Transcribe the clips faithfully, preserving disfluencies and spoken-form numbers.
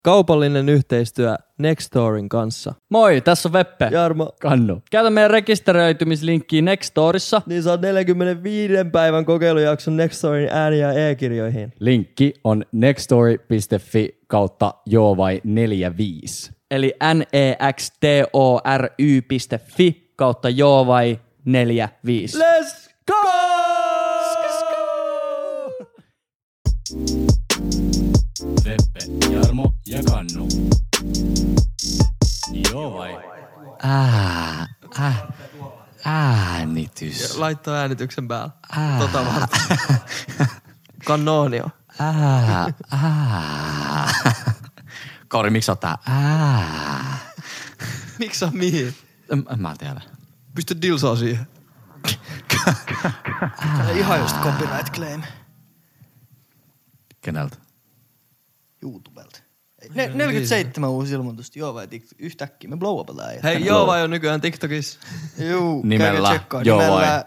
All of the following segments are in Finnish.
Kaupallinen yhteistyö Nextorin kanssa. Moi, tässä on Veppe. Jarmo. Kannu. Käytä meidän rekisteröitymislinkkiä Nextorissa. Niin saa neljänkymmenenviiden päivän kokeilujakson Nextorin ääni- ja e-kirjoihin. Linkki on nextory.fi kautta joo vai neljäkymmentäviisi. Eli nextory.fi kautta joo vai neljäkymmentäviisi. Let's go! Veppe, Jarmo ja Kannu. Joo vai? Ää, äh, äänitys. Laittaa äänityksen päällä. Ää. Tota varten. Kanonio. Ää, ää. Kauri, miksi sä oot tää? Ää. Miksi sä mihin? En, en mä tiedä. Pistä dilsaa siihen. Ihan just copyright claim. Keneltä? YouTubelta. Ne, neljäkymmentäseitsemän uusi ilmoitusta. Joo vai TikTok. Yhtäkkiä me blow-upataan äijät. Hei, joo vai on nykyään TikTokissa? Juu, Nimellä käykää tsekkaa. Joo Nimellä vai?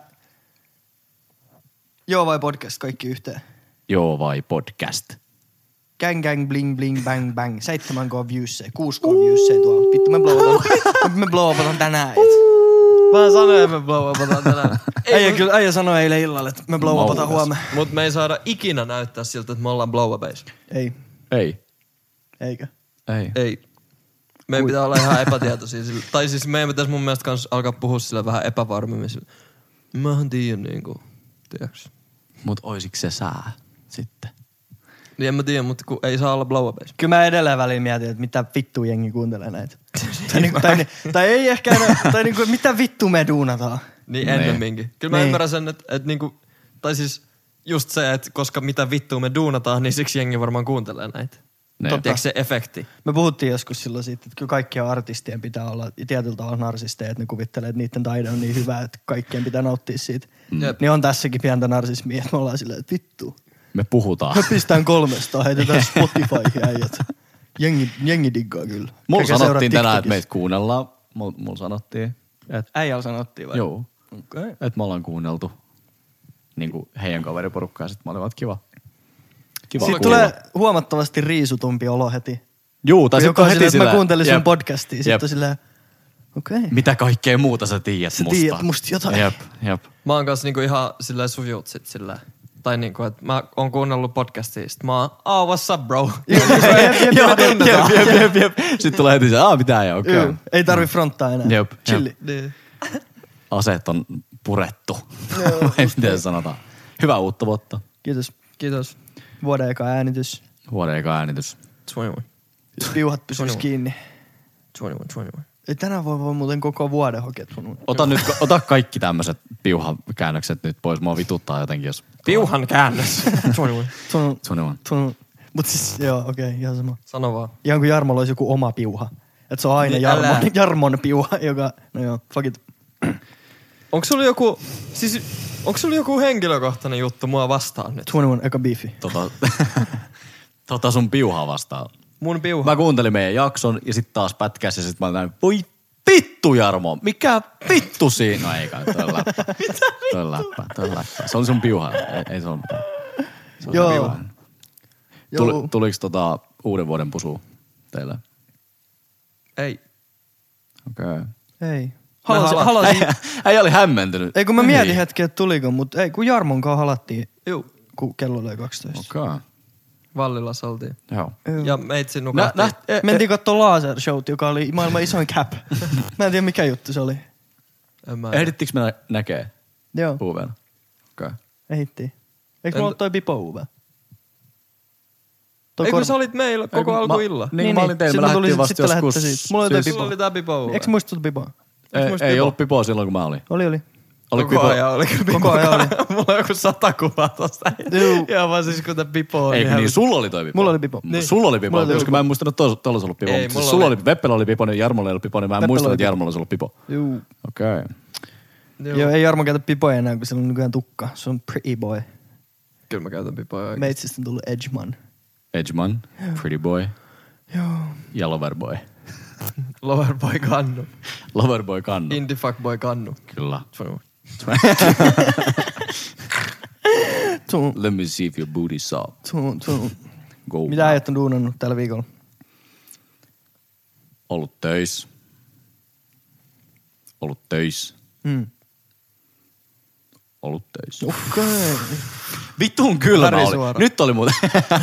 Joo vai podcast, kaikki yhteen. Joo vai podcast? Gang gang bling bling bang bang. seitsemän K viewsseja, kuusi K viewsseja tuolla. Vittu me blow-upataan. me blow-upataan tänään äijät. Mä sanoin, että me blow-upataan tänään. Äijä, kyllä, äijä sanoi eilen illalla, että me blow-upataan huomenna. Mut me ei saada ikinä näyttää siltä, että me ollaan blow-upeissa. Ei. Ei. Eikö? Ei. Ei. Meidän pitää olla ihan epätietoisia. Sillä. Tai siis meidän pitäisi mun mielestä kans alkaa puhua sillä vähän epävarmemmin. Sillä. Mähän tiedän niinku, tiedäks. Mut oisiks se sää sitten? Niin en mä tiedä, mutta kun ei saa olla blow-upeissa. Kyllä mä edelleen väliin mietin, että mitä vittu jengi kuuntelee näitä. tai, niinku, tai, tai ei ehkä enää, tai niinku, mitä vittu me duunataan. Niin ennemminkin. Kyllä mä niin. ymmärrän sen, että, että niinku, tai siis just se, että koska mitä vittua me duunataan, niin siksi jengi varmaan kuuntelee näitä. Tiedätkö se efekti? Me puhuttiin joskus silloin siitä, että kyllä kaikkien artistien pitää olla tietyllä tavalla narsisteja, että ne kuvittelee, että niiden taide on niin hyvä, että kaikkien pitää nauttia siitä. Mm. Niin on tässäkin pientä narsismia, että me ollaan silleen, että vittu. Me puhutaan. Me pistään kolmesta, heitetään Spotifyhin äijät. Jengi, jengi diggaa kyllä. Mulla Käykää sanottiin seuraa tänään, että TikTokissa. meitä kuunnellaan. Mulla mul sanottiin, että Äijällä sanottiin vai? joo, Okay. että me ollaan kuunneltu niinku heidän kaveriporukkaa. Sitten mä olin vaan, että kiva. Kiva Sitten kuulla. tulee huomattavasti riisutumpi olo heti. Juu, tai Joka sitten on heti silleen, että mä kuuntelin sun jep, podcastia. jep. Sitten on silleen, okei. Okay. Mitä kaikkea muuta sä tiedät Sä musta? tiedät musta jotain. Jep, jep. Mä oon kanssa niinku ihan silleen sujut sit silleen. Tai niinku, että mä oon kuunnellut podcastia, sit mä oon, oh, what's up, bro? Joo, jep, jep, jep, jep. Sitten tulee heti se, aah, mitä ei, okei. Joo, ei tarvi fronttaa enää. Jep, Chilli. Niin. Aseet on purettu. Vai miten sanotaan. Hyvää uutta vuotta. Kiitos. Kiitos. Vuoden eka äänitys. Vuoden eka äänitys. kaksikymmentäyksi. Piuhat pysyis kiinni. kaksikymmentäyksi. kaksikymmentäyksi. Ei tänään voi, voi muuten koko vuoden hokea sun. Ota nyt, ota kaikki tämmöiset piuhakäännökset nyt pois. Mua vituttaa jotenkin, jos... Piuhan käännös. kaksikymmentäyksi. Sun, Twenty-one. sun, mut siis, joo, okei, okay, ihan sama. Sano vaan. Ihan kuin Jarmolla olisi joku oma piuha. Että se on aina Niin, Jarmon, älä. Jarmon piuha, joka, no joo, fuck it. Onko sulla joku, siis onko sulla joku henkilökohtainen juttu mua vastaan nyt? kaksikymmentäyksi eka biifi. Tota, tota sun piuhaa vastaan. Mun piuha. Mä kuuntelin meidän jakson ja sit taas pätkäs ja sit mä olin näin, voi vittu Jarmo, mikä vittu siinä? No ei kai, toi on läppä. Mitä vittu? Toi on läppä, toi on läppä. Se oli sun piuha, ei, ei se ole mitään. Se oli Joo. sun piuha. Joo. Tuli, tuliko tota uuden vuoden pusu teille? Ei. Okei. Okay. Ei. Halasin, halaan. halasin. Äijä, äijä oli hämmentynyt. Ei kun mä mietin hetken, että tuliko, mutta ei kun Jarmon kanssa halattiin, Juu. kun kello oli kaksitoista. Okei. Okay. Vallilassa oltiin. Joo. Ja meitsi Nä, nukahtiin. nä, e, Mentiin kattoo laser showt, joka oli maailman isoin cap. Mä en tiedä mikä juttu se oli. En mä ehdittikö me nä- näkee Joo, puuveena? Okei. Okay. ehittiin. Eikö En- mulla ollut toi Pipo Uwe? Ei kun sä olit meillä koko kun alkuilla. Niin, niin mä olin teillä, me Sitten lähdettiin tuli- vasta sitten lähdette joskus siitä. Mulla oli toi syys- Pipo. Sulla oli tää Pipo. Eikö muistuta Pipoa? Ei, muista ei Pipo? ollut Pipoa silloin, kun mä olin. Oli, oli. Oli Koko Pipo. ajan oli kyllä Pipo. Koko ajan oli. Mulla on joku sata kuvaa tosta. Juu. Ja vaan siis kun tää Pipo on. Ei, kun ihan- niin, sulla oli toi Pipo. Mulla oli Pipo. Niin. Sulla oli Pipo, Mulla oli koska Pipo. mä en muistanut, että tuolla olisi ollut Pipo. Ei, Mutta mulla siis sulla oli. oli, Veppellä oli Pipo, niin Jarmolla ei ollut Pipo, niin mä en Veppellä muistanut, oli että Pipo. Jarmolla olisi ollut Pipo. Juu. Okei. Okay. Joo. Joo, ei Jarmo käytä Pipoja enää, kun sillä on nykyään tukka. Se on pretty boy. Kyllä mä käytän Pipoa oikein. Meitsistä on tullut Edgeman. Edgeman, Pretty Boy Joo. ja Loverboy. Loverboy Kannu. Loverboy kannu. Indie fuckboy Kannu. Kyllä. Sun, Let me see if your booty's soft. sun, sun. Go. Mitä äijät on duunannut tällä viikolla? ollut töissä. Ollut töissä. Mm. Ollut töissä. Okei. Vitun kylmä oli. Värisuora. Nyt oli muuten.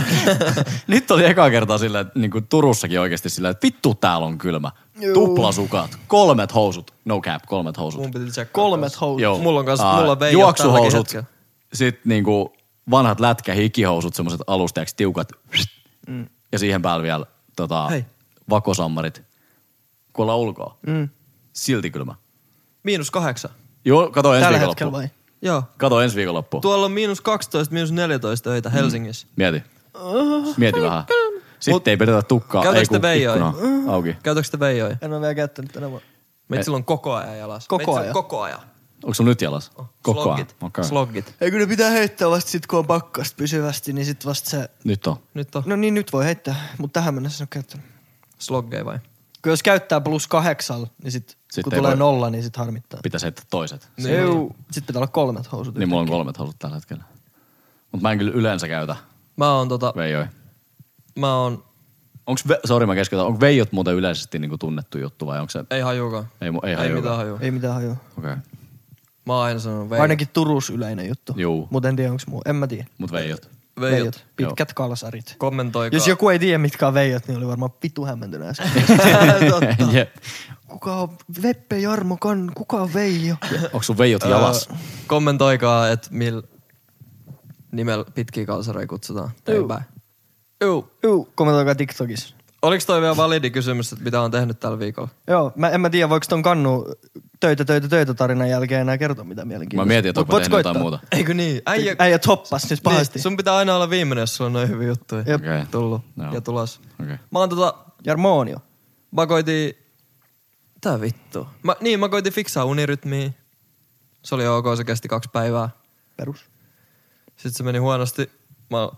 Nyt oli eka kertaa sillä, että niinku Turussakin oikeasti sillä, että vittu täällä on kylmä. Juu. Tuplasukat, kolmet housut. No cap, kolmet housut. Mun piti tsekkaa. Kolmet housut. Joo. Mulla on kans, Aa, mulla on Veijo juoksuhousut, tälläkin hetkellä. sit niinku vanhat lätkä hikihousut, semmoset alusteeksi tiukat. Mm. Ja siihen päälle vielä tota, Hei. vakosammarit. Kun ollaan ulkoa. Mm. Silti kylmä. Miinus kahdeksan. Joo, kato ensi Tällä viikonloppu. hetkellä vai? Joo. Kato ensi viikonloppu. Tuolla on miinus kaksitoista, miinus neljätoista öitä Helsingissä. Mieti. Mieti vähän. Sitten Mut- ei pidetä tukkaa. Käytäks ei te kun Veijoja? ikkuna auki. Käytätkö te Veijoja? En ole vielä käyttänyt tänä vuonna. Meitä silloin koko ajan jalas. Koko Meitä silloin ajan? Koko ajan. Onko sun nyt jalas? Koko ajan. Sloggit. Okay. Sloggit. Ei kun ne pitää heittää vasta sit kun on pakkasta pysyvästi, niin sit vasta se... Nyt on. Nyt on No niin, nyt voi heittää, mutta tähän mennessä en ole käyttänyt. sloggeja vai? Kun jos käyttää plus kahdeksalla, niin sit, Sit kun ei tulee voi. nolla, niin sit harmittaa. Pitäisi heittää toiset. Niin. Juu. Sit pitää olla kolmet housut. Niin mulla on yhtäkkiä. kolmet housut tällä hetkellä. Mut mä en kyllä yleensä käytä Mä oon tota, Veijoi. mä oon, Onks, ve- sori mä keskeytän, onko Veijot muuten yleisesti niinku tunnettu juttu vai onko se... ei hajuukaan. Ei, mu- ei, Ei haju- mitään hajua. Ei mitään hajua. Okei. Okay. Mä oon aina sanonut Veijo. Ainakin Turus yleinen juttu. Juu. Mut en tiedä onks muu. En mä tiedä. Mut Veijot. Veijot. Veijot. Pitkät kalsarit. Kommentoikaa. Jos joku ei tiedä mitkä on veijot, niin oli varmaan vitu hämmentynyt äsken. Totta. Jep. Kuka on Veppe Jarmo Kann? Kuka on Veijo? Onko sun Veijot jalas? Öö, kommentoikaa, että millä nimellä pitkiä kalsareja kutsutaan. Juu. Päin. Juu. Juu, kommentoikaa TikTokissa. Oliks toi vielä validi kysymys, että mitä on tehnyt tällä viikolla? Joo, mä en mä tiedä, voiko ton kannu töitä, töitä, töitä tarinan jälkeen enää kertoa mitä mielenkiintoista. Mä mietin, että Mut onko voit tehnyt jotain koittaa. muuta. Eikö niin? Äijä, Äijät hoppas nyt pahasti. niin, sun pitää aina olla viimeinen, jos sulla on noin hyviä juttuja. Jep. Okei. Tullut Joo. ja tulos. Okei. Okay. Mä oon tota, Jarmonio. mä koitin, tää vittu. Mä, niin, mä koitin fiksaa unirytmiä. Se oli ok, se kesti kaksi päivää. Perus. Sitten se meni huonosti. Mä oon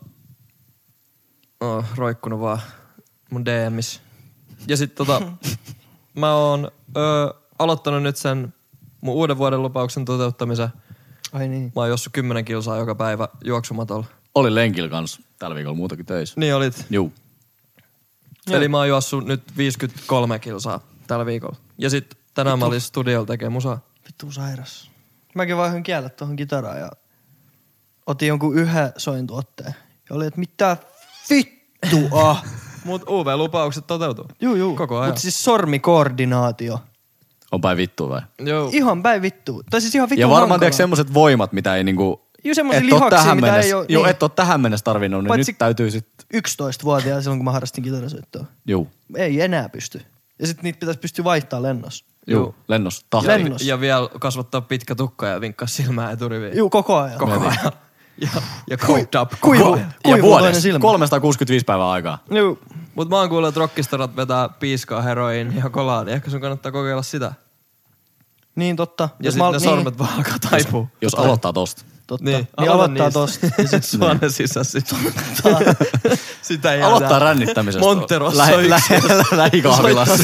oh, roikkunut vaan mun D M:issä. Ja sit tota, mä oon ö, aloittanut nyt sen mun uuden vuoden lupauksen toteuttamisen. Ai niin. Mä oon jossut kymmenen kilsaa joka päivä juoksumatolla. Oli lenkillä kans tällä viikolla muutakin töissä. Niin olit. Juu. Joo. Eli mä oon juossut nyt viisikymmentäkolme kilsaa tällä viikolla. Ja sit tänään mä olin studiolla tekemään musaa. Vittu sairas. Mäkin vaihoin kiellet tuohon kitaraan ja otin jonkun yhden sointuotteen. Ja oli, että mitä vittua. Mut U V-lupaukset toteutuu. Juu, juu. Koko ajan. Mut siis sormikoordinaatio. On päin vittu vai? Joo. Ihan päin vittu. Tai siis ihan vittu Ja varmaan hankala. tiedätkö semmoset voimat, mitä ei niinku... Juu, semmosia et oo lihaksia, tähän mitä mennessä, ei oo- Joo, niin. et oo tähän mennessä tarvinnut, niin Paitsi- nyt täytyy sit... yksitoistavuotiaana silloin, kun mä harrastin kitarasoittoa. Juu. Ei enää pysty. Ja sit niitä pitäisi pystyä vaihtaa lennossa. Juu. Juu. Lennossa. Tahti. Ja, Lennos. ja vielä kasvattaa pitkä tukka ja vinkkaa silmää eturiviin. Juu, koko ajan. Koko Mietin. ajan. Ja, ja cooked up. Kuivu, koko ajan. Ja kuivu toinen vuodessa silmä. kolmesataakuusikymmentäviisi päivää aikaa. Juu. Mut mä oon kuullut, että rockistarat vetää piiskaa, heroin ja kolaa, niin ehkä sun kannattaa kokeilla sitä. Niin totta. Ja Jos sit mä- ne niin, sormet vaan alkaa taipua. Jos aloittaa tosta. Totta. Niin, Niin, aloita aloittaa niistä. tosta. Ja sit Suonen sisässä. Sitä ei Aloittaa rännittämisestä. Monterossa Lähi- on yksi. lä- Lähikahvilassa.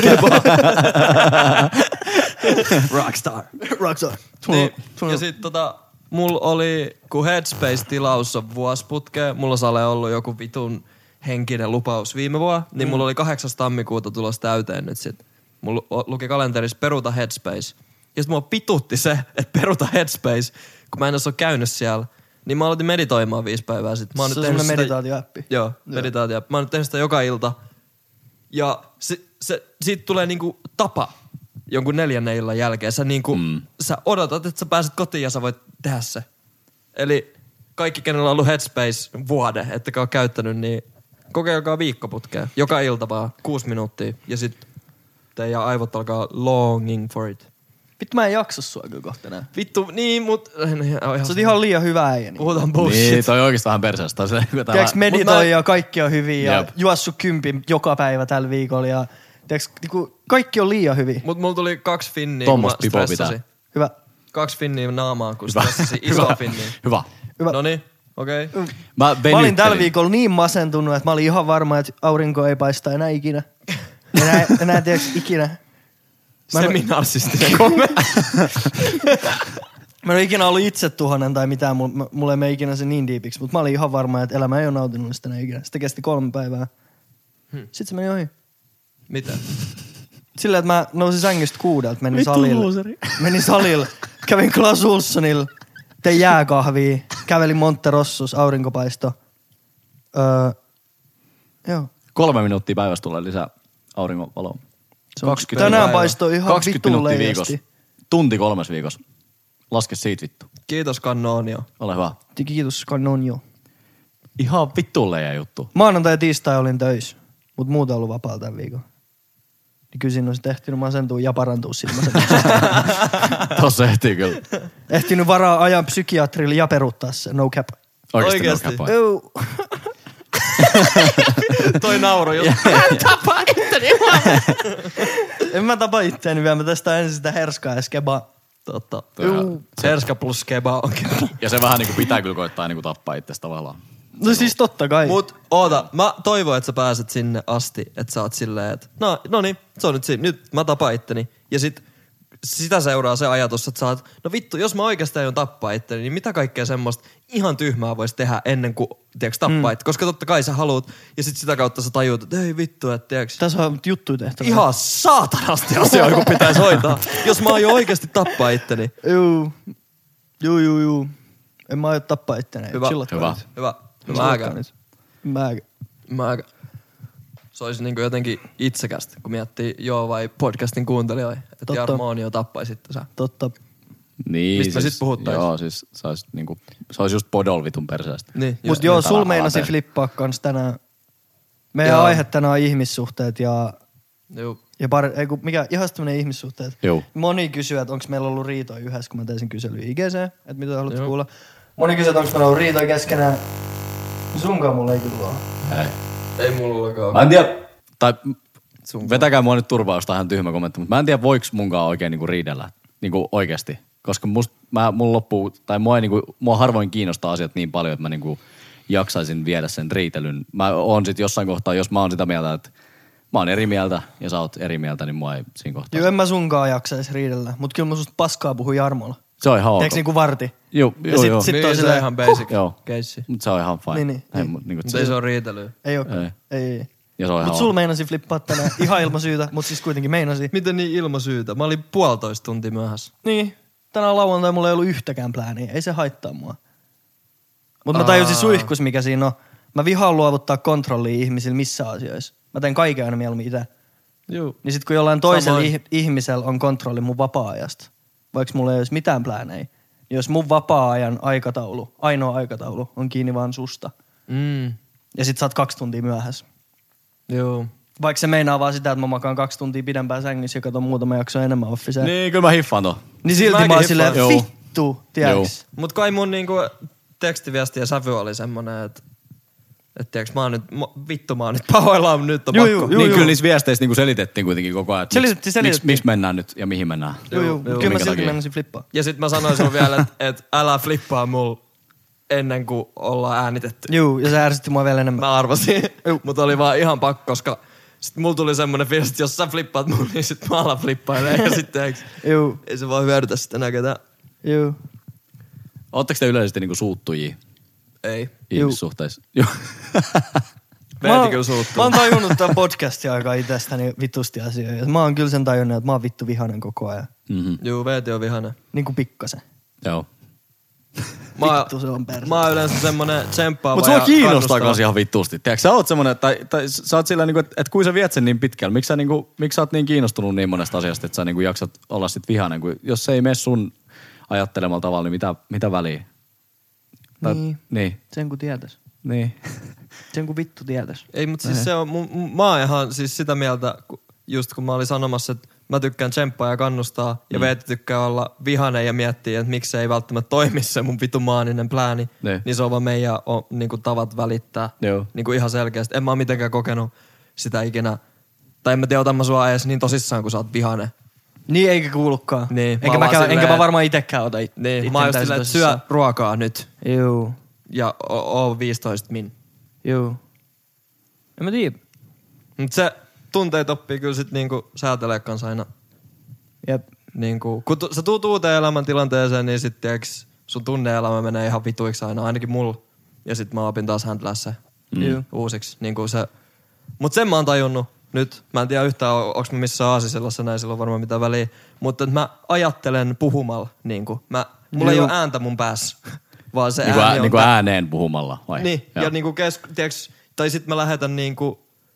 Rockstar. Rockstar. Niin, ja sit tota, mulla oli, kun Headspace-tilaus on vuosiputkeen, mulla sale ollut joku vitun henkinen lupaus viime vuonna, niin mulla oli kahdeksas tammikuuta tulos täyteen nyt sit. Mulla o- luki kalenterissa peruta Headspace. Ja sit mua pitutti se, että peruta Headspace, kun mä en edes ole käynyt siellä. Niin mä aloitin meditoimaan viisi päivää sitten. Mä oon Se nyt on tehnyt semmonen sitä- meditaatioäppi. Joo, meditaatio. Mä oon nyt tehnyt sitä joka ilta. Ja se, se, siitä tulee niinku tapa jonkun neljännen illan jälkeen. Sä, niinku, mm. sä odotat, että sä pääset kotiin ja sä voit tehdä se. Eli kaikki, kenellä on ollut Headspace vuode, ettekä ole käyttänyt, niin kokeilkaa viikkoputkea. Joka ilta vaan kuusi minuuttia. Ja sit teidän aivot alkaa longing for it. Vittu mä en jaksa sua kyllä kohta enää. Vittu, niin, mut... Sä oot ihan liian hyvä äijä. Niin. Puhutaan bullshit. Niin, toi oikeastaan vähän perseestä. Toi se, kun tää Tiedätkö, vähän- meditoi mä- ja kaikki on hyvin ja Jep. juossut kympin joka päivä tällä viikolla ja tiedätkö, niinku, kaikki on liian hyvin. Mut mulla tuli kaksi finniä, kun mä Tommosta pipoa stressasin. pitää. Hyvä. Kaksi finniä naamaan, kun Hyvä. stressasin. Iso Hyvä. finniä. Hyvä. Hyvä. Noniin, okei. Okay. Mä, Mä olin venyttelin. tällä viikolla niin masentunut, että mä olin ihan varma, että aurinko ei paista enää ikinä. Enää, enää tiedätkö ikinä. Mä en, Seminarsistinen kommentti. mä en ole ikinä ollut itsetuhonen tai mitään, mulla, mulla ei mene ikinä se niin diipiksi, mutta mä olin ihan varma, että elämä ei ole nautinut sitä enää ikinä. Sitten kesti kolme päivää. Hmm. Sitten se meni ohi. Mitä? silleen, että mä nousin sängystä kuudelta, menin salille. Menin salille, kävin Clas Ohlsonilla, tein jääkahvia, kävelin Monterossus, aurinkopaisto. Öö, joo. Kolme minuuttia päivästä tulee lisää auringonvaloa. kaksikymmentä Tänään paistoi ihan vitun leijasti. Tunti kolmes viikossa. Laske siitä vittu. Kiitos Cannonio. Ole hyvä. Kiitos Cannonio. Ihan vittuun leijä juttu. Maanantai ja tiistai olin töissä, mut muuta ollut vapaalla tämän viikon. Niin kyllä siinä olisi ehtinyt masentua ja parantua sit masentua. Tossa ehtii kyllä. Ehtinyt varaa ajan psykiatrille ja peruuttaa se, no cap. Oikeesti, Oikeesti? no cap. Joo. Toi nauro, jos hän tapaa itteni. En mä tapa itteeni vielä, mä testaan ensin sitä herskaa ja skebaa. Totta. Juu. Herska plus keba on kyllä. Ja se vähän niinku pitää kyllä koittaa niinku tappaa itsestä tavallaan. No siis totta kai. Mut oota, mä toivon, että sä pääset sinne asti, että sä oot silleen, että no, no niin, se on nyt siinä, nyt mä tapaan itteni. Ja sit sitä seuraa se ajatus, että sä oot, no vittu, jos mä oikeastaan aion tappaa itteni, niin mitä kaikkea semmoista ihan tyhmää vois tehdä ennen kuin, tiiäks, tappaa mm. itteni. Koska totta kai sä haluut, ja sit sitä kautta sä tajuut, että ei vittu, että tiiäks. Tässä on juttuja tehtävä. Ihan saatanasti asioita, kun pitäisi hoitaa. Jos mä aion oikeasti tappaa itteni. Juu. Juu, juu, juu. En mä aio tappaa itteni. Hyvä. Chillatkaa Hyvä. nyt. Hyvä. Chillatkaa Mäkään. nyt. Mäkään. Mäkään. Se olisi niinku jotenkin itsekästä, kun miettii joo vai podcastin kuuntelijoita. Että Totta. Jarmo Onio tappaisitte sä. Totta. Niin, Mistä me siis, sit puhuttais? Joo, siis se olisi, niinku, se olisi just podol vitun perseestä. Niin, Mut joo, sul meinasi flippaa kans tänään. Meidän Joo. aihe tänään on ihmissuhteet ja, Joo. ja par, ei kun, mikä, ihan tämmönen ihmissuhteet. Joo. Moni kysyy, että onko meillä ollut riitoja yhdessä, kun mä tein sen kyselyn I G C, että mitä haluat Joo. kuulla. Moni kysyy, että onko meillä ollut riitoja keskenään. Sunkaan mulla ei kyllä ole. Ei. Ei mulla olekaan. Mä en tiedä, tai Sun vetäkää mua nyt turvaa, jos tää on ihan tyhmä kommentti, mutta mä en tiedä, voiko munkaan oikein niinku riidellä. Niinku oikeesti. Koska must, mä, mun loppuu, tai mua, ei, niinku, mua harvoin kiinnostaa asiat niin paljon, että mä niinku jaksaisin viedä sen riitelyn. Mä oon sit jossain kohtaa, jos mä oon sitä mieltä, että mä oon eri mieltä ja sä oot eri mieltä, niin mua ei siinä kohtaa. Joo, en mä sunkaan jaksais riidellä, mut kyllä mä susta paskaa puhun Jarmolla. Se on ihan ok. Tiedätkö niinku varti? Joo, Ja joo, sit- joo. sit- niin, on se silleen, on ihan basic Joo. keissi. Mutta se on ihan fine. Niin, niin, ei, niin. mut niinku, Mutta ei se ole riitelyä. Ei ookaan. Ei. Ei, ei. Ja se on ihan Mut sul meinasi flippaa tänään ihan ilman syytä, mut siis kuitenkin meinasi. Miten niin ilmasyytä? Mä olin puolitoista tuntia myöhässä. Niin, tänään lauantai mulla ei ollut yhtäkään plääniä, ei se haittaa mua. Mut mä tajusin suihkus, mikä siinä on. Mä vihaan luovuttaa kontrollia ihmisillä missä asioissa. Mä teen kaiken aina mieluummin itse. Joo. Niin sit kun jollain toisella Samoin. ih- ihmisellä on kontrolli mun vapaa-ajasta, vaikka mulla ei olisi mitään pläänejä, niin jos mun vapaa-ajan aikataulu, ainoa aikataulu, on kiinni vaan susta. Mm. Ja sit sä oot kaksi tuntia myöhässä. Joo. Vaikka se meinaa vaan sitä, että mä makaan kaksi tuntia pidempään sängyssä ja katon muutama jakso enemmän Officea. Niin, Niin, kyllä mä hiffaan ton. niin silti Mäkin mä oon hiffaan. silleen, Joo. vittu, tiedäks? Mut kai mun niinku tekstiviesti ja sävy oli semmonen, että et tiiäks, mä oon nyt, mä, vittu mä oon nyt pahoillaan, nyt on Juu, pakko. juu, niin juu. kyllä niissä viesteissä niinku selitettiin kuitenkin koko ajan, että Selitettiin, miksi, selitettiin. miksi mennään nyt ja mihin mennään. Joo, joo, Joo, mut joo. kyllä mä Minkä silti takia? meinasin flippaa. Ja sit mä sanoin sulle vielä, että et älä flippaa mul ennen kuin ollaan äänitetty. Juu, ja se ärsytti mua vielä enemmän. Mä arvasin, mutta oli vaan ihan pakko, koska sit mulla tuli semmonen fiilis, että jos sä flippaat mun, niin sit mä alan flippailee. Ja sitten eiks, Juu, ei se voi hyödytä sitä näkötä. juu. Ootteko te yleisesti niinku suuttujia Ei. ihmissuhteissa? Joo. Veeti kyllä suuttuu. Mä oon tajunnut tämän podcastin aikaa itsestäni vitusti asioita. Mä oon kyllä sen tajunnut, että mä oon vittu vihanen koko ajan. Mhm. Juu, Veeti on vihainen. Niin kuin pikkasen. Joo. Mä, Vittu se on perse. mä oon yleensä semmonen tsemppaava Mutta sua ja kiinnostaa kannustava. kans ihan vittuusti. Tiedätkö, sä oot semmonen, tai, tai sä oot sillä niinku, että et kun sä viet sen niin pitkälle, miksi sä, niinku, miksi sä oot niin kiinnostunut niin monesta asiasta, että sä niinku jaksat olla sit vihainen, kun jos se ei mene sun ajattelemalla tavalla, niin mitä, mitä väliä? Tai- Niin. Niin. Sen kun tietäis. Niin. Sen kun vittu tietäis. Ei, mutta siis se on, mun- mun- mä oon ihan siis sitä mieltä, ku- just kun mä olin sanomassa, että mä tykkään tsemppaa ja kannustaa, ja Mm. Veeti tykkää olla vihainen ja miettiä, että miksi se ei välttämättä toimi se mun vitu maaninen plääni. Ne. Niin se on vaan meidän o, niinku, tavat välittää. Joo. Niinku ihan selkeästi. En mä oo mitenkään kokenut sitä ikinä. Tai en mä tiedä, otan mä sua edes niin tosissaan, kun sä oot vihainen. Niin eikä kuulukaan. Niin, mä enkä, oon mä vaan käy, silleen, enkä mä että- varmaan itekään ota it, Niin, mä oon just silleen, että syö ruokaa nyt. Juu, Ja oo, oo viisitoista min. juu. En mä tiedä. Mut se tunteet oppii kyllä sit niinku säätelee kanssa aina. Jep. Niinku, kun tu, sä tuut uuteen elämäntilanteeseen, niin sit tiiäks, sun tunne-elämä menee ihan vituiksi aina, ainakin mulla. Ja sit mä opin taas handlää se Juu. uusiksi. Niinku se. Mut sen mä oon tajunnut, nyt. Mä en tiedä yhtään, onko mä missään aasisellassa näin, sillä on varmaan mitään väliä. Mutta mä ajattelen puhumalla. Niin kuin. Mä, mulla ei ole ääntä mun päässä, vaan se niin kuin, ääni ä, on... niin kuin ääneen puhumalla, vai? Niin, ja, ja niin kuin kes, tiiäks, tai sit mä lähetän niin kuin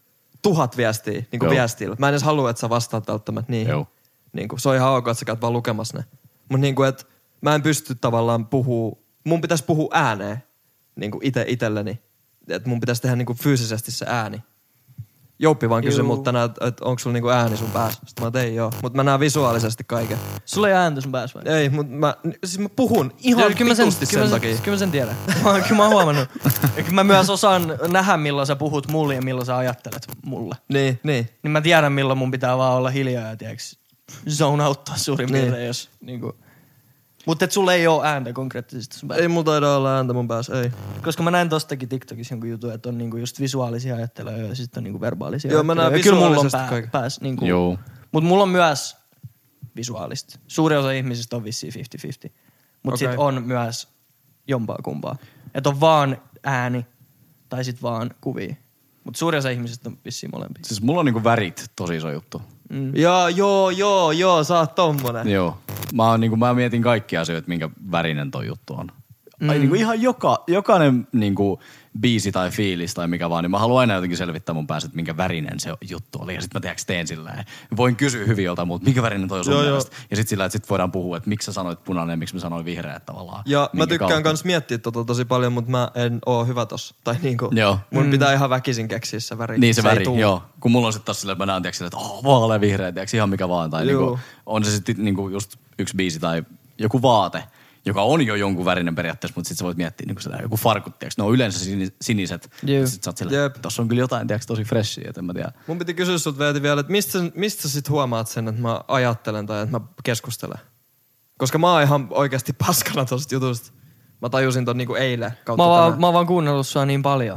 tuhat viestiä, niin kuin viestillä. Mä en edes halua, että sä vastaat välttämättä niihin. Joo. Niin kuin, se on ihan ok, että sä käyt vaan lukemassa ne. Mut niin kuin, että mä en pysty tavallaan puhua, mun pitäisi puhua ääneen niin kuin ite itselleni. Että mun pitäisi tehdä niin kuin fyysisesti se ääni. Jouppi vaan kysyi multa tänään, että et onko sulla niinku ääni sun päässä. Sitten mä tein joo. Mutta mä näen visuaalisesti kaiken. Sulla ei ääntä sun päässä vai? Ei, mutta mä, siis mä puhun ihan vitusti sen, sen takia. Kyllä mä sen tiedän. Mä, kyllä mä oon huomannut. Ja mä myös osaan nähdä, milloin sä puhut mulle ja milloin sä ajattelet mulle. Niin, niin. Niin mä tiedän, milloin mun pitää vaan olla hiljaa ja tiiäks zone auttaa suurin Niin. piirtein, jos niinku... Mutta et sulla ei oo ääntä konkreettisesti sun päässä. Ei mulla taida olla ääntä mun päässä, ei. Koska mä näin tostakin TikTokissa jonkun jutun, että on niinku just visuaalisia ajatteluja ja sitten on niinku verbaalisia Joo, mä näen ajatteluja. Ja kyllä mulla on visuaalisesti pää, kaiken. pääs niinku... Joo. Mut mulla on myös visuaalista. Suuri osa ihmisistä on vissiin viisikymmentä viisikymmentä. Mut Okei. sit on myös jompaa kumpaa. Et on vaan ääni tai sit vaan kuvia. Mut suuri osa ihmisistä on vissiin molempia. Siis mulla on niinku värit tosi iso juttu. Mm. Ja, joo, joo, joo, sä oot tommonen. Joo. Mä, oon, niinku, mä mietin kaikkia asioita, minkä värinen toi juttu on. Mm. Ai, niinku, ihan joka, jokainen niinku, biisi tai fiilis tai mikä vaan, niin mä haluan aina jotenkin selvittää mun päässä, että minkä värinen se juttu oli. Ja sit mä tiedäks teen sillä voin kysyä hyvin joltain muuta, minkä värinen toi on sun Joo, mielestä. Ja sit sillä, että sit voidaan puhua, että miksi sä sanoit punainen, miksi mä sanoin vihreä tavallaan. Ja mä Minkä tykkään kautta. kans miettiä tota tosi paljon, mutta mä en oo hyvä tossa. Tai niinku, Joo. mun pitää ihan väkisin keksiä se väri. Niin se, se ei väri, tuu. joo. Kun mulla on sit taas silleen, että mä näen tiiäks, että oh, vaalea vihreä, tiiäks, ihan mikä vaan. Tai Joo. niinku, on se sitten niinku just yksi biisi tai joku vaate, joka on jo jonkun värinen periaatteessa, mutta sit sä voit miettiä niinku sitä, joku farkut, tiiäks, ne on yleensä sini- siniset. Juu. Ja sit sä oot silleen, Jep. tossa on kyllä jotain, tiiäks, tosi freshia, et en mä tiedä. Mun piti kysyä sut Veeti vielä, että mistä, mistä sä sit huomaat sen, että mä ajattelen tai että mä keskustelen? Koska mä oon ihan oikeasti paskana tosta jutusta. Mä tajusin ton niinku eilen kautta Mä oon, vaan, tänään. mä oon vaan kuunnellut sua niin paljon.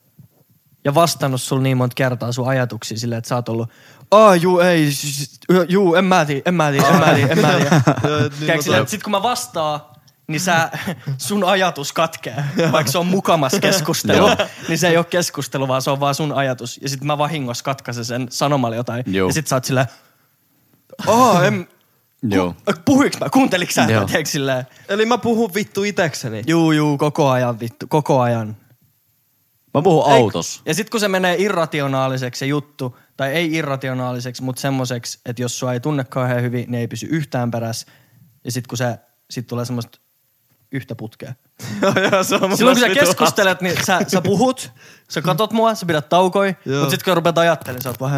Ja vastannut sulle niin monta kertaa sun ajatuksia silleen, että sä oot ollut Aa, juu, ei, siis, juu, en mä tiedä, en mä tiedä, en mä tiedä, en mä tiedä. Tiedätkö silleen, että sit kun mä vastaan, niin sä, sun ajatus katkee. Vaikka se on mukamas keskustelu, niin se ei ole keskustelu, vaan se on vaan sun ajatus. Ja sit mä vahingossa katkaisen sen sanomalla jotain. Joo. Ja sit sä oot silleen, aa, en, Joo. puhuiks mä, kuunteliks sä, Joo. tiedätkö silleen. Eli mä puhun vittu itekseni. Juu, juu, koko ajan vittu, koko ajan. Mä puhun autos. Ja sit kun se menee irrationaaliseksi se juttu, tai ei irrationaaliseksi, mutta semmoiseksi, että jos sua ei tunne kauhean hyvin, niin ei pysy yhtään perässä. Ja sit kun se, sit tulee semmoista yhtä putkea. Joo, joo, se on mun Silloin kun sä mielestä vittu keskustelet, niin sä, sä puhut, sä katot mua, sä pidät taukoi, Joo. mutta sit kun rupeat ajattelemaan, sä oot vähän...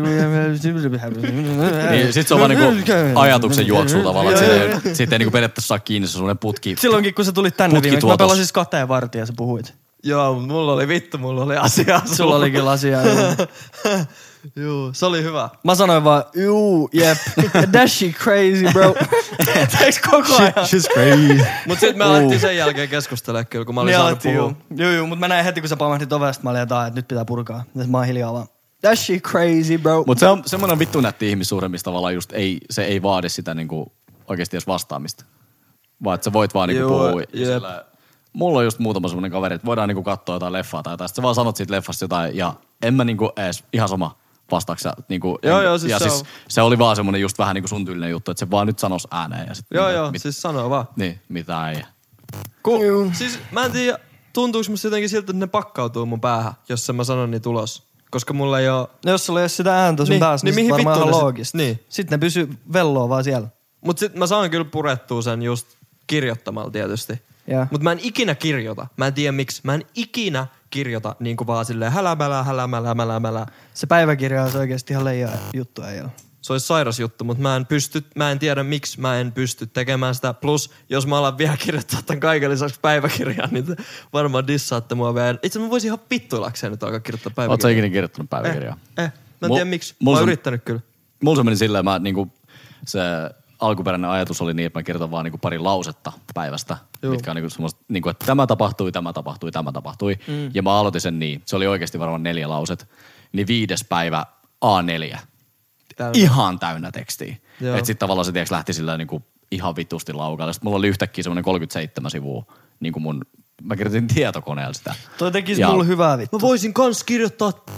Niin, sit se on vaan niinku ajatuksen juoksu tavallaan, että Joo, sit joo, ei- sit ei niinku periaatteessa saa kiinni, se on semmonen putki. Silloinkin kun sä tulit tänne Putki viimeksi, mä tuotos. pelasin Skateen vartija, sä puhuit. Joo, mutta mulla oli vittu, mulla oli asiaa. Sulla oli kyllä asiaa. Joo, se oli hyvä. Mä sanoin vaan, juu, jep, that shit crazy, bro. Teeks koko ajan? She's crazy. Mut sit me alettiin sen jälkeen keskustelemaan kyllä, kun mä olin Niin saanut alettiin, puhua. Joo, joo, mutta mä näin heti, kun sä pamahdit ovesta, mä olin, että "Aa, että nyt pitää purkaa. Ja sit mä oon hiljaa vaan, that shit crazy, bro. Mut se on semmoinen vittu nätti ihmissuhde, missä tavallaan just ei, se ei vaadi sitä niinku oikeesti edes vastaamista. Vaan että sä voit vaan niinku Joo, puhua. jep. Sillä, mulla on just muutama semmonen kaveri, että voidaan niinku katsoa jotain leffaa tai jotain. Sitten sä vaan sanot siitä leffasta jotain ja en mä niinku ees ihan sama vastaaksa. Niinku, Joo, en, joo, siis ja se siis on. se oli vaan semmonen just vähän niinku sun tyylinen juttu, että se vaan nyt sanos ääneen. Ja sit, Joo, niinku, joo, mit, siis sanoo vaan. Niin, mitä ei. Ku, siis mä en tiedä, tuntuuko musta jotenkin siltä, että ne pakkautuu mun päähän, jos sen mä sanon niin tulos. Koska mulla ei oo... No jos sulla ei ole sitä ääntä sun Niin, päässä, niin niin, niin mihin varmaan vittuun ihan ne sit- loogista. niin. Sitten ne pysyy velloa vaan siellä. Mut sit mä saan kyllä purettua sen just kirjoittamalla tietysti. Joo. Mut mä en ikinä kirjoita. Mä en tiedä miksi. Mä en ikinä kirjoita niinku vaan silleen hälämälä, hälämälä, hälämälä. Se päiväkirja on oikeasti ihan leijaa juttu ei ole. Se olisi sairas juttu, mutta mä en pysty, mä en tiedä miksi mä en pysty tekemään sitä. Plus, jos mä alan vielä kirjoittaa tämän kaiken lisäksi päiväkirjaa, niin te varmaan dissaatte mua vielä. Itse asiassa mä voisin ihan pittuilakseen nyt alkaa kirjoittaa Oot sä päiväkirjaa. ikinä kirjoittanut päiväkirjaa? Eh, eh. Mä en Mul- tiedä miksi. Mä mul oon se- yrittänyt kyllä. Mulla se meni silleen, mä niinku, se alkuperäinen ajatus oli niin, että mä kirjoitan vaan niinku pari lausetta päivästä, Joo. mitkä on niinku semmoista, niinku, että tämä tapahtui, tämä tapahtui, tämä tapahtui. Mm. Ja mä aloitin sen niin, se oli oikeasti varmaan neljä lauset, niin viides päivä A neljä. Täynnä. Ihan täynnä tekstiä. Joo. Että sit tavallaan se tiiäks, lähti sillä niinku ihan vitusti laukalle. Sitten mulla oli yhtäkkiä semmoinen kolmekymmentäseitsemän sivua, niinku mun, mä kirjoitin tietokoneella sitä. Toi tekisi Ja- mulle hyvää vittu. Mä voisin kans kirjoittaa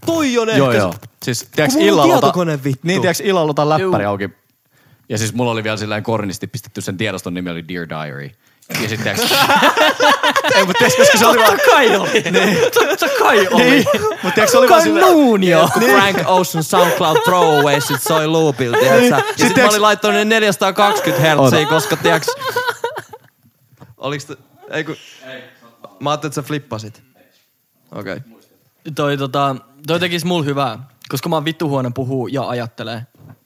toi on ehkä... Joo, joo. Siis, tiiäks, Kun mulla on illalla ota- tietokone, vittu. Niin, tiiäks, illalla otan läppäri Juu. auki. Ja siis mulla oli vielä silleen kornisti pistetty sen tiedoston nimi oli Dear Diary. Ja sit tiiäks... Ei, mut tiiäks, koska se oli vaan... Totta kai oli. Niin. Totta kai oli. Niin. Mut tiiäks, se oli vaan silleen... Nuunio. Kun Frank Ocean SoundCloud Throwaway sit soi loopilla, tiiäksä. Ja sit, sit mä olin laittanut ne neljäsataakaksikymmentä hertsiä, koska tiiäks... Oliks te... Ei kun... Mä ajattelin, että sä flippasit. Okei. Okay. Toi, tota, toi tekis mulle hyvää, koska mä oon vittu huono puhuu ja ajattelee.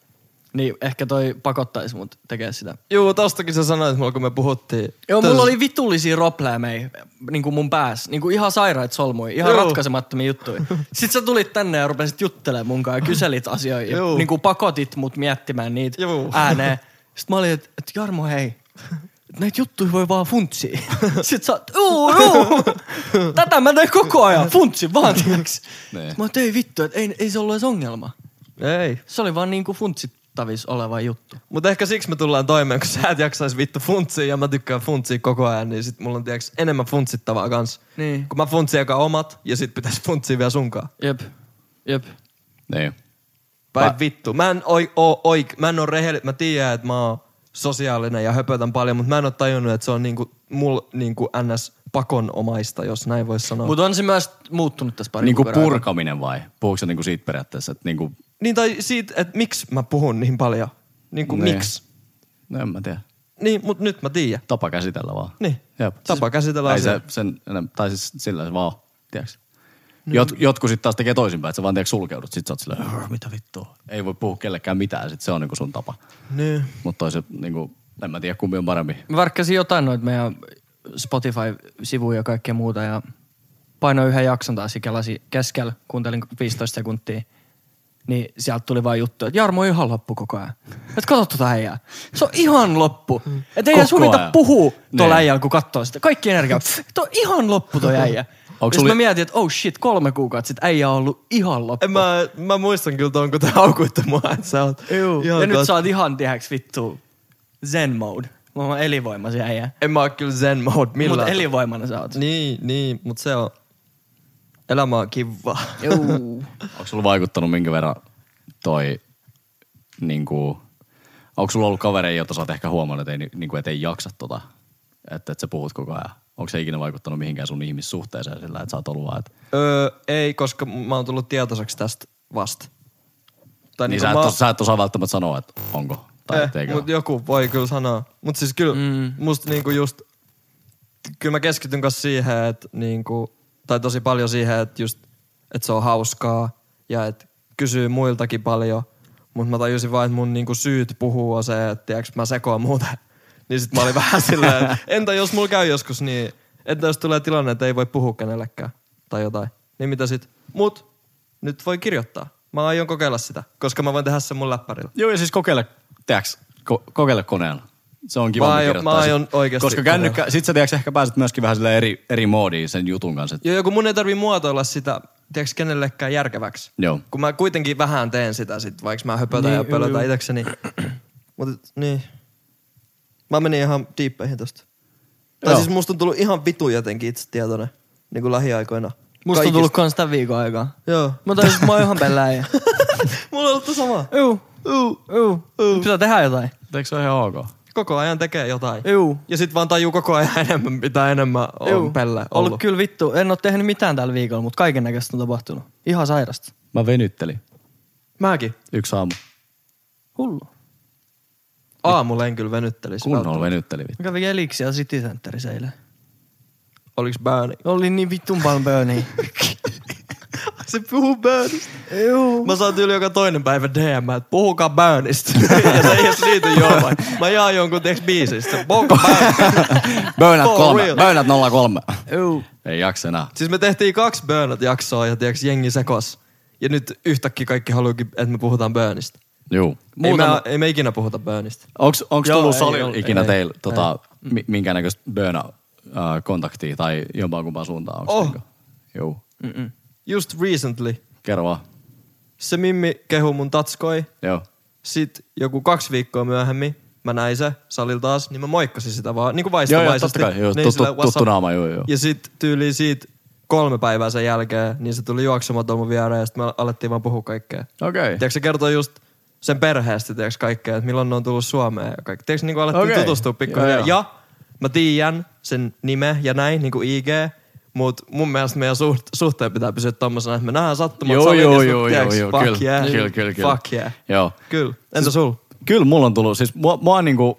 Niin ehkä toi pakottais mut tekee sitä. Juu, tostakin sä sanoit mulla, kun me puhuttiin. Joo, Tos... mulla oli vitullisia robleemei niinku mun päässä. Niinku ihan sairaat solmui, ihan Juu. ratkaisemattomia juttuja. Sitten sä tulit tänne ja rupesit juttelemaan munkaan ja kyselit asioita. Juu. Niinku pakotit mut miettimään niitä Juu. ääneen. Sitten mä olin, että et Jarmo hei, näitä juttuja voi vaan funtsia. Sitten sä oot, uu, uu. Tätä mä teen koko ajan, funtsi vaan, tiiäks. Nee. Mä oon, ei vittu, että ei, ei se ollut edes ongelma. Ei. Se oli vaan niinku funtsittavis oleva juttu. Mutta ehkä siksi me tullaan toimeen, kun sä et jaksais vittu funtsia ja mä tykkään funtsia koko ajan, niin sit mulla on tiiäks enemmän funtsittavaa kans. Niin. Kun mä funtsin eka omat ja sit pitäis funtsia vielä sunkaan. Jep, jep. Niin. Päin Mä- vittu. Mä en oi, oo, oik, mä en oo rehellinen. Mä tiedän, että mä oon sosiaalinen ja höpötän paljon, mutta mä en oo tajunnut, että se on niinku mul niinku ns pakonomaista, jos näin vois sanoa. Mutta on se myös muuttunut tässä pari Niinku kuukauden aikana. purkaminen vai? Puhuuko se niinku siitä periaatteessa, että niinku... Niin tai siitä, että miksi mä puhun niin paljon. Niinku Niin. miksi. No en mä tiedä. Niin, mut nyt mä tiedän. Tapa käsitellä vaan. Niin. Jep. Tapa käsitellä Ei se asiaa. sen, enem- tai siis sillä se vaan, tiiäks. Jot, jotkut sit taas tekee toisinpäin, että sä vaan tiiäks sulkeudut. Sit sä oot silleen, "Arr, mitä vittua. Ei voi puhua kellekään mitään, sit se on niinku sun tapa. Niin. Mut toiset niinku, en mä tiedä kumpi on parempi. Mä värkkäsin jotain noita meidän Spotify-sivuja ja kaikkea muuta ja painoin yhden jakson taas ja kelasin keskellä, kuuntelin viisitoista sekuntia. Niin sieltä tuli vaan juttu, että Jarmo on ihan loppu koko ajan. Et kato tota äijää. Se on ihan loppu. Et ei edes Koko huvita ajan. puhua tuolla Niin. äijällä, kun katsoo sitä. Kaikki energia. Tuo on ihan loppu toi äijä. Onks Ja sit sulla- mä mietin, että oh shit, kolme kuukautta sit äijä on ollut ihan loppu. En mä, mä muistan kyllä tuon, kun te haukuitte mua, että sä oot Juu. ihan Ja nyt kat- sä oot ihan tiehäks vittu zen mode. Mä oon elinvoimaisia äijä. En mä oo kyllä zen mode millään. Mutta elinvoimana sä oot. Niin, niin, mut se on... Elämä on kivaa. Juu. Onko sulla vaikuttanut minkä verran toi niinku... Onko sulla ollut kavereja, joita sä oot ehkä huomannut, että ei, niinku, et ei jaksa tota, että, että sä puhut koko ajan? Onko se ikinä vaikuttanut mihinkään sun ihmissuhteeseen sillä, että sä oot ollut vaan, että... Öö, ei, koska mä oon tullut tietoiseksi tästä vasta. Tai Niin niinku sä et, mä... os, sä et osaa välttämättä sanoa, että onko. Tai Eh, etteikö. mut joku voi kyllä sanoa. Mut siis kyllä mm. musta niinku just... Kyllä mä keskityn kanssa siihen, että niinku... Tai tosi paljon siihen, että just... Että se on hauskaa ja että kysyy muiltakin paljon. Mut mä tajusin vaan, että mun niinku syyt puhuu on se, että tiiäks, mä sekoan muuten. Niin sit mä olin vähän silleen, että entä jos mulla käy joskus niin... Entä jos tulee tilanne, että ei voi puhua kenellekään tai jotain. Niin mitä sit? Mut nyt voi kirjoittaa. Mä aion kokeilla sitä, koska mä voin tehdä sen mun läppärillä. Joo, ja siis kokeile, tiiäks, ko, kokeile koneella. Se on kiva, Mä kun aion- kirjoittaa mä sit. aion oikeesti Koska kännykkä, sit sä tiiäks, ehkä pääset myöskin vähän silleen eri, eri moodiin sen jutun kanssa. Et, Joo, joku mun ei tarvii muotoilla sitä, tiedätkö, kenellekään järkeväksi. Joo. Kun mä kuitenkin vähän teen sitä sit, vaikka mä höpötän Niin, ja pölötän juu, juu. itekseni. Mutta niin. Mä menin ihan diippeihin tosta. Tai Joo. siis musta on tullut ihan vitu jotenkin itsetietoinen. Niin kuin lähiaikoina. Musta on tullut kans tän viikon aikaa. Joo. Mä taisin, että mä oon ihan pelääjä. Mulla on ollut sama. Juu, Uu. juu. Pitää tehdä jotain. eikö se ole ihan ok? Koko ajan tekee jotain. Juu. Ja sit vaan tajuu koko ajan enemmän, mitä enemmän on pelle ollut. Ollut kyllä vittu. En oo tehnyt mitään tällä viikolla, mutta kaiken näköistä on tapahtunut. Ihan sairasta. Mä venyttelin. Mäkin. Yksi aamu. Hullu. Aamulla en kyllä venyttelisi. Kunnolla venyttelin. Mä kävin Elixia City Centerissä eilen. Oliks Bernie? Oli niin vittun paljon burnia. Se puhuu Burnista. Juu. Mä saan tyyli joka toinen päivä D M, että puhukaa Burnista. Ja se ei edes liity jollain. Mä jaan jonkun tiiäks biisistä. Puhukaa Burnista. Bönät For kolme. real. Bönät nolla kolme. Juu. Ei jaksa enää. Siis me tehtiin kaksi Burnat-jaksoa ja tiiäks jengi sekos. Ja nyt yhtäkkiä kaikki haluukin, että me puhutaan Burnista. Juu. Ei me, Muutama- ei me ikinä puhuta Burnista. Onks, onks Joo, tullut ei salilla ollut, ikinä ei. teillä tota, mi- minkäännäköistä Böna-kontaktia tai jompaan kumpaan suuntaan? Onks Oh. niinku? Juu. Mm-mm. Just recently. Kerro vaan. Se Mimmi kehu mun tatskoi. Joo. Sit joku kaksi viikkoa myöhemmin mä näin se salilla taas, niin mä moikkasin sitä vaan, niin kuin Joo, joo, vaistomaisesti. totta kai. Joo, Niin tuttu, sillä, "What's tuttu up?" naama, joo, joo. Ja sit tyyli siitä kolme päivää sen jälkeen, niin se tuli juoksemaan mun viereen ja sitten me alettiin vaan puhua kaikkea. Okei. Okay. Tiedätkö, se kertoo just sen perheestä, tiedätkö, kaikkea, että milloin ne on tullut Suomeen ja kaikki. Tiedätkö, niin kuin alettiin Okei. tutustua pikkuhiljaa. Joo, joo. Ja mä tiedän sen nime ja näin, niin kuin I G, mut mun mielestä meidän suht, suhteen pitää pysyä tommosena, että me nähdään sattumat Joo, salilla, joo, ja joo, sit, joo, tiedätkö, joo, fuck kyllä, yeah. kyllä, kyllä, kyllä. Fuck yeah. Joo. Kyllä. Entä sul? Kyllä mulla on tullut, siis mua, mua niinku,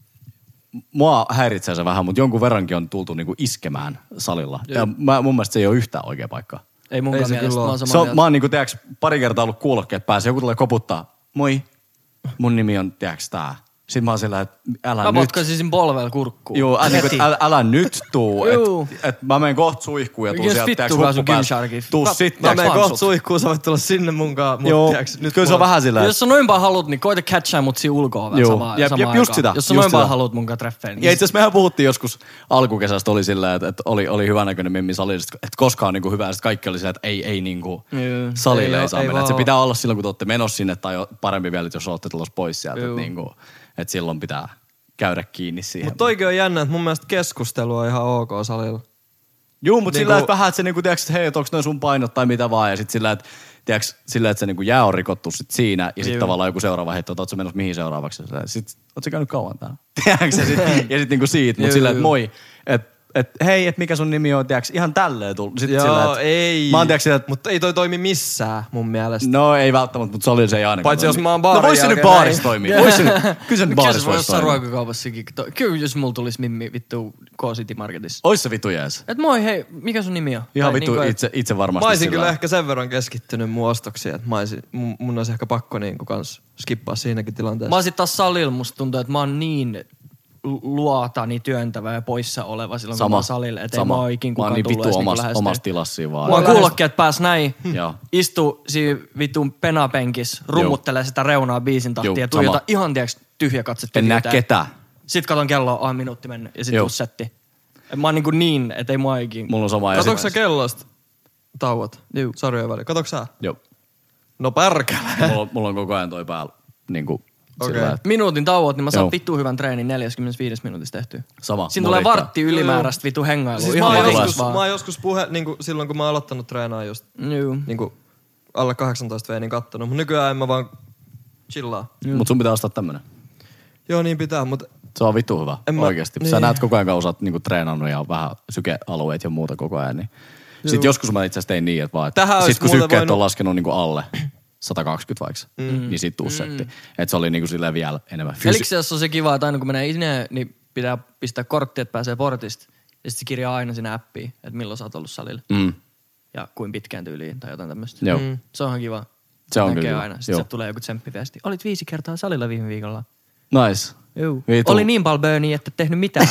mua häiritsee se vähän, mutta jonkun verrankin on tultu niinku iskemään salilla. Ja mä, mun mielestä se ei ole yhtään oikea paikka. Ei munkaan Ei se mielestä, kyllä mä ole. oon samaa Se on, mieltä. mä oon niinku, tiiäks, pari kertaa ollut kuulokkeet päässä, joku tulee koputtaa, moi, mun nimi on, tiiäks, tää. Sitten mä oon sillä, että älä Mä nyt. potkaisin polvella kurkkuun. Joo, älä, niinku, Heti. älä, älä nyt tuu, Juu. että et mä menen kohta suihkuun ja tuu Jos sieltä, vittu tiiäks, vaan sun huppupäässä. Gymsharkin. Tuu Mä- sit, Mä tiiäks, menen fansut. kohta suihkuun, sä voit tulla sinne munkaan. Mut, Joo, tiiäks, nyt kyllä se on mulla- vähän silleen, Jos sä noin vaan haluut, niin koita catchaa mut siinä ulkoa vähän Juu. samaan, Jep, samaan jep, just aikaan. sitä, Jos sä just noin vaan sitä. haluut munkaan treffeen. Ja itse asiassa mehän puhuttiin joskus alkukesästä oli silleen, että, että oli, oli hyvänäköinen mimmi salilla, että koskaan on niinku hyvä. Ja sitten kaikki oli silleen, että ei, ei niinku Joo. salille Ei ei, oo- saa ei mennä. Että se vaan pitää olla silloin, kun te olette menossa sinne, tai parempi vielä, että jos olette tulossa pois sieltä. Että, Joo. niinku, että silloin pitää käydä kiinni siihen. Mut toikin on jännä, että mun mielestä keskustelu on ihan ok salilla. Juu, mutta niinku- sillä että vähän, että se niinku, tiiäks, että hei, että onks noin sun painot tai mitä vaan. Ja sit sillä, että tiiäks, sillä, että se niinku jää on rikottu sit siinä. Ja sit Juu. tavallaan joku seuraava heitto, että oot sä menossa mihin seuraavaksi. Ja sit, oot sä käynyt kauan täällä? Tiedätkö ja sit, ja sit niinku siitä. Mut Juu, sillä, että juu. moi. Että et, hei, että mikä sun nimi on, tiiäks, ihan tälleen tullut. Sit Joo, sillä, et, ei. Mä oon tiiäks sillä, että Mutta ei toi toimi missään mun mielestä. no ei välttämättä, mutta salilla se ei ainakaan. Paitsi jos toimi. mä oon No baarin vois se nyt jälkeen baarissa näin. toimia. Vois se nyt, kyllä se nyt Mikä baarissa se voi vois jossain toimia. ruokakaupassakin? To- Kyllä jos mulla tulisi mimmi vittu K-City Marketissa. Ois se vitu jees. Et moi hei, mikä sun nimi on? Ihan Tai vittu niinku, et- itse, itse varmasti Mä olisin sillä. kyllä ehkä sen verran keskittynyt mun ostoksiin, että mä olisin, mun, mun olisi ehkä pakko niinku kans skippaa siinäkin tilanteessa. Mä oon sit taas salilla, musta tuntuu, että mä oon niin lu- luotani työntävä ja poissa oleva silloin, kun mä oon salilla. Et ei mä oon ikin Mä oon kukaan niin tullut vittu edes niinku omassa, lähestyä. omassa tilassa siinä vaan. Mulla on Mä oon kuulokkeet pääs näin, Joo. istu siinä vitun penapenkis, rummuttelee sitä reunaa biisin tahtia Joo, ja tuijota sama. ihan tiiäks tyhjä katse En näe tyhjyyteen. ketään. Sit katon kelloa, ah minuutti mennyt ja sit Joo. tuu setti. Et mä oon niinku niin, et ei mua ikin. Mulla on sama. ja Katoksa sit- sä kellosta tauot? Juu. Sarjojen väliin. Katoksa sä? Joo. No pärkälä. Mulla, on- mulla on koko ajan toi päällä. Niinku, Okei. sillä, että Minuutin tauot, niin mä saan Joo. vittu hyvän treenin neljäkymmentäviisi minuutissa tehtyä. sama. Siinä mulla tulee riittää. vartti ylimääräistä vittu hengailua. Siis ihan mä oon vaan joskus, vaan. mä oon joskus puhe, niinku silloin kun mä oon aloittanut treenaa just Juu. niinku alle kahdeksantoista V niin kattonut. Mut nykyään en mä vaan chillaa. Mut sun pitää ostaa tämmönen. Joo niin pitää, mut Se on vittu hyvä, En mä- oikeesti. Sä niin. näet koko ajan, kun osaat niinku treenannut ja vähän sykealueet ja muuta koko ajan. Niin. Sitten joskus mä itse asiassa tein niin, että vaan, että Tähän sit olisi kun muuten sykkeet voinut- on laskenut niinku alle sata kaksikymmentä vaikka, mm. niin sit tuu setti. Että se oli niinku silleen vielä enemmän. Fysi- Eliksessä on se kiva, että aina kun menee ineen, niin pitää pistää kortti, että pääsee portista. Ja sit se kirjaa aina sinne appiin, että milloin sä oot ollut salilla. Mm. Ja kuin pitkään tyyliin tai jotain tämmöistä. Joo. Mm. Se on ihan kiva. Se on Näkee kyllä kiva. aina. Sitten Joo. sieltä tulee joku tsemppiviesti. Olit viisi kertaa salilla viime viikolla. Nice. Juu. Vitu. Oli niin paljon burnia, että et tehnyt mitään.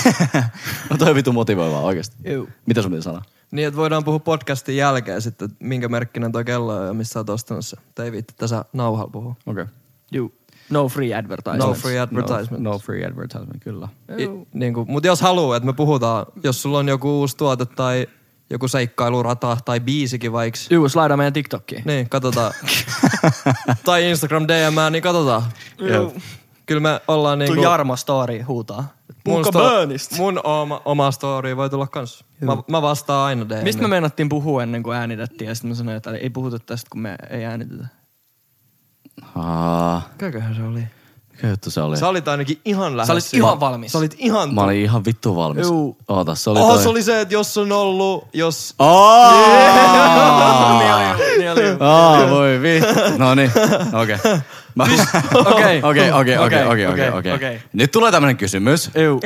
No toi vitu motivoivaa oikeesti. Juu. Mitä sun piti sanoa? niin, että voidaan puhua podcastin jälkeen sitten, että minkä merkkinen toi kello on ja missä sä oot ostanut se. Tai ei viitti tässä nauhalla puhua. Okei. Okay. Juu. No free advertisement. No free advertisement. No, no free advertisement, kyllä. I, niin kuin, mutta jos haluaa, että me puhutaan, jos sulla on joku uusi tuote tai joku seikkailurata tai biisikin vaikka, Juu, slaidaa meidän TikTokkiin. niin katsotaan. tai Instagram D M, niin katsotaan. Joo. Kyllä me ollaan Tuu niinku... Jarmo story huutaa. mun, Puhuka burnista. mun oma, oma story voi tulla kans. Mä, mä vastaan aina D M. Mistä me meinattiin puhua ennen kuin äänitettiin ja sitten mä sanoin, että ei puhuta tästä, kun me ei äänitetä. Aa, Mikäköhän se oli? mikä juttu se oli? Sä olit ainakin ihan lähes. Sä olit siinä. ihan valmis. Sä olit ihan... Mä olin ihan vittu valmis. Juu. Oota, se oli Oho, toi. se oli se, että jos on ollut, jos... Niin oli. Aa, voi vittu. No niin, okei. Mä- Okei. Okei, okei, okei, Okei, okei, okei, okei, okei. okei. Nyt tulee tämmönen kysymys. Juu.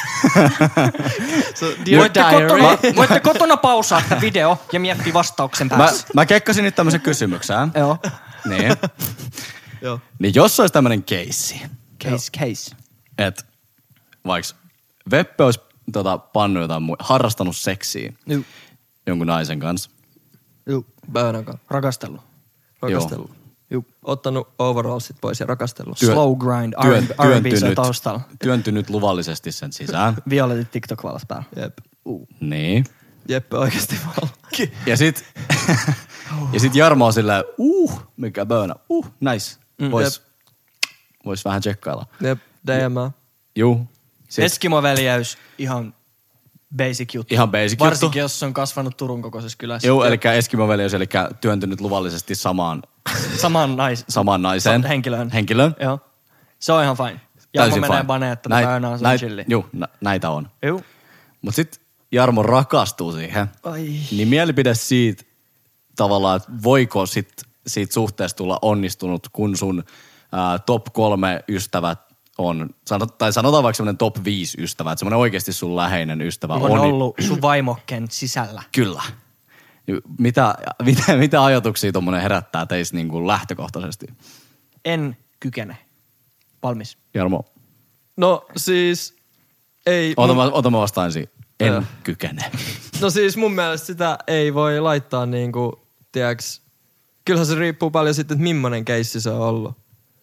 Dear Voitte diary. kotona, voitte kotona pausaa tämä video ja miettiä vastauksen Mä, päässä. mä kekkasin nyt tämmösen kysymyksen. Joo. Niin. Joo. Niin jos olisi tämmönen keissi, Case, case. että vaikka Veppe olisi tota, pannut jotain muu, harrastanut seksiä Juu. jonkun naisen kanssa. Juu. Böönän kanssa. Rakastellut. Rakastellut. Juu. Ottanut overallsit pois ja rakastellut. Työ- Slow grind, työn- R and B työntynyt- taustalla. Työntynyt luvallisesti sen sisään. Violetit TikTok-valas päällä. Jep. Niin. Jeppe oikeesti vaan. Ja sit, ja sit Jarmo on silleen, uh, mikä böönä, uh, nice. Vois, vois vähän tsekkailla. Jep. D M. Juu. Sit, Eskimo-veljäys, ihan basic juttu. Ihan basic Varsinkin juttu. jos on kasvanut Turun kokoisessa kylässä. Joo, eli Eskimo-veljeys, eli työntynyt luvallisesti samaan, Saman nais. samaan naiseen. Sa- henkilöön. Henkilöön. Joo. Se on ihan fine. Jarmo Täysin menee fine. baneetta, Näit- päivänä on näit- chilli. Juu, nä- näitä on. Joo. Mut sit Jarmo rakastuu siihen. Ai. Niin mielipide siitä tavallaan, että voiko sit, siitä suhteesta tulla onnistunut, kun sun ää, top kolme ystävät on, sanot, tai sanotaan vaikka semmoinen top viisi ystävä, että semmoinen oikeasti sun läheinen ystävä On on. ollut sun vaimokken sisällä. Kyllä. Mitä, mitä, mitä ajatuksia tommonen herättää teissä niin kuin lähtökohtaisesti? En kykene. Valmis. Jarmo, No siis ei... ota, mun- mä, ota mä vastaan ensin. En Joo. kykene. No siis mun mielestä sitä ei voi laittaa niinku, tiedäks, kyllähän se riippuu paljon sitten, että millainen keissi se on ollut.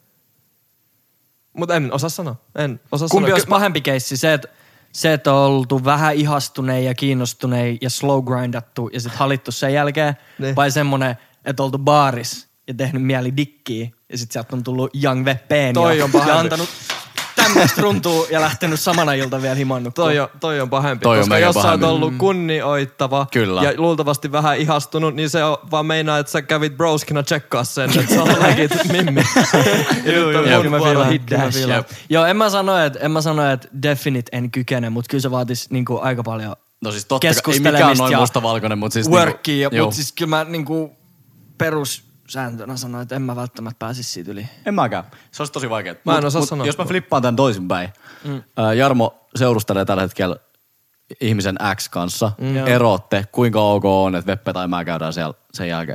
Mut en osaa sanoa. En osaa Kumpi sanoa. olisi Ky- pahempi keissi? Se, että se, että on oltu vähän ihastuneen ja kiinnostuneen ja slow grindattu ja sit halittu sen jälkeen. Niin. Vai semmonen, että oltu baaris ja tehnyt mieli dikkiä ja sit sieltä on tullut Young Veppeen Toi ja, on pahempi. ja antanut tämmöistä runtua ja lähtenyt samana ilta vielä himannut. Toi on, toi on pahempi, Toi on koska mega jos sä oot pahempi. ollut kunnioittava Kyllä. ja luultavasti vähän ihastunut, niin se on vaan meinaa, että sä kävit broskina tsekkaa sen, että sä oot legit mimmi. Ja nyt on Joo, mun mä vuoro fiilaan, hit kyllä mä dash. fiilaan. Jep. Joo, en mä sano, että en mä sano, että definite en kykene, mutta kyllä se vaatis niinku aika paljon No siis totta kai, ei keskustelemista mikään noin ja mustavalkoinen, mutta siis... workia, niinku, mutta siis kyllä mä niinku perussääntönä sanoin, että en mä välttämättä pääsisi siitä yli. En mäkään. Se olisi tosi vaikea. Mä en osaa sanoa. Jos mä flippaan tämän toisinpäin. Mm. Jarmo seurustelee tällä hetkellä ihmisen X kanssa. Mm. Erotte. Kuinka ok on, että Veppe tai mä käydään siellä sen jälkeen?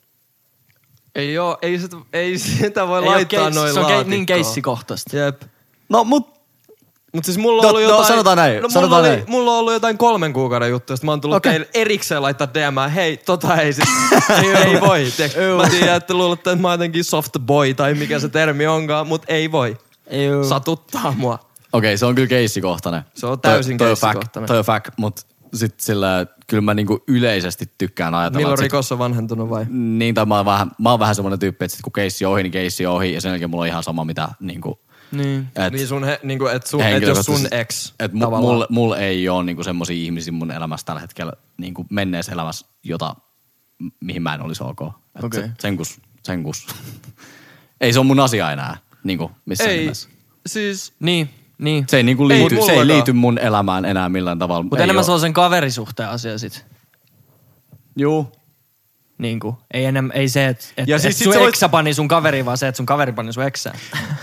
Ei oo, ei sitä, ei sitä voi Ei oo laittaa keissi- noin se on ke- laatikkoon. niin keissikohtaista. Jep. No mut... Mut siis mulla on No, ollut no, jotain... sanotaan näin, No, sanotaan mulla, oli, näin. mulla on ollut jotain kolmen kuukauden juttuja, josta mä oon tullut Okei. okay. teille erikseen laittaa D M, hei, tota ei siis, ei, ei voi. Tiiäks, mä tiedän, että luulette, että mä oon jotenkin soft boy tai mikä se termi onkaan, mut ei voi. Ei Satuttaa mua. Okei, okay, se on kyllä keissikohtainen. Se on täysin toi, toi keissikohtainen. Fact, toi on fact, mut sit sillä, kyllä mä niinku yleisesti tykkään ajatella. Milloin että sit- rikos on vanhentunut vai? Niin, tai mä oon vähän, mä oon vähän semmonen tyyppi, että sit kun keissi on ohi, niin keissi on ohi, ja sen jälkeen mulla on ihan sama mitä niinku... Niin. Et, Niin sun, he, niinku, et sun, et jos sun ex et mu- tavallaan. mulla mul ei ole niinku semmosia ihmisiä mun elämässä tällä hetkellä niinku menneessä elämässä, jota, m- mihin mä en olisi ok. Et Okei. se, sen kus, sen kus. Ei se on mun asia enää, niinku missään Ei, nimessä. siis Niin, niin. Se ei niinku Ei liity, se ei mullakaan. liity mun elämään enää millään tavalla. Mutta Ei enemmän oo. se on sen kaverisuhteen asia sit. Juu. Niinku. Ei, enem, ei se, että et, Ja et siis sit sun sä voit- eksä pani sun kaveri, vaan se, että sun kaveri pani sun eksään.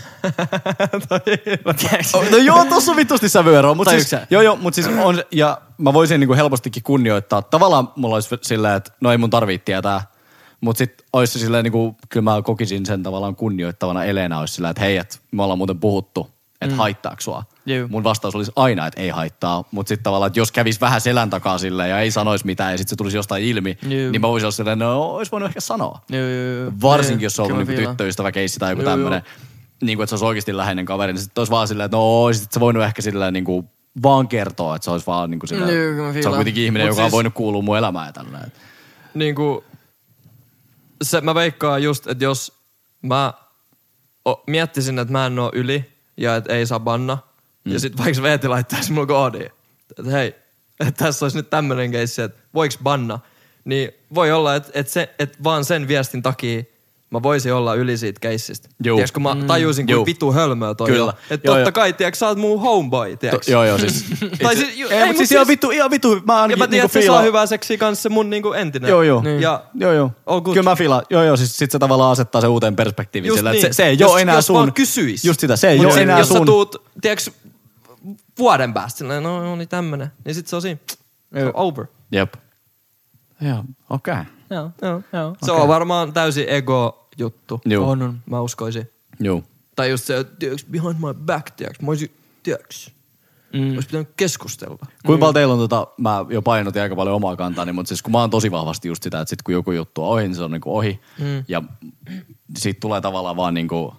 Oh, no joo, tossa on vittusti sävyeroa, mutta Tai siis, yksä. joo, joo, mutta siis on, ja mä voisin niinku helpostikin kunnioittaa. Tavallaan mulla olisi silleen, että no ei mun tarvii tietää, mutta sit olisi se silleen niinku, kyllä mä kokisin sen tavallaan kunnioittavana eleenä olisi silleen, että hei, että me ollaan muuten puhuttu, että mm. haittaako sua. Juu. Mun vastaus olisi aina, että ei haittaa, mutta sitten tavallaan, että jos kävisi vähän selän takaa silleen ja ei sanoisi mitään ja sitten se tulisi jostain ilmi, Juu. niin mä voisin olla silleen, no olisi voinut ehkä sanoa. Joo, joo, joo. Varsinkin, Niin, jos se on kyllä ollut mä niinku fiilaan. tyttöystävä keissi tai joku Joo, tämmönen. Niin kuin, että se olisi oikeasti läheinen kaveri, niin sitten olisi vaan silleen, että no sit se voinut ehkä silleen niin kuin vaan kertoa, että se olisi vaan niin kuin silleen, Joo, kyllä mä se on fiilaan. kuitenkin ihminen, Mut joka on siis- voinut kuulua mun elämään ja tälleen. niinku, se, mä veikkaan just, että jos mä o, miettisin, että mä en oo yli ja että ei saa banna, mm. ja sit vaikka Veeti laittaisi mulle koodiin, että hei, että tässä olisi nyt tämmönen keissi, että voiks banna, niin voi olla, että, että, se, että vaan sen viestin takia mä voisin olla yli siitä keissistä. Juu. Tiedätkö, kun mä tajusin, Juu. kuinka vitu hölmöä toi Kyllä. on. Että Joo, totta joo. kai, tiedätkö, sä oot mun homeboy, tiedätkö? To, joo, joo, siis. Tai ei, siis- ei, ei, ei, mut siis siis- ihan vittu, ihan vittu, mä Ja ainakin mä tiedän, niinku että se saa fiilaan. hyvää seksiä kanssa se mun niinku entinen. Joo, joo. Niin. Ja Joo, joo. all good. Kyllä mä fiilaan. Joo, joo, siis sit se tavallaan asettaa se uuteen perspektiiviin. Just Sillä, niin. että se, se ei Jos- ole enää jos sun. vaan kysyis. Just sitä, se ei Mut ole sit, enää jos sun. sä tuut, tiedätkö, vuoden päästä, silleen, no niin tämmönen, niin sit se on siinä, se on over. Jep. Joo, okei. Okay. Joo, joo, joo. Se on varmaan täysin ego-juttu. Joo. On, on. Mä uskoisin. Joo. Tai just se, että tiedätkö, behind my back, tiedätkö, mä olisin, tiedätkö, mm. olisi pitänyt keskustella. Kuinka paljon teillä on tota, mä jo painotin aika paljon omaa kantaani, mutta siis kun mä oon tosi vahvasti just sitä, että sit kun joku juttu on ohi, niin se on niinku ohi. Mm. Ja siitä tulee tavallaan vaan niinku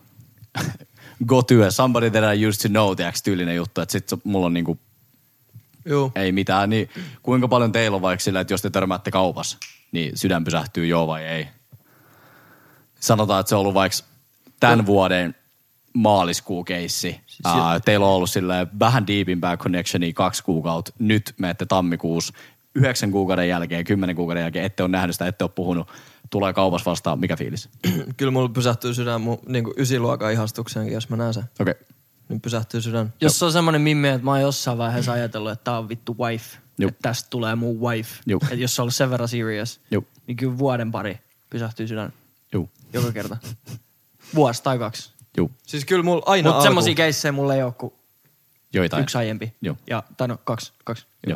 go to it, somebody that I used to know, tiedätkö, tyylinen juttu, että sit se- mulla on niinku Joo. ei mitään. Niin kuinka paljon teillä on vaikka sillä, että jos te törmäätte kaupassa, niin sydän pysähtyy joo vai ei? Sanotaan, että se on ollut vaikka tämän vuoden maaliskuukeissi. Uh, teillä on ollut silleen vähän deepimpää connectionia kaksi kuukautta. Nyt menette tammikuussa. Yhdeksän kuukauden jälkeen, kymmenen kuukauden jälkeen, ette ole nähnyt sitä, ette ole puhunut. Tulee kaupassa vastaan. Mikä fiilis? Kyllä mulla pysähtyy sydän mun niinku ysiluokan ihastukseenkin, jos mä näen sen. Okei. Okay. Niin pysähtyy sydän. Jos se on semmonen mimmi, että mä oon jossain vaiheessa ajatellut, että tää on vittu wife. Juh. Että tästä tulee mun wife. Juh. Että jos se on ollut sen verran serious, Juh. niin kyllä vuoden pari pysähtyy sydän. Juu. Joka kerta. Vuosi tai kaksi. Juu. Siis kyllä mulla aina Mutta alku... semmosia keissejä mulla ei oo kuin Joitain. yksi aiempi. Joo. Ja, tai no kaksi. kaksi. Joo.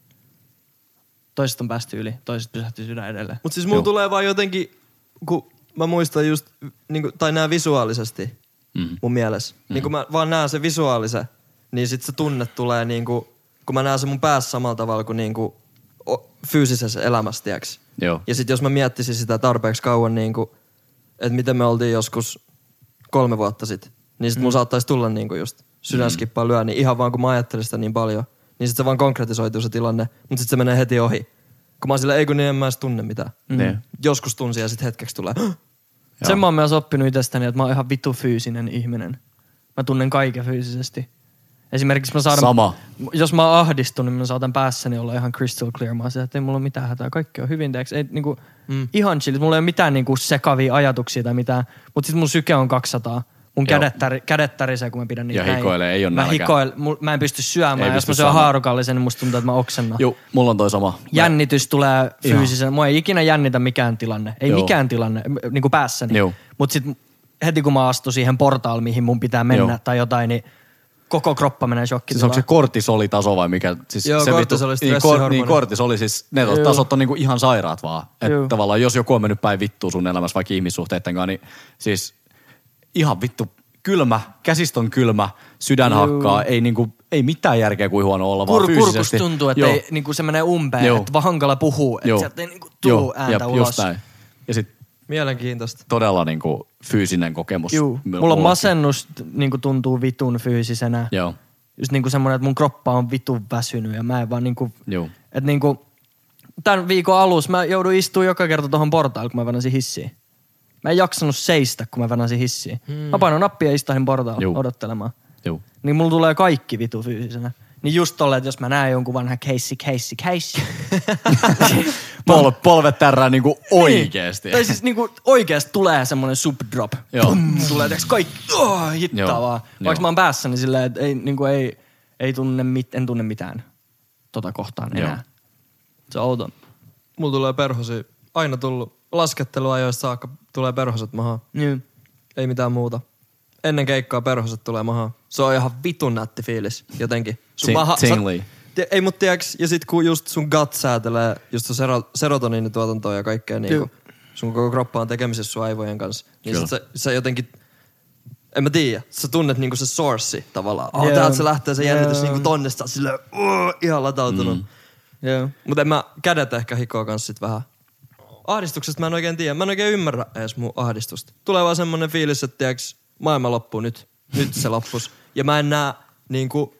Toiset on päästy yli, toiset pysähtyy sydän edelleen. Mut siis mulla Joo. tulee vaan jotenkin, kun mä muistan just, niinku, tai nää visuaalisesti Mm. mun mielessä. Mm. Niin kun mä vaan näen se visuaalisen, niin sit se tunne tulee niinku, kun mä näen se mun päässä samalla tavalla kuin niinku o, fyysisessä elämässä, tiiäks. Joo. Ja sit jos mä miettisin sitä tarpeeksi kauan niinku, että miten me oltiin joskus kolme vuotta sitten, niin sit mun mm. saattaisi tulla niinku just sydänskippaa lyö, niin ihan vaan kun mä ajattelin sitä niin paljon, niin sit se vaan konkretisoituu se tilanne, mutta sit se menee heti ohi. Kun mä oon silleen, ei kun niin en mä edes tunne mitään. Mm. Joskus tunsi ja sit hetkeksi tulee. Sen mä oon myös oppinut itsestäni, että mä oon ihan vitu fyysinen ihminen. Mä tunnen kaiken fyysisesti. Esimerkiksi mä saatan, Sama. jos mä oon ahdistunut, niin mä saatan päässäni olla ihan crystal clear. Mä oon että ei mulla ole mitään hätää, kaikki on hyvin. Teeksi. Ei, niinku, mm. Ihan chill, mulla ei ole mitään niinku, sekavia ajatuksia tai mitään. Mutta sit mun syke on kaksisataa. Mun kädet, täri, kädet tärisee, kun mä pidän niitä ja näin. hikoilee, ei oo mä, nälkää. hikoil, mul, mä en pysty syömään. Ei Jos pysty mä syön saamaan. haarukallisen, niin musta tuntuu, että mä oksennan. Joo, mulla on toi sama. Jännitys tulee fyysisen. Mua ei ikinä jännitä mikään tilanne. Ei Joo. mikään tilanne, m- niinku päässäni. Joo. Mut sit heti kun mä astun siihen portaal, mihin mun pitää mennä Joo. tai jotain, niin koko kroppa menee Siis shokkitilaan. onko se kortisolitaso vai mikä? Siis Joo, se kortisoli, vittu, niin, kor, stressihormoni. niin kortisoli, siis ne Joo. tasot on niinku ihan sairaat vaan. Joo. Että tavallaan jos joku on mennyt päin vittuun sun elämässä vaikka ihmissuhteitten kanssa, niin siis ihan vittu kylmä, käsistä on kylmä, sydän Joo. hakkaa, ei niinku, ei mitään järkeä kuin huono olla Kur, vaan kurkus fyysisesti. tuntuu, että ei, niinku se menee umpeen, Joo. että vaan hankala puhuu, että Joo. sieltä ei niinku tuu Joo, ääntä jep, ulos. just näin. Ja sit Mielenkiintoista. todella niinku fyysinen kokemus. Juu. M- Mulla on masennus niinku tuntuu vitun fyysisenä. Joo. Just niinku semmonen, että mun kroppa on vitun väsynyt ja mä en vaan niinku, Joo. että niinku tämän viikon alussa mä joudun istumaan joka kerta tohon portaille, kun mä venäsin hissiin. Mä en jaksanut seistä, kun mä venäsin hissiin. Hmm. Mä painoin nappia ja istahin portailla Juu. odottelemaan. Joo. Niin mulla tulee kaikki vitu fyysisenä. Niin just tolleen, että jos mä näen jonkun vanhan keissi, keissi, keissi. Pol, polvet tärrää niinku oikeesti. Niin. Tai siis niinku oikeesti tulee semmonen subdrop. Joo. Pum, tulee teeks kaikki, oh, hittaa Joo. vaan. Vaikka Joo. mä oon päässä, niin silleen, että ei, niinku ei, ei tunne mit, en tunne mitään tota kohtaan enää. Joo. Se on outo. Mulla tulee perhosi. Aina tullut lasketteluajoista saakka tulee perhoset mahaan. Niin. Ei mitään muuta. Ennen keikkaa perhoset tulee mahaan. Se on ihan vitun nätti fiilis jotenkin. Sun Ting- maha- tingly. sä- Tie- Ei mut tiiäks, ja sit kun just sun gut säätelee just sun sero- serotoniinituotantoa ja kaikkea niinku, sun koko kroppa on tekemisessä sun aivojen kanssa. Niin sit Kyllä. se, se jotenkin, en mä tiedä, sä tunnet niinku se source tavallaan. Oh, Joo. täältä se lähtee se jännitys Joo. niinku tonnesta silleen, uh, ihan latautunut. Mm. Joo. Mut en mä, kädet ehkä hikoo kans sit vähän. Ahdistuksesta mä en oikein tiedä. Mä en oikein ymmärrä edes mun ahdistusta. Tulee vaan semmonen fiilis, että tiiäks, maailma loppuu nyt. Nyt se loppus. Ja mä en näe niinku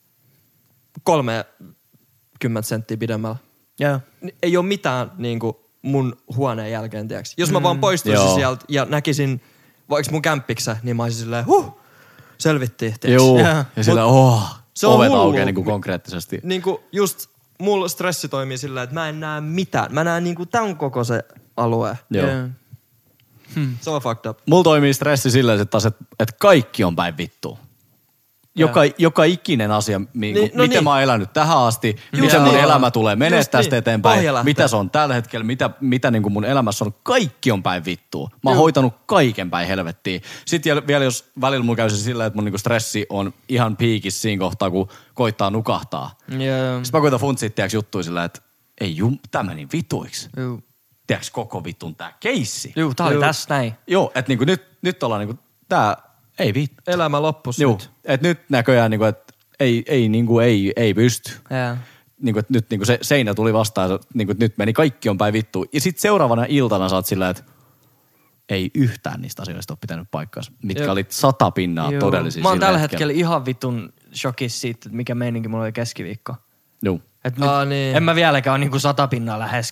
kolmekymmentä senttiä pidemmällä. Joo. Ni- Ei oo mitään niinku mun huoneen jälkeen, tiiäks. Jos mä vaan Mm. poistuisin Joo. sieltä ja näkisin vaikka mun kämppiksä, niin mä olisin silleen, huh, selvittiin, tiiäks. Joo. Joo. Ja sillä oh, se on ovet hullu. aukeaa niinku konkreettisesti. Niinku just mulla stressi toimii silleen, että mä en näe mitään. Mä näen niinku tän koko se alue. Joo. Joo. Se on fucked up. Mulla toimii stressi silleen, että, taas, että, että kaikki on päin vittuun. Joka, joka ikinen asia, niin, Niin, niin, no miten niin. mä oon elänyt tähän asti, Joo. miten mun Joo. elämä tulee menee Just tästä niin. eteenpäin, Pohja lähtee. mitä se on tällä hetkellä, mitä, mitä niin kuin mun elämässä on, kaikki on päin vittuun. Mä oon Joo. hoitanut kaiken päin helvettiin. Sitten jäl- vielä jos välillä mun käy se sillä, että mun niin kuin stressi on ihan piikissä siinä kohtaa, kun koittaa nukahtaa. Joo. Sitten mä koitan funtsia tiiäks juttuja sillä, että ei jum, tää meni vituiksi. Joo. Tiiäks koko vitun tää keissi. Joo, tää oli Joo. tässä näin. Joo, että niinku nyt, nyt ollaan niinku, tää ei vittu. Elämä loppus Joo, nyt. että nyt näköjään niinku, että ei, ei, niinku, ei, ei pysty. Joo. Niinku, että nyt niinku se seinä tuli vastaan, niinku, että nyt meni kaikki on päin vittuun. Ja sit seuraavana iltana sä oot sillä, että ei yhtään niistä asioista ole pitänyt paikkaansa, mitkä Joo. oli sata pinnaa Joo. todellisia Mä oon sillä tällä hetkellä ihan vitun shokissa siitä, että mikä meininki mulla oli keskiviikko. Joo. Et nyt Aa, niin. en mä vieläkään ole niinku sata pinnaa läheskään.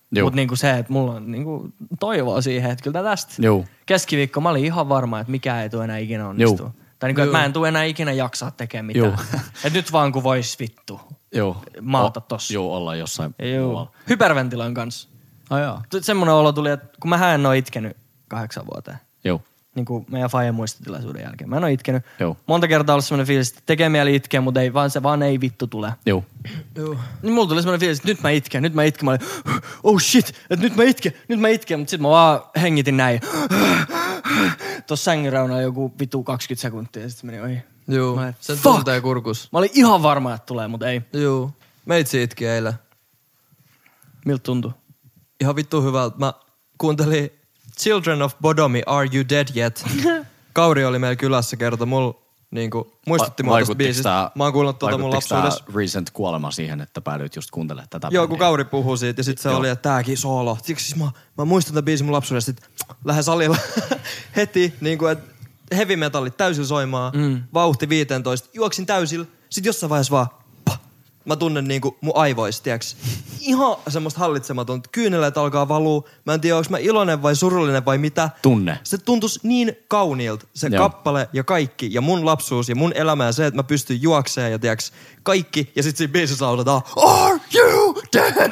Mutta niinku se, että mulla on niinku toivoa siihen, että kyllä tästä Joo. keskiviikko mä olin ihan varma, että mikään ei tule enää ikinä onnistua. Tai niinku, että mä en tule enää ikinä jaksaa tekemään mitään. Että nyt vaan kun vois vittu Joo. maata O- tossa. Joo, ollaan jossain Joo. muualla. Hyperventiloin kanssa. Ai jaa. Semmoinen olo tuli, että kun mä en ole itkenyt kahdeksan vuoteen. Joo. Niin kuin meidän Fajan muistotilaisuuden jälkeen. Mä en ole itkenyt. Joo. Monta kertaa ollut semmoinen fiilis, että tekee mieli itkeä, mutta ei, vaan se vaan ei vittu tule. Joo. Joo. Niin mulla tuli semmoinen fiilis, että nyt mä itken, nyt mä itken. Mä olin, oh shit, että nyt mä itken, nyt mä itken. Mutta sit mä vaan hengitin näin. Tuossa sängyn reunalla joku vitu kaksikymmentä sekuntia ja sit meni ohi. Joo, Mä olin, sen fuck! tuntee kurkus. Mä olin ihan varma, että tulee, mutta ei. Joo. Meitsi itki eilen. Miltä tuntui? Ihan vittu hyvältä. Mä kuuntelin Children of Bodomi, Are You Dead Yet? Kauri oli meillä kylässä, kertoi mulla, niinku, muistutti mua tästä biisistä. tää, Mä oon kuullut tuota mun lapsuudessa. tää recent kuolema siihen, että päädyit just kuuntelemaan tätä Joo, kun bändiä? Kauri puhuu siitä ja sit se Joo. oli, että tääkin soolo. Siksi siis mä, mä muistan tämän biisin mun lapsuudessa, sit lähden salilla heti, niinku, että heavy metallit täysin soimaan, mm. vauhti viisitoista, juoksin täysillä, sit jossain vaiheessa vaan, pah, mä tunnen niinku mun aivoista, tiiäks, ihan semmoista hallitsematonta, kyyneleet alkaa valuu, mä en tiedä, onko mä iloinen vai surullinen vai mitä. Tunne. Se tuntus niin kauniilta, se Joo. kappale ja kaikki, ja mun lapsuus ja mun elämä ja se, että mä pystyn juokseen ja tiiäks, kaikki, ja sit siinä biisissä lauletaan, Are you dead?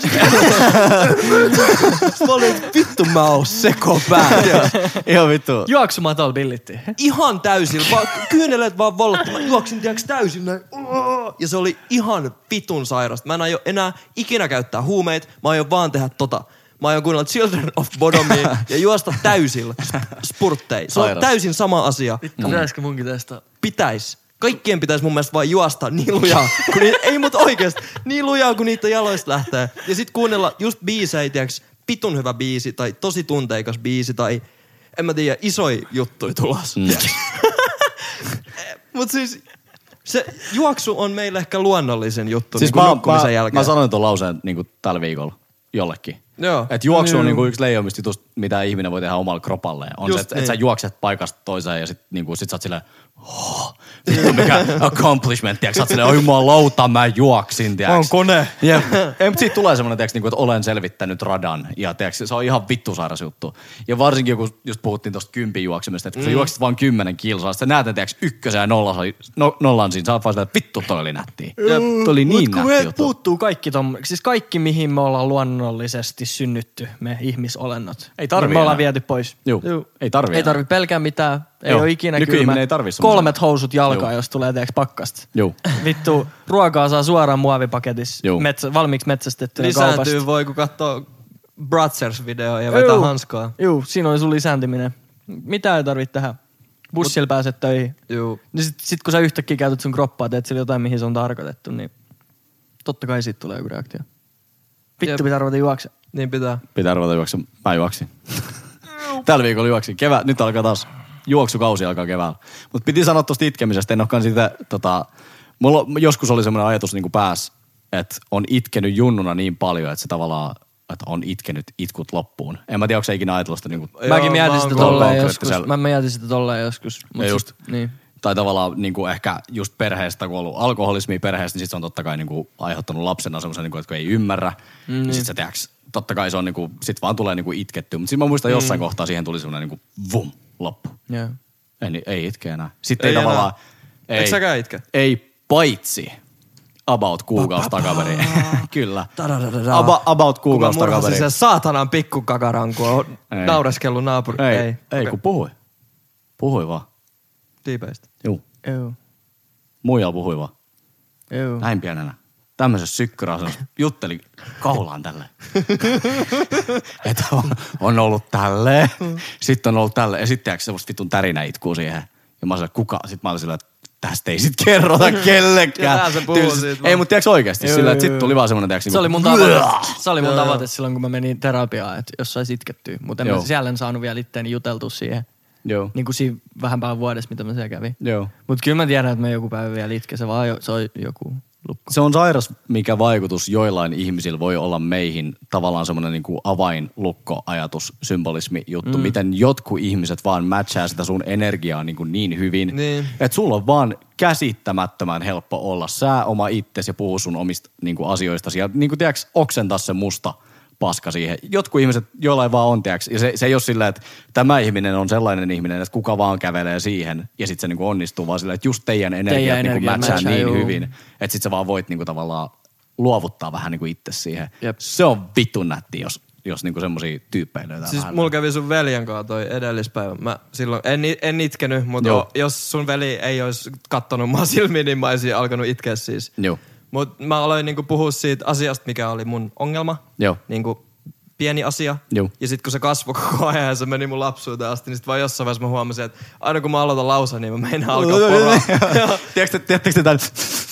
Mä olin, vittu mä oon sekopää. Ihan vittu. Juoksumatol billittiin. Ihan täysillä, vaan kyyneleet vaan vallottu. Mä juoksin tiiäks täysin näin. Ja se oli ihan vitun sairasta. Mä en aio enää ikinä käyttää huumeita, mä aion vaan tehdä tota. Mä aion kuunnella Children of Bodomia ja juosta täysillä spurtteja. Se on Sairas. täysin sama asia. Vittu, pitäisikö munkin testaa? Pitäis. Kaikkien pitäisi mun mielestä vaan juosta niin lujaa, kun niitä, ei mut oikeesti, niin lujaa kun niitä jaloista lähtee. Ja sit kuunnella just biisejä, tiiäks, pitun hyvä biisi tai tosi tunteikas biisi tai en mä tiedä, isoja juttuja tulos. Mm. Mut siis se juoksu on meille ehkä luonnollisin juttu Siis niin mä, nukkumisen mä, jälkeen. mä sanoin ton lauseen niin kuin tällä viikolla jollekin. Joo. Et juoksu on Joo. niinku yksi leijommista jutusta, mitä ihminen voi tehdä omalla kropalleen. On Just se, että niin. et sä juokset paikasta toiseen ja sit, niinku, sit sä oot silleen, oh, vittu mikä accomplishment, tiiäks, sä oot silleen, oi mua lauta, mä juoksin, tiiäks. On kone. Jep. Ei, mutta siitä tulee semmoinen, tiiäks, niinku, että olen selvittänyt radan ja tiiäks, se on ihan vittu sairas juttu. Ja varsinkin kun just puhuttiin tosta kympin juoksemista, että kun sä Mm. juoksit vaan kymmenen kilsaa, sit sä näet, että tiiäks, ykkösen ja nollan, no, nollan siinä, sä oot vaan silleen, että vittu toi oli nättiä. Toi oli niin Mut kun nätti meiltä juttu. puuttuu kaikki tommo, siis kaikki mihin me ollaan luonnollisesti synnytty, me ihmisolennot. Ei tarvii niin me ollaan enää. viety pois. Juu, ei tarvii Ei enää. tarvi pelkää mitään, ei Joo. ole ikinä Nykyihminen kylmä. ei tarvi semmoisia. Kolmet housut jalkaan, Joo. jos tulee teeksi pakkasta. Joo. Vittu, ruokaa saa suoraan muovipaketissa, Joo. metsä, valmiiksi metsästettynä Lisääntyy kaupasta. voi, kun katsoo Brothers-videoa ja vetää Juu. hanskaa. Juu, siinä oli sun lisääntyminen. Mitä ei tarvitse tehdä? Bussilla pääset töihin. Juu. Niin sit, sit kun sä yhtäkkiä käytät sun kroppaa, teet sillä jotain, mihin se on tarkoitettu, niin totta kai siitä tulee joku reaktio. Vittu Jep. pitää ruveta juokse. Niin pitää. Pitää ruveta juokse. Mä juoksin. Tällä viikolla juoksin. Kevää, nyt alkaa taas, juoksukausi alkaa keväällä. Mutta piti sanoa tosta itkemisestä, en olekaan sitä, tota, mulla joskus oli semmoinen ajatus niin kuin pääs, että on itkenyt junnuna niin paljon, että se tavallaan, että on itkenyt itkut loppuun. En mä tiedä, onko se ikinä ajatellut sitä niin kuin, Joo, Mäkin mä mietin oon sitä kuullut tolleen joskus. konkreettisella- Mä mietin sitä tolleen joskus. Mut Ja just. sit, niin. tai tavallaan niin kuin ehkä just perheestä, kun on ollut alkoholismia perheestä, niin sit se on totta kai niin kuin aiheuttanut lapsena semmoisen, niin kuin, että kun ei ymmärrä, mm, niin sit sä tiedäks, totta kai se on niin kuin, sit vaan tulee niin kuin itkettyä. Mutta sit mä muistan jossain mm. kohtaa siihen tuli semmoinen niin kuin vum, loppu. Joo. Ei, ei itke enää. Sitten Ei ei, enää. tavallaan... Ei, Eikö säkään itke? Ei, paitsi about kuukausi takaveri. Kyllä. Tadadadada. Aba, about Kun mä kuukausi murhasin takaveri. sen saatanan pikkukakaran, kun on Ei. naureskellut naapuri. Ei, ei, ei. ei Okei. kun puhui. Puhui vaan. Tiipeistä. Juu. Joo. Muijalla puhui vaan. Joo. Näin pienenä. Tämmöisessä sykkyrasennossa jutteli kaulaan tälleen. Että on, on ollut tälleen. Sitten on ollut tälleen. Ja sitten tiedätkö semmoista vitun tärinä itkuu siihen. Ja mä olin kuka? Sitten mä olin sillä, että tästä ei sit kerrota kellekään. Ja tää se puhuu Tylsä- siitä vaan. Ei, mutta tiedätkö oikeasti? Joo, Sillä, joo, että sit joo. tuli vaan semmoinen, tiedätkö, Se oli mun niinku- tavoite, se oli mun Joo. tavoite silloin, kun mä menin terapiaan, että jos sais itkettyä. Mutta en Joo. mä siellä en saanut vielä itteeni juteltua siihen. Joo. Niin kuin siinä vähän päivän vuodessa, mitä mä siellä kävin. Joo. Mutta kyllä mä tiedän, että mä joku päivä vielä itken. Se vaan jo, se on joku lukko. Se on sairas, mikä vaikutus joillain ihmisillä voi olla meihin tavallaan semmoinen niin kuin avainlukkoajatus, symbolismi juttu, mm. miten jotkut ihmiset vaan matchaa sitä sun energiaa niin, kuin niin hyvin, Niin. että sulla on vaan käsittämättömän helppo olla sä oma itsesi ja puhua sun omista niin kuin asioistasi ja niin kuin tiedätkö, oksentaa se musta paska siihen. Jotkut ihmiset jollain vaan on, tiiäks, ja se, se ei ole sillä, että tämä ihminen on sellainen ihminen, että kuka vaan kävelee siihen ja sitten se niinku onnistuu, vaan sillä, että just teidän energiat teidän niinku energia matchaa matchaa, niin juu. hyvin, että sitten sä vaan voit niinku tavallaan luovuttaa vähän niinku itse siihen. Jep. Se on vitun nätti, jos, jos niinku semmosia tyyppejä löytää Siis vähän. mulla kävi sun veljen kanssa toi edellispäivä. Mä silloin, en, en itkenyt, mutta Joo. jos sun veli ei olisi kattonut mua silmiin, niin mä olisin alkanut itkeä siis. Joo. Mut mä aloin niinku puhua siitä asiasta, mikä oli mun ongelma. Joo. Niinku pieni asia. Joo. Ja sit kun se kasvoi koko ajan ja se meni mun lapsuuteen asti, niin sit vaan jossain vaiheessa mä huomasin, että aina kun mä aloitan lauseen, niin mä meinaan alkaa poraa. Tiedätkö, tiedättekö te tämän?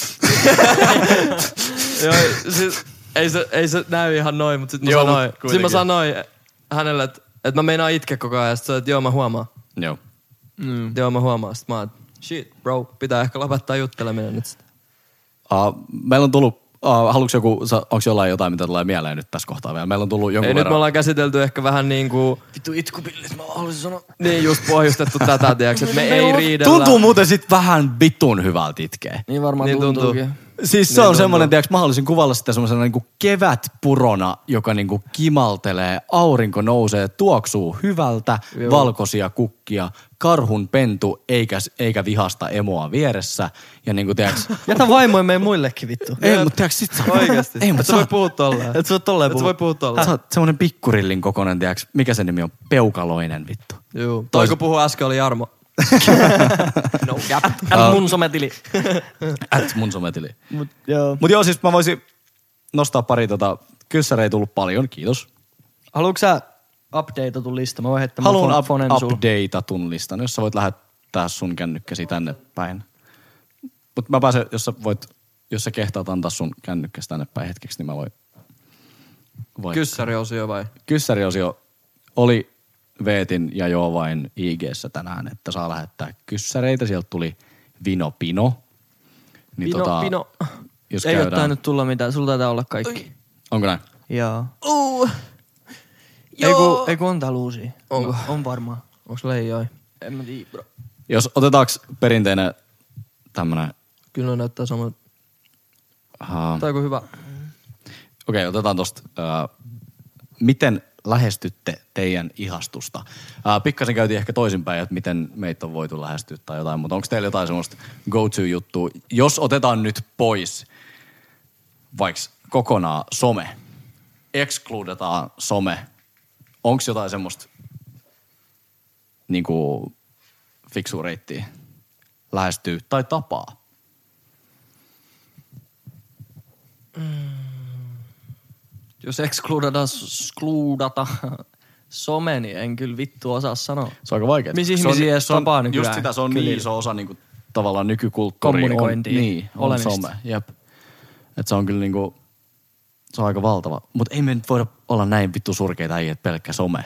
Joo, siis ei se, ei se näy ihan noin, mutta sit mä Joo, sanoin, mut sit mä kuitenkin. sanoin hänelle, että, että mä meinaan itkeä koko ajan. Sit se, että joo mä huomaan. Joo. Mm. Joo mä huomaan. Sit mä oon, shit bro, pitää ehkä lopettaa jutteleminen nyt. Uh, meillä on tullut, uh, haluatko joku, onko jollain jotain, mitä tulee mieleen nyt tässä kohtaa vielä? Meillä on tullut jonkun Ei verran. nyt me ollaan käsitelty ehkä vähän niinku, Vittu itkupillit, mä haluaisin sanoa. niin just pohjustettu tätä, tiiäks, että me ei riidellä. Tuntuu muuten sit vähän vitun hyvältä itkeä. Niin varmaan Niin tuntuu. tuntuukin. Siis se Niin on tuntuu. semmoinen, tiiäks, mä haluaisin kuvailla sitä semmoisena niinku kevätpurona, joka niinku kimaltelee, aurinko nousee, tuoksuu hyvältä, Joo. valkoisia kukkia, karhun pentu eikä, eikä vihasta emoa vieressä. Ja niinku tiiäks, Jätä vaimoin meidän muillekin vittu. ei mut tiiäks sit sä... Oikeesti. Ei mut Et sä sä voi puhua tolleen. Et sä voi tolleen Et sä puhua. voi puhua tolleen. Sä oot semmonen pikkurillin kokonen, tiiäks, mikä se nimi on? Peukaloinen vittu. Joo. Toi kun puhui äsken oli Jarmo. No cap. Älä mun sometili. At mun sometili. Mut joo. Mut joo, siis mä voisin nostaa pari tota, kyssäreitä tullut paljon, kiitos. Haluatko sä updateatun lista? Mä voin heittää Haluan mun up, fonen sul. updateatun listan, jos sä voit lähettää sun kännykkäsi tänne päin. Mut mä pääsen, jos sä voit, jos sä kehtaat antaa sun kännykkäsi tänne päin hetkeksi, niin mä voin. voin. Kyssäriosio vai? Kyssäriosio oli Veetin ja joo vain I G:ssä tänään, että saa lähettää kyssäreitä. Sieltä tuli Vino Pino. Niin Pino, Pino. Jos Ei oo käydään. tainnut tulla mitään. Sulla taitaa olla kaikki. Onko näin? Joo. Uh. Ei ku, ei ku on täällä uusia. Onko? On varmaan. Onks leijoi? En mä tiedä, bro. Jos otetaanko perinteinen tämmönen, Kyllä ne näyttää samalta. uh, Tai hyvä. okei, otetaan tosta, uh, miten lähestytte teidän ihastusta? Uh, pikkasen käytiin ehkä toisinpäin, että miten meitä on voitu lähestyä tai jotain, mutta onko teillä jotain semmoista go-to-juttua? Jos otetaan nyt pois vaikka kokonaan some, excludetaan some, onko jotain semmoista niinku fiksua reittiä lähestyä tai tapaa? Jos excludata, excludata some, niin en kyllä vittu osaa sanoa. Se on aika vaikea. Missä Se on- ihmisiä edes se on tapaa Just nykyään sitä, se on kylillä? niin iso osa niinku, tavallaan nykykulttuuria. Kommunikointia, On, niin, on olemista. some. Jep. Et se on kyllä niinku, se on aika valtava. Mutta ei me nyt voida olla näin vittu surkeita äijät pelkkä some.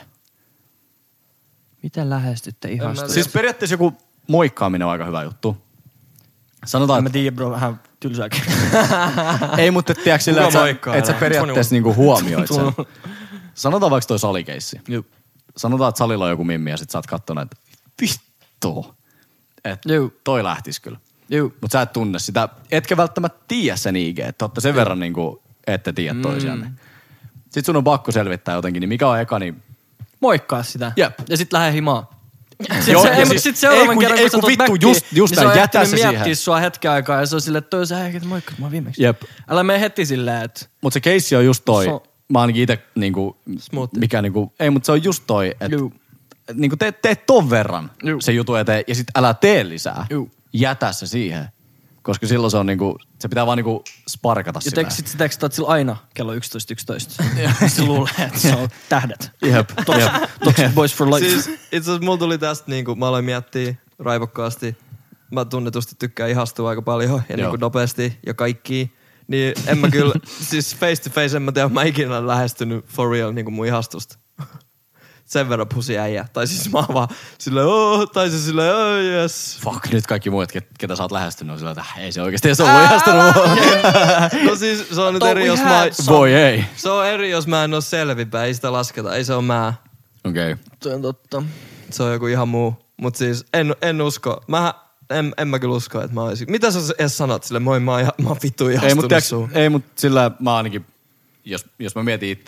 Miten lähestytte mä ihastusta? tiedä. Siis periaatteessa joku moikkaaminen on aika hyvä juttu. Sanotaan, En mä että tiedä, bro, vähän tylsääkin. ei, mutta et tiedätkö sillä, Kuka että sä, moikkaa et sä enää? periaatteessa niinku huomioit sen. Sanotaan vaikka toi salikeissi. Juu. Sanotaan, että salilla on joku mimmi ja sit sä oot kattonut, että vittu. Että Juu. toi lähtis kyllä. Juu. Mutta sä et tunne sitä, etkä välttämättä tiedä sen I G, että olette sen verran niinku, ette tiedä toisianne. Sitten sun on pakko selvittää jotenkin, niin mikä on eka, niin Moikkaa sitä. Jep. Ja sit lähde himaan. Sit Joo, se, ja ei, siis- mut sit seuraavan ei kun- kerran, ei kun sä kun tulet vittu, backiin, just- just niin se näin, on jätä ehtinyt se siihen. miettiä sua hetken aikaa ja se on silleen, että toi sä ehkä, että moikka, mä oon viimeksi. Jep. Älä mene heti silleen, että Mutta se keissi on just toi, So- mä ainakin ite niinku, Smoothie. mikä niinku, ei mutta se on just toi, että Juu. niinku tee, tee ton verran Juu. se jutu eteen ja sit älä tee lisää. Juu. Jätä se siihen. Koska silloin se on niinku, se pitää vaan niinku sparkata ja silleen. tek, sit sä tekstaat sillä aina kello yksitoista yksitoista. Se luulee, että se on tähdet. Jep, jep. Toxic Boys for Life. Siis itse asiassa mulla tuli tästä niinku, mä aloin miettiä raivokkaasti. Mä tunnetusti tykkään ihastua aika paljon ja Joo. niinku nopeasti ja kaikki. Niin en mä kyllä, siis face to face en mä tiedä, mä ikinä lähestynyt for real niinku mun ihastusta. Sen verran pusi äijä. Tai siis mä oon vaan silleen, oh, tai se silleen, oh yes. Fuck, nyt kaikki muut, ket- ketä sä oot lähestynyt, on sillä, että ei se oikeesti edes ollut ihastunut. No siis se on nyt Thought eri, we jos had mä... some. Voi ei. Se on eri, jos mä en oo selvinpäin, ei sitä lasketa, ei se on mä. Okei. Okay. Toi on totta. Se on joku ihan muu. Mut siis en, en usko. Mä en, en mä kyllä usko, että mä olisin. Mitä sä edes sanot sille, moi mä oon, ihan- mä oon vittu Ei, ihastunut mutta suun. ei, mut sillä mä ainakin, jos, jos mä mietin itteeni,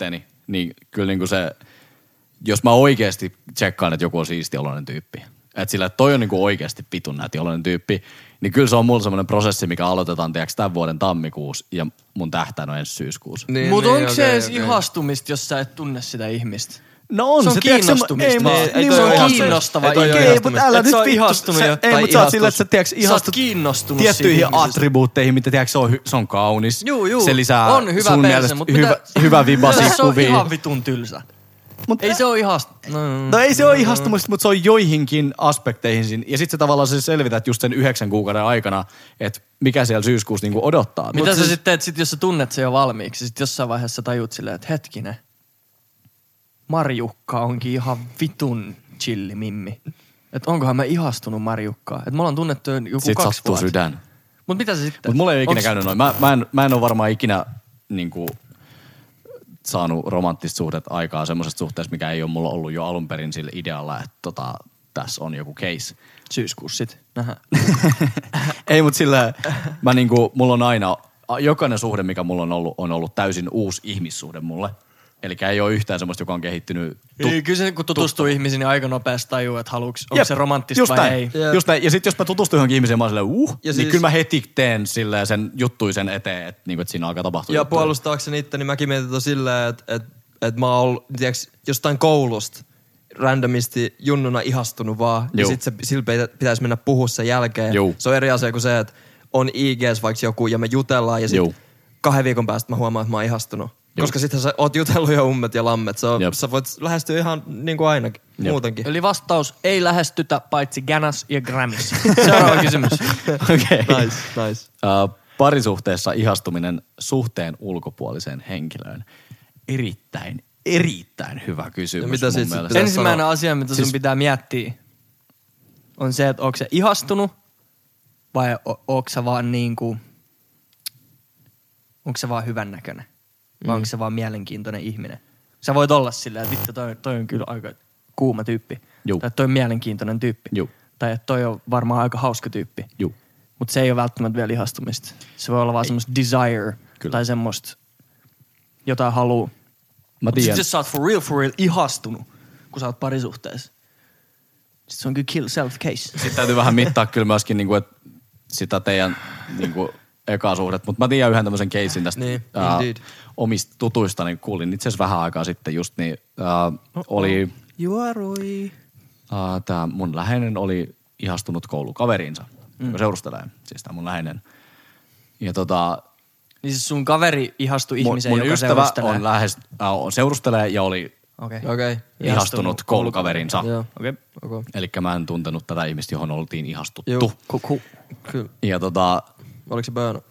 niin kyllä niinku se, jos mä oikeasti tsekkaan, että joku on siisti oloinen tyyppi, että sillä, että toi on niinku oikeasti vitun näti oloinen tyyppi, niin kyllä se on mulla semmoinen prosessi, mikä aloitetaan tiiäks tämän vuoden tammikuussa ja mun tähtäin on ensi syyskuussa. Niin, Mutta niin, onko okei, se edes okei. ihastumista, jos sä et tunne sitä ihmistä? No on Se on se, tiiäks, kiinnostumista. Ei, mä, Niin, ei niin, toi mä ole oon ihastumista. kiinnostava Ei toi ole ikinä. Ei, ihastumista. mutta älä Et nyt sä oot vittu. ihastunut Se- jo, Ei, tai mutta sä oot sillä, että ihastus. sä tiiäks Sä oot ihastut kiinnostunut tiettyihin siitä ihmisestä. attribuutteihin, mitä tiiäks se on, hy- se on kaunis. Juu, juu. Se lisää on hyvä sun perse, mielestä mutta hyvä, mitä- hyvä vibasi Se on kuvia. ihan vitun tylsä. Mut Ei se ole ihast... No, No ei se ole ihastumista, mutta se on joihinkin aspekteihin. siinä. Ja sitten se tavallaan se selvität just sen yhdeksän kuukauden aikana, että mikä siellä syyskuussa niinku odottaa. Mitä Mut sä siis- sitten teet, sit, jos sä tunnet se jo valmiiksi? Sitten jossain vaiheessa tajut silleen, että hetkinen. Marjukka onkin ihan vitun chilli mimmi. Että onkohan mä ihastunut Marjukkaan. Että me ollaan tunnettu jo joku Sit kaksi sattuu vuotta. sydän. Mut mitä se sitten? Mutta mulla ei ole ikinä Onks- käynyt noin. Mä, mä, en, mä en ole varmaan ikinä niinku, saanut romanttista suhdetta aikaa semmoisesta suhteesta, mikä ei ole mulla ollut jo alun perin sillä idealla, että tota, tässä on joku case. Syyskuussa sit. Nähdään. Ei, mutta sillä mä niinku, mulla on aina, jokainen suhde, mikä mulla on ollut, on ollut täysin uusi ihmissuhde mulle. Eli ei ole yhtään semmoista, joka on kehittynyt. Tu- Ei, kyllä se, kun tutustuu ihmisiin, niin aika nopeasti tajuu, että haluuks, onko Jep, se romanttista just vai näin, ei. Jep. Just näin. Ja sitten jos mä tutustun johonkin ihmiseen, mä oon silleen, uh, Ja niin siis- kyllä mä heti teen silleen sen juttuisen eteen, että, niinku, että siinä alkaa tapahtua. Ja juttuja. puolustaakseni itteni mäkin mietin tota silleen, että et, et mä oon ollut, tiiäks, jostain koulusta randomisti junnuna ihastunut vaan. Ja Juu. sit se, sillä pitä- pitäisi mennä puhua sen jälkeen. Juu. Se on eri asia kuin se, että on I G:s vaikka joku ja me jutellaan ja sit Juu. kahden viikon päästä mä huomaan, että mä oon ihastunut. Koska sitten sä oot jutellut jo ummet ja lammet. Se on, Jep. sä voit lähestyä ihan niin kuin ainakin, Jep. muutenkin. Eli vastaus ei lähestytä paitsi Ganas ja Grammys. Seuraava kysymys. Okei. Okay. Nice, nice. Uh, parisuhteessa ihastuminen suhteen ulkopuoliseen henkilöön. Erittäin, erittäin hyvä kysymys Ja mitä mun sit sit mielestä. pitäis Ensimmäinen sanoa? asia, mitä sun Siis- pitää miettiä, on se, että onko se ihastunut vai o- onko se vaan niinku, onko se vaan hyvännäköinen vai Mm. onko se vaan mielenkiintoinen ihminen. Sä voit olla silleen, että vittu toi, toi on kyllä aika kuuma tyyppi. Juu. Tai että toi on mielenkiintoinen tyyppi. Juu. Tai että toi on varmaan aika hauska tyyppi. Juu. Mutta se ei ole välttämättä vielä ihastumista. Se voi olla vaan semmoista desire Kyllä. tai semmoista jotain halua. Mä Mutta tiedän. sit jos sä oot for real, for real ihastunut, kun sä oot parisuhteessa, sit se on kyllä kill self case. Sitten täytyy vähän mittaa kyllä myöskin niinku, et sitä teidän niinku, ekaa suhdet. Mutta mä tiedän yhden tämmöisen casein tästä Niin, ää, indeed. omista tutuista. Niin kuulin itse asiassa vähän aikaa sitten just niin. Ää, oli, Juorui. ää, tää mun läheinen oli ihastunut koulukaveriinsa, mm. joka seurustelee. Siis tää mun läheinen. Ja tota, Niin siis sun kaveri ihastui mun, ihmiseen, mun joka ystävä seurustelee. on lähes, äh, on seurustelee ja oli Okei. Okei. Okay. ihastunut koulukaverinsa. Joo. Okei. Okay. Eli mä en tuntenut tätä ihmistä, johon oltiin ihastuttu. Joo. Cool, cool. Kyllä. Ja tota, Oliko se Böno?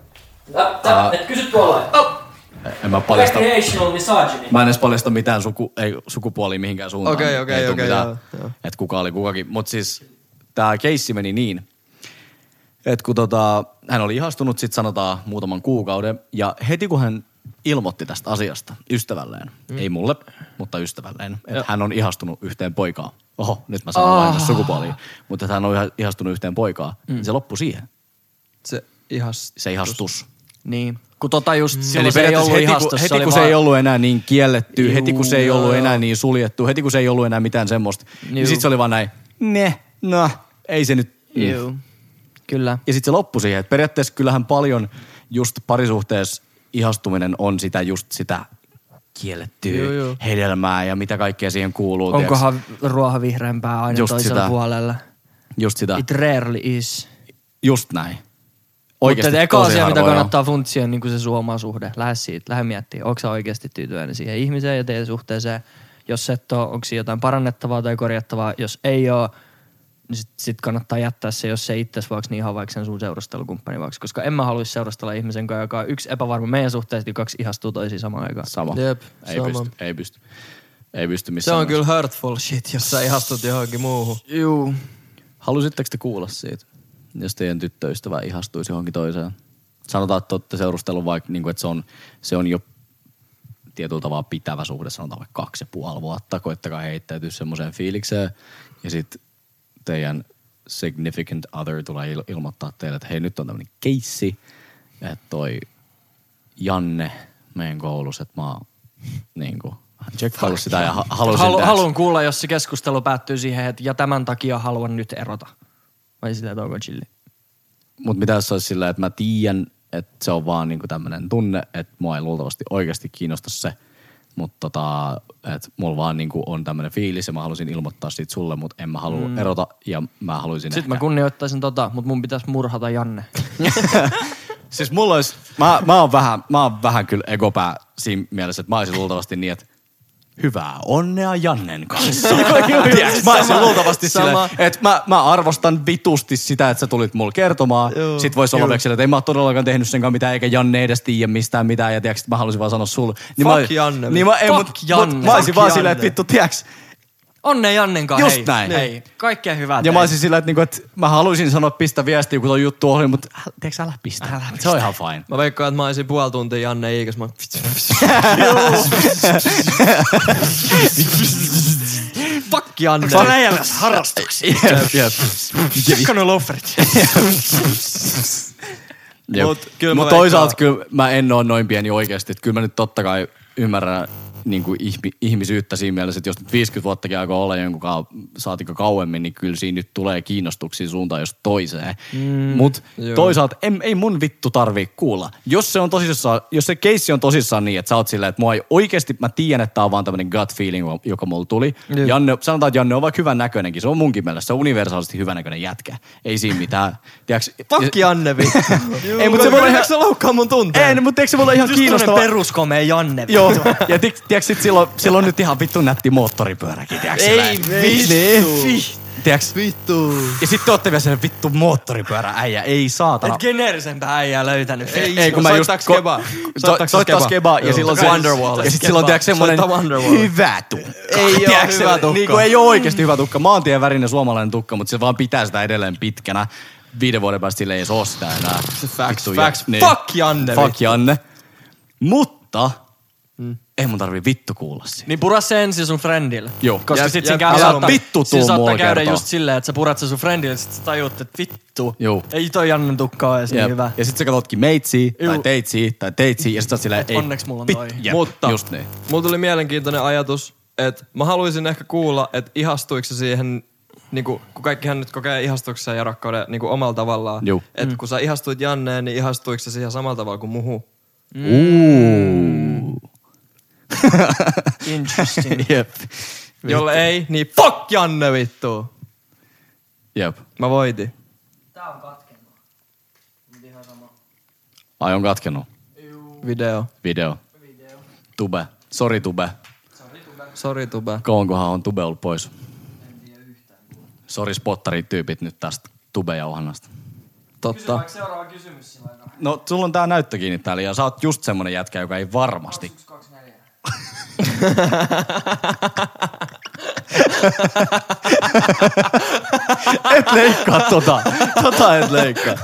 Et kysy tuolla. Oh, en mä paljasta, recreational misogyny. mä en edes paljasta mitään suku, ei, sukupuolia mihinkään suuntaan. Okei, Ei okei, tuu okei, mitään, joo, joo. että kuka oli kukakin. Mutta siis tää keissi meni niin, että kun tota, hän oli ihastunut sit sanotaan muutaman kuukauden ja heti kun hän ilmoitti tästä asiasta ystävälleen, mm. ei mulle, mutta ystävälleen, että hän on ihastunut yhteen poikaan. Oho, nyt mä sanon oh. vain sukupuoliin. Mutta että hän on ihastunut yhteen poikaan, mm. niin se loppui siihen. Se ihas... Se ihastus. Niin. Kun tota just Eli silloin se ei periaatteessa ollut heti, ihastus. kun, se heti oli kun se vaan- ei ollut enää niin kielletty, Juu, heti kun se ei joo, ollut joo. enää niin suljettu, heti kun se ei ollut enää mitään semmoista, niin Juu. sit se oli vaan näin, ne, no, ei se nyt. Mm. Joo. Kyllä. Ja sitten se loppui siihen, että periaatteessa kyllähän paljon just parisuhteessa ihastuminen on sitä just sitä kiellettyä Joo, joo. hedelmää ja mitä kaikkea siihen kuuluu. tiiäks. Onkohan ruoha vihreämpää aina Just toisella sitä. puolella? Just sitä, It rarely is. just näin. Mutta Oikeasti eka tosi asia, mitä harvoin on. kannattaa funtsia, on niin se sun oma suhde. Lähde siitä, lähde miettimään. Onko sä oikeasti tyytyväinen siihen ihmiseen ja teidän suhteeseen? Jos et ole, onko siinä jotain parannettavaa tai korjattavaa? Jos ei ole, niin sit, sit kannattaa jättää se, jos se itses vaikka niin ihan vaikka sen sun seurustelukumppani vaikka. Koska en mä haluaisi seurustella ihmisen kanssa, joka on yksi epävarma meidän suhteesta ja kaksi ihastuu toisiin samaan aikaan. Sama. Jep, ei sama. pysty, ei pysty. Ei pysty Se missään. on kyllä hurtful shit, jos sä ihastut johonkin muuhun. Juu. Halusitteko te kuulla siitä, jos teidän tyttöystävä ihastuisi johonkin toiseen? Sanotaan, että olette seurustellut vaikka, niin kuin, että se on, se on jo tietyllä tavalla pitävä suhde, sanotaan vaikka kaksi ja puoli vuotta. Koittakaa heittäytyä semmoiseen fiilikseen ja sitten teidän significant other tulee il- ilmoittaa teille, että hei, nyt on tämmöinen keissi, että toi Janne meidän koulussa, että mä oon niinku tsekkailu sitä ja ha- halusin Halu, tehdä- haluan kuulla, jos se keskustelu päättyy siihen, että ja tämän takia haluan nyt erota. Vai sitä, että onko chilli? Mut mitä jos se olisi silleen, että mä tiedän, että se on vaan niinku tämmönen tunne, että mua ei luultavasti oikeasti kiinnosta se. Mutta tota, että mulla vaan niinku on tämmönen fiilis ja mä halusin ilmoittaa siitä sulle, mutta en mä halua mm. erota ja mä haluaisin Sitten ehkä... mä kunnioittaisin tota, mutta mun pitäisi murhata Janne. Siis mulla olisi, mä, mä, oon vähän, mä oon vähän kyllä egopää siinä mielessä, että mä olisin luultavasti niin, että hyvää onnea Jannen kanssa. Tiedätkö, mä olisin luultavasti silleen, että mä, mä arvostan vitusti sitä, että sä tulit mulle kertomaan. Joo. Sit vois olla veksellä, että ei mä oo todellakaan tehnyt senkaan mitään, eikä Janne edes tiedä mistään mitään. Ja tiedätkö, mä halusin vaan sanoa sulle. Niin Fuck mä, Janne. Niin mä, ei, Fuck mut, Janne. Mut, mä olisin Fuck vaan Janne. silleen, että vittu, tiedätkö. Onnea Jannen kanssa. Just hei. näin. Hei. Kaikkea hyvää Ja teille. mä olisin sillä, että, niinku, että mä haluaisin sanoa pistä viestiä, kun tuo juttu ohi, mutta tiedätkö, älä pistä. Älä pistä. Se on ihan fine. Mä veikkaan, että mä olisin puoli tuntia Janne Iikas. Mä... Fuck Janne. Se on äijäläs harrastuksia. Tsekkanut lofferit. Mut kyllä mä Mut veikkaan- toisaalta kyllä mä en oo noin pieni oikeesti. Että kyllä mä nyt totta kai ymmärrän niin kuin ihmi, ihmisyyttä siinä mielessä, että jos nyt viisikymmentä vuottakin aikoo olla jonkun kau, saatikko kauemmin, niin kyllä siinä nyt tulee kiinnostuksia suuntaan jos toiseen. Mm, Mut joo. toisaalta en, ei mun vittu tarvii kuulla. Jos se on tosissaan, jos se keissi on tosissaan niin, että sä oot silleen, että mua ei oikeesti, mä tiedän, että tää on vaan tämmönen gut feeling, joka mulla tuli. Joo. Janne, sanotaan, että Janne on vaikka hyvän näköinenkin. Se on munkin mielestä. Se on universaalisti hyvän näköinen jätkä. Ei siinä mitään. Tiedätkö, Fuck Janne vittu. Ei, mutta se voi olla ihan... se loukkaa mun tunteja. Ei, mutta eikö se voi olla ihan Just tämmönen kiinnostava? peruskomea Janne. Joo, ja tiedätkö, tiedätkö sit silloin, silloin on nyt ihan vittu nätti moottoripyöräkin, tiedätkö? Ei vittu. Niin. Tiedätkö? Vittu. Ja sit te ootte vielä sen vittu moottoripyörä äijä, ei saatana. Et geneerisempää äijää löytänyt. Ei, Ei, kun mä just... soittaaks Skebaa? So, soittaa Skebaa ja silloin se... Wonderwall. Ja sit silloin tiedätkö semmonen Soittaa Wonderwall. hyvä tukka. Ei oo Tiedätkö, hyvä tukka. Niinku ei oo oikeesti hyvä tukka. Maantien värinen suomalainen tukka, mutta se vaan pitää sitä edelleen pitkänä. Viiden vuoden päästä sille ei oo sitä enää. Facts, Vittu, facts. niin. Fuck Janne. Fuck Janne. Mutta... Ei mun tarvii vittu kuulla siitä. Niin pura se ensin sun friendille. Joo. Koska Ja- sit ja- siinä käy älä saattaa, vittu tuu siinä saattaa mulle käydä kertoa. just silleen, että sä purat sen sun friendille, sit sä tajut, että vittu. Joo. Ei toi Jannen tukka oo edes niin Jep. hyvä. Ja sit sä katsotkin meitsiä, tai Juu. teitsiä, tai teitsiä, ja sit sä oot silleen, ei. Onneksi mulla on vit- toi. Jep, Mutta just niin. mulla tuli mielenkiintoinen ajatus, että mä haluaisin ehkä kuulla, että ihastuiko se siihen, niinku, kun kaikkihan nyt kokee ihastuksen ja rakkauden niinku omalla tavallaan. Juu. Että kun sä ihastuit Janneen, niin ihastuiko se siihen samalla tavalla kuin muhu? Uuu. Interesting. Jep. Jolle ei, niin fuck Janne vittu. Jep. Mä voitin. Tää on katkenut. Mut ihan sama. Ai on katkenut. Video. Video. Tube. Sori Tube. Sori Tube. Kauankohan on Tube ollut pois? Sori spottarityypit nyt tästä Tube-jauhannasta. Totta. seuraava kysymys sillä aikaa. No, sulla on tää näyttö kiinni täällä ja sä oot just semmonen jätkä, joka ei varmasti. Et leikkaa tota. Tota et leikkaa.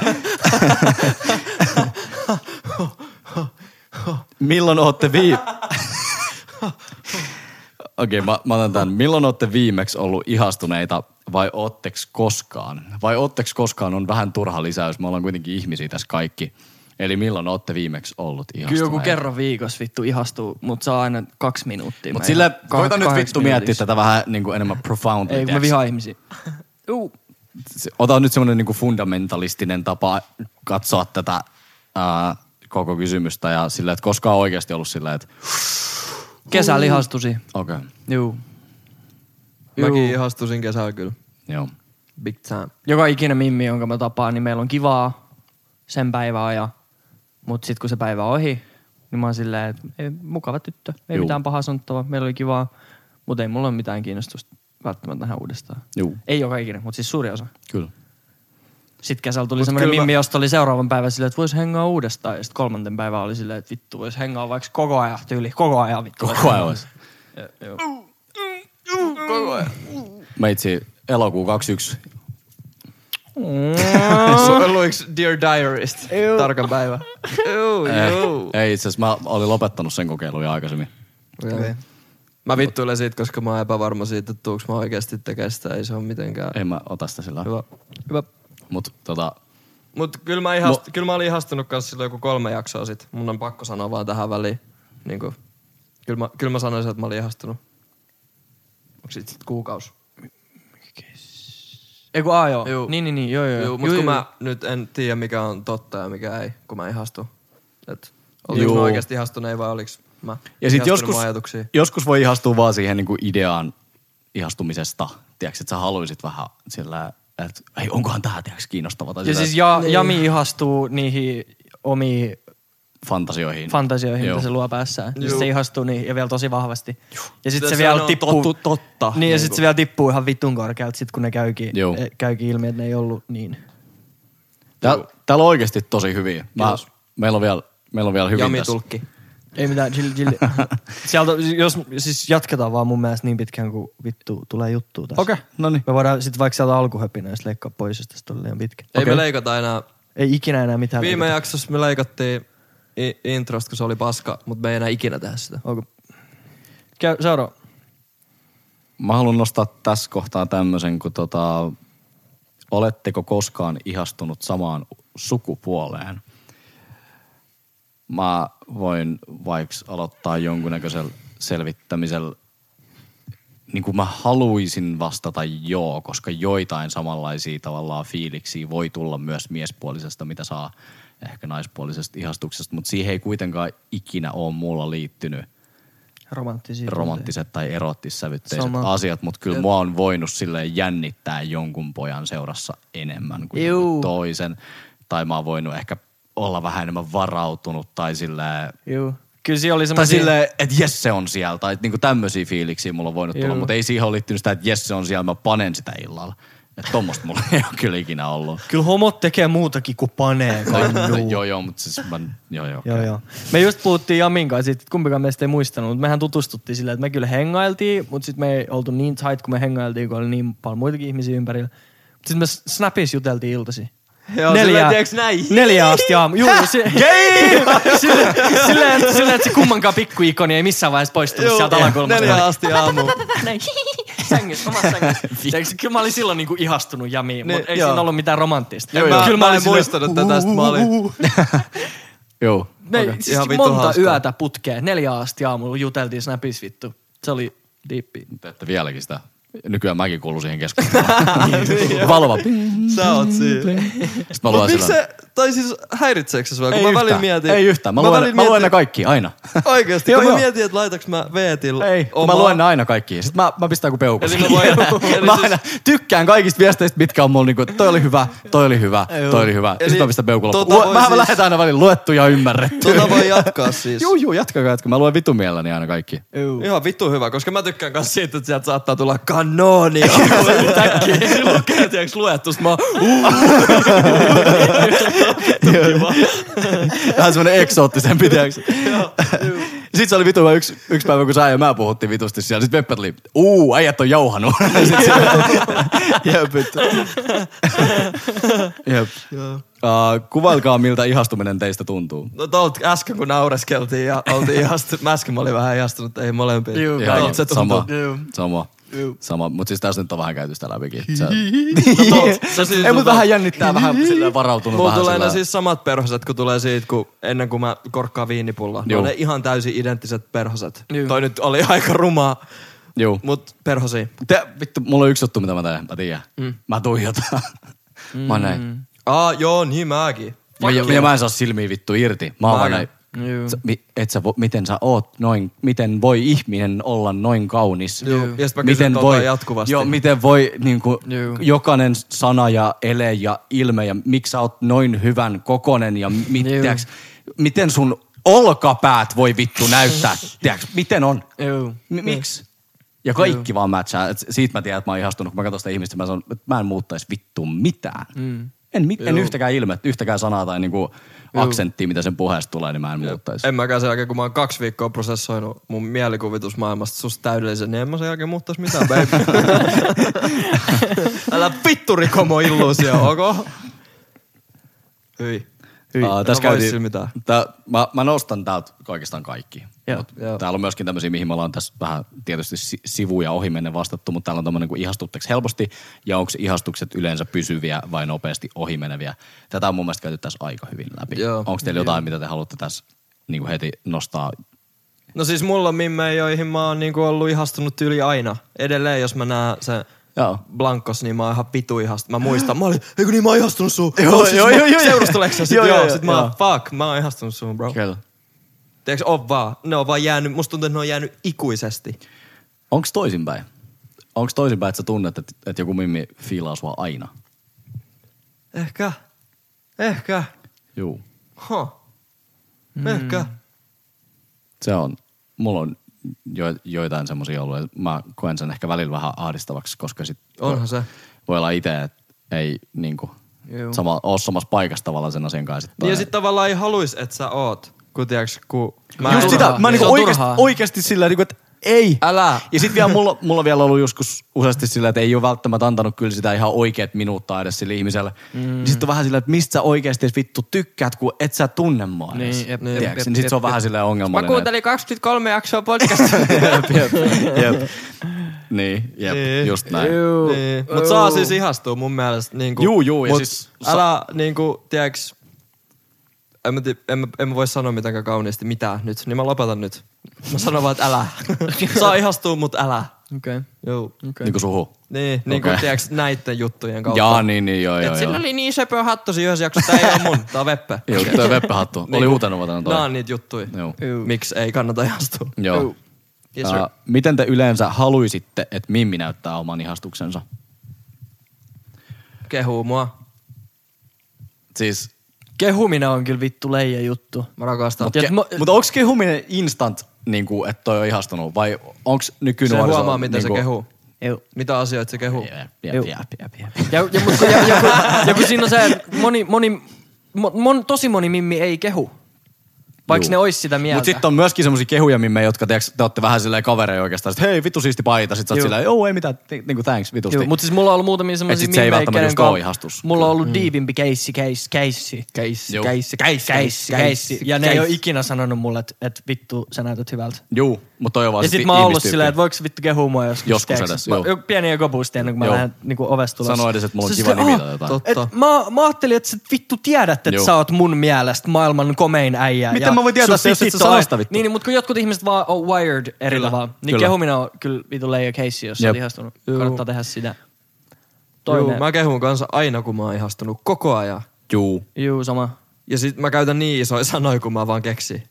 Milloin ootte vii... Okei, okay, mä, mä otan tän. Milloin ootte viimeksi ollut ihastuneita vai ootteks koskaan? Vai ootteks koskaan on vähän turha lisäys. Me ollaan kuitenkin ihmisiä tässä kaikki. Eli milloin ootte viimeksi ollut ihastuneita? Kyllä joku kerran viikossa vittu ihastuu, mut saa aina kaksi minuuttia. Mut Mä sille, ihan kah- koita nyt kahdeksi vittu miettiä minuutiksi. tätä vähän niin kuin enemmän profound. Ei, kun mä vihaan ihmisiä. Juu. Ota nyt semmoinen niin kuin fundamentalistinen tapa katsoa tätä ää, koko kysymystä ja sillä, että koskaan oikeasti ollut sillä, että Kesällä ihastusi. okei, okay, Juu. Mäkin Juu. ihastusin kesällä kyllä. joo. Big time. Joka ikinen mimmi, jonka mä tapaan, niin meillä on kivaa sen päivän ajan. Mut sit kun se päivä on ohi, niin mä oon silleen, että ei, mukava tyttö. Ei Juu. mitään pahaa sanottavaa. Meillä oli kivaa. Mut ei mulla ole mitään kiinnostusta välttämättä tähän uudestaan. Juu, Ei joka ikinen, mut siis suuri osa. kyllä. Sitten kesällä tuli Mut semmoinen kyllä mä- mimmi, josta oli seuraavan päivän silleen, että vois hengaa uudestaan. Ja sitten kolmanten päivän oli silleen, että vittu vois hengaa vaikka koko ajan tyyli. Koko ajan vittu. Koko ajan olisi. Ja- joo. Meitsi elokuu kaksikymmentäyksi. Luiks Dear Diarist? Tarkan päivä. Juu, juu. Ei itse asiassa, mä olin lopettanut sen kokeilun jo aikaisemmin. Okay. Mä vittuilen siitä, koska mä oon epävarma siitä, että tuuks mä oikeesti tekee sitä. Ei se ole mitenkään. En mä ota sitä sillä. Hyvä. Hyvä. Mut tota, Mut kyllä mä, ihast, kyllä mä olin ihastunut kanssa silloin joku kolme jaksoa sit. Mun on pakko sanoa vaan tähän väliin. Niinku, Kyllä mä, kyllä mä sanoisin, että mä olin ihastunut. Onko sit sit kuukausi? Eiku A joo. Juu. Niin, niin, niin, joo, joo. Joo, mutta Juu, kun juu. mä nyt en tiedä mikä on totta ja mikä ei, kun mä ihastun. Et oliko Juu. mä oikeasti ihastunut vai oliks mä Ja sit ihastunut joskus, mun ajatuksiin? joskus voi ihastua vaan siihen niinku ideaan ihastumisesta. Tiedätkö, että sä haluisit vähän sillä, että ei, onkohan tää tiedätkö, kiinnostavaa. Tai Ja sillä, siis ja, Jami ihastuu niihin omiin fantasioihin. fantasioihin, Joo. mitä se luo päässään. Ja Juu. sit se ihastuu niin, ja vielä tosi vahvasti. Ja sit Se se, vielä on tippuu. tottu- totta. Niin, ja sit Niinku. se vielä tippuu ihan vitun korkealta, sit kun ne käykin, Joo. eh, käykin ilmi, että ne ei ollut niin. Tää, täällä on oikeasti tosi hyviä. Mä, Kiitos. meillä, on vielä, meillä on vielä hyvin Jami tässä. tulkki. Ei mitään, chill, chill. Sieltä, jos, siis jatketaan vaan mun mielestä niin pitkään, kun vittu tulee juttua tässä. Okei, okay, no niin. Me voidaan sit vaikka sieltä alkuhöpinöistä leikkaa pois, jos tästä on liian pitkä. Ei Okei. me leikata enää. Ei ikinä enää mitään Viime leikata. jaksossa me leikattiin i- introsta, kun se oli paska, mutta me ei enää ikinä tehdä sitä. Okay. Käy, seuraava. Mä haluan nostaa tässä kohtaa tämmöisen, kun tota, oletteko koskaan ihastunut samaan sukupuoleen? Mä voin vaikka aloittaa jonkunnäköisellä selvittämisellä. Niin kuin mä haluaisin vastata joo, koska joitain samanlaisia tavallaan fiiliksiä voi tulla myös miespuolisesta, mitä saa ehkä naispuolisesta ihastuksesta, mutta siihen ei kuitenkaan ikinä ole mulla liittynyt Romanttisia. romanttiset tai erottissävytteiset Sama. asiat, mutta kyllä mua on voinut silleen jännittää jonkun pojan seurassa enemmän kuin Juu. jonkun toisen. Tai mä oon voinut ehkä olla vähän enemmän varautunut tai silleen, Joo. Kyllä siinä oli tai semmosia... silleen, että Jesse on siellä. Tai niinku tämmöisiä fiiliksiä mulla on voinut tulla, Juu. mutta ei siihen ole liittynyt sitä, että Jesse on siellä, mä panen sitä illalla. Että tommoista mulla ei ole kyllä ikinä ollut. Kyllä homot tekee muutakin kuin panee kannuun. joo, joo, mutta siis mä, joo, joo. Joo, joo. Me just puhuttiin Jamin kanssa siitä, että kumpikaan meistä ei muistanut, mutta mehän tutustuttiin silleen, että me kyllä hengailtiin, mutta sitten me ei oltu niin tight, kun me hengailtiin, kun oli niin paljon muitakin ihmisiä ympärillä. Sitten me Snapissa juteltiin iltasi. Joo, silleen, tiiäks näin? Neljä asti aamu. Juu, se, silleen, silleen, silleen, että se kummankaan pikkuikoni ei missään vaiheessa poistunut sieltä alakulmasta. Neljä asti aamu. Näin. Sängyssä, omassa sängyssä. Tiedätkö, kyllä mä olin silloin niinku ihastunut Jamiin, Niin, mutta ei joo. siinä ollut mitään romanttista. Joo, joo. Kyllä Mä en olin silleen, muistanut tätä, sit mä olin- Joo. Me Okei. siis Ihan vittu monta hauskaa. yötä putkeen, neljä asti aamulla juteltiin Snapissa vittu. Se oli diippi. Teette vieläkin sitä. Nykyään mäkin kuulun siihen keskusteluun. Valva. Sä oot siinä. Sitten mä Mut luen miksi sillä. se, tai siis häiritseekö se sua? Kun Ei mä yhtään, välillä mietin. ei yhtään. Mä, luen, mä luen ne kaikki, aina. Oikeesti, Joo, kun mä joo. mietin, että laitaks mä Veetillä Ei, kun mä luen ne aina kaikki. Sitten mä, mä pistän kuin peukku. Eli mä voin- eli mä siis- aina tykkään kaikista viesteistä, mitkä on mulla niinku, toi oli hyvä, toi oli hyvä, toi oli hyvä. Eli Sitten mä pistän peukun tota loppuun. voi Mä siis- lähetän aina välillä luettu ja ymmärretty. Tota voi jatkaa siis. Juu, juu, jatkakaa, jatkakaa. Mä luen vitun mielelläni aina kaikki. Ihan vittu hyvä, koska mä tykkään kanssa siitä, että sieltä saattaa tulla kanoni. Yhtäkkiä lukee, tiiäks luettu, sit mä oon, Vähän semmonen eksoottisempi, tiiäks. Sitten se oli vitu hyvä yksi, yksi päivä, kun sä ja mä puhuttiin vitusti siellä. Sitten Peppe tuli, uu, äijät on jauhanut. Sitten se, jep, vittu. Jep. Uh, kuvailkaa, miltä ihastuminen teistä tuntuu. No tuolta äsken kun naureskeltiin ja oltiin ihastunut. Mä äsken mä olin vähän ihastunut, ei molempia. Juu, Ihan Tuolta se sama, tuntuu. Juu. sama, sama. Mutta siis tässä nyt on vähän käyty sitä läpikin. Se, No tuolta- se siis ei, mut tota- vähän jännittää, vähän silleen varautunut. Mulla vähän tulee ne sillä- siis samat perhoset, kun tulee siitä, kun ennen kuin mä korkkaan viinipulloa. Ne Juu. on ne ihan täysin identtiset perhoset. Juu. Toi nyt oli aika rumaa, Juu. mut perhosia. Te, vittu, mulla on yksi juttu, mitä mä teen. Mä tiedän. Mm. Mä tuijotan. Mä oon näin. Aa, joo, niin mäkin. Ja, ja, ja mä en saa silmiä vittu irti. Mä oon vaan näin. Juu. Sä, mi, et sä vo, miten sä oot noin, miten voi ihminen olla noin kaunis? Joo. Ja sit mä kysyn tota jatkuvasti. Joo, miten voi niinku, Joo. jokainen sana ja ele ja ilme ja miksi sä oot noin hyvän kokonen ja mit, Joo. tiiäks, miten sun olkapäät voi vittu näyttää, tiiäks, miten on? Juu. M- miksi? Ja kaikki vaan matchaa. Et siitä mä tiedän, että mä oon ihastunut, kun mä katson sitä ihmistä, mä sanon, että mä en muuttaisi vittu mitään. Mm. En, mit, en yhtäkään ilmettä, yhtäkään sanaa tai niinku aksenttia, mitä sen puheesta tulee, niin mä en muuttaisi. En mäkään sen jälkeen, kun mä oon kaksi viikkoa prosessoinut mun mielikuvitusmaailmasta susta täydellisen, niin en mä sen jälkeen muuttaisi mitään, baby. Älä vittu riko mun illuusio, ok? Hyi. Hyi. En Uh, mä tässä voi käytiin, sillä mitään. tää, mä, mä nostan täältä oikeastaan kaikki. Joo, Mut joo. Täällä on myöskin tämmöisiä, mihin me ollaan tässä vähän tietysti si- sivuja ohi menne vastattu, mutta täällä on tämmöinen kuin ihastutteko helposti ja onko ihastukset yleensä pysyviä vai nopeasti ohimeneviä. Tätä on mun mielestä käyty tässä aika hyvin läpi. Joo. Onko teillä jotain, mitä te haluatte tässä niin kuin heti nostaa No siis mulla on mimmejä, joihin mä oon niinku ollut ihastunut tyyli aina. Edelleen jos mä näen sen Joo. Blankos, niin mä oon ihan pitu ihastunut. Mä muistan, mä olin, eikö niin mä oon ihastunut suun? Joo, siis joo, mä- joo, joo. Seurusteleksä sit Joo, joo, joo, sit mä oon, joo. fuck, mä oon ihastunut suun, bro. Kyllä. Tiedätkö, on vaan. Ne on vaan jäänyt, musta tuntuu, että ne on jäänyt ikuisesti. Onks toisinpäin? Onks toisinpäin, että sä tunnet, että, että joku mimmi fiilaa sua aina? Ehkä. Ehkä. Juu. Huh. Ehkä. Se on, mulla on jo, joitain semmosia ollut, että mä koen sen ehkä välillä vähän ahdistavaksi, koska sit Onhan se. voi olla itse, että ei niinku Juu. sama, oo samassa paikassa tavallaan sen asian kanssa. Niin ja sit tavallaan ei haluis, että sä oot. Kun tiiäks, kun... Mä Just en- sitä, mä Se niinku on oikeesti, turhaa. oikeesti sillä niinku, että ei. Älä. Ja sit vielä mulla, mulla on vielä ollut joskus useasti sillä, että ei ole välttämättä antanut kyllä sitä ihan oikeet minuuttaa edes sille ihmiselle. Mm. Niin sit on vähän sillä, että mistä sä oikeesti edes vittu tykkäät, kun et sä tunne mua edes. Niin, jep, Niin, jep, Tiedätkö? jep, Niin sit jep, se on jep. vähän silleen Mä ongelmallinen. kuuntelin kaksikymmentäkolme jaksoa podcastia. Jep, jep, jep. Niin, jep, Niin. just näin. Niin. Mut saa siis ihastua mun mielestä. Niinku, Juu, juu, ja mut siis sa- älä niinku, tiiäks, en mä, ti- en, mä, en mä voi sanoa mitenkään kauniisti mitään nyt, niin mä lopetan nyt. Mä sanon vaan, että älä. Saa ihastua, mut älä. Okei. Okay. Joo. Okay. Niinku suhu. Niin, niin kuin Okei. tiiäks näitten juttujen kautta. Jaa, niin, niin, joo, joo, Et sillä joo. oli niin söpö hattosi yhdessä jaksossa, tää ei oo mun, tää on Veppe. Joo, toi Veppe-hattu. Oli Niinku, uutena vuotena toi. Nää on niitä juttuja. Joo. Miksi ei kannata ihastua. Joo. Yes, sir. Uh, miten te yleensä haluisitte, että Mimmi näyttää oman ihastuksensa? Kehuu mua. Siis, Kehuminen on kyllä vittu leija juttu. Mä rakastan. Mut- Ja ke- mo- mutta onks kehuminen instant, niinku, että toi on ihastunut? Vai onks Se nykynuoriso... huomaa, miten se niinku- kehuu. Joo. Mitä asioita se kehuu. Jep, Joo. jep, jep, jep, jep. Ja, ja, mut, ja, ja, kun, ja kun siinä on se, että moni, moni, mo, mon, tosi moni mimmi ei kehu. Vaikka Juu. ne ois sitä mieltä. Mut sit on myöskin semmosia kehuja mimmejä, jotka tiiäks, te ootte vähän silleen kavereja oikeastaan. Sit, hei, vittu siisti paita. Sit sä oot Juu. silleen, joo, ei mitään, t- niinku thanks vitusti. Joo, mutta siis mulla on ollut muutamia Et semmosia sit se ei mimmejä, välttämättä kenen just oo kanssa- ihastus. Mulla on ollut diivimpi keissi, keissi, keissi. Keissi, Joo. keissi, Keissi, keissi, keissi. Ja ne ei keissi. ole ikinä sanonut mulle, että et vittu sä näytät hyvältä. Juu, mutta toi on vaan Ja sit mä oon ollut silleen, että voiko se vittu kehua mua joskus. Joskus tiiäks? edes, Mä- joo. jo- Pieniä kopusti ennen kuin mä Joo. lähden niinku ovesta tulossa. Sano edes, että mulla on Se kiva silleen, nimi "Ah, tai jotain." Totta. Et mä, mä ajattelin, että sä vittu tiedät, että Joo. sä oot mun mielestä maailman komein äijä. Miten ja mä voin tietää sun se, jos et sä titit on- sano sitä vittu? Niin, niin mutta kun jotkut ihmiset vaan on wired eri Kyllä, tavalla, niin kyllä. kehuminen on kyllä vittu leija keissi, jos sä oot Jep. ihastunut. Joo. Kannattaa tehdä sitä. Juu, Toinen. mä kehun kanssa aina, kun mä oon ihastunut koko ajan. Juu. Juu, sama. Ja sit mä käytän niin isoja sanoja, kun mä vaan keksin,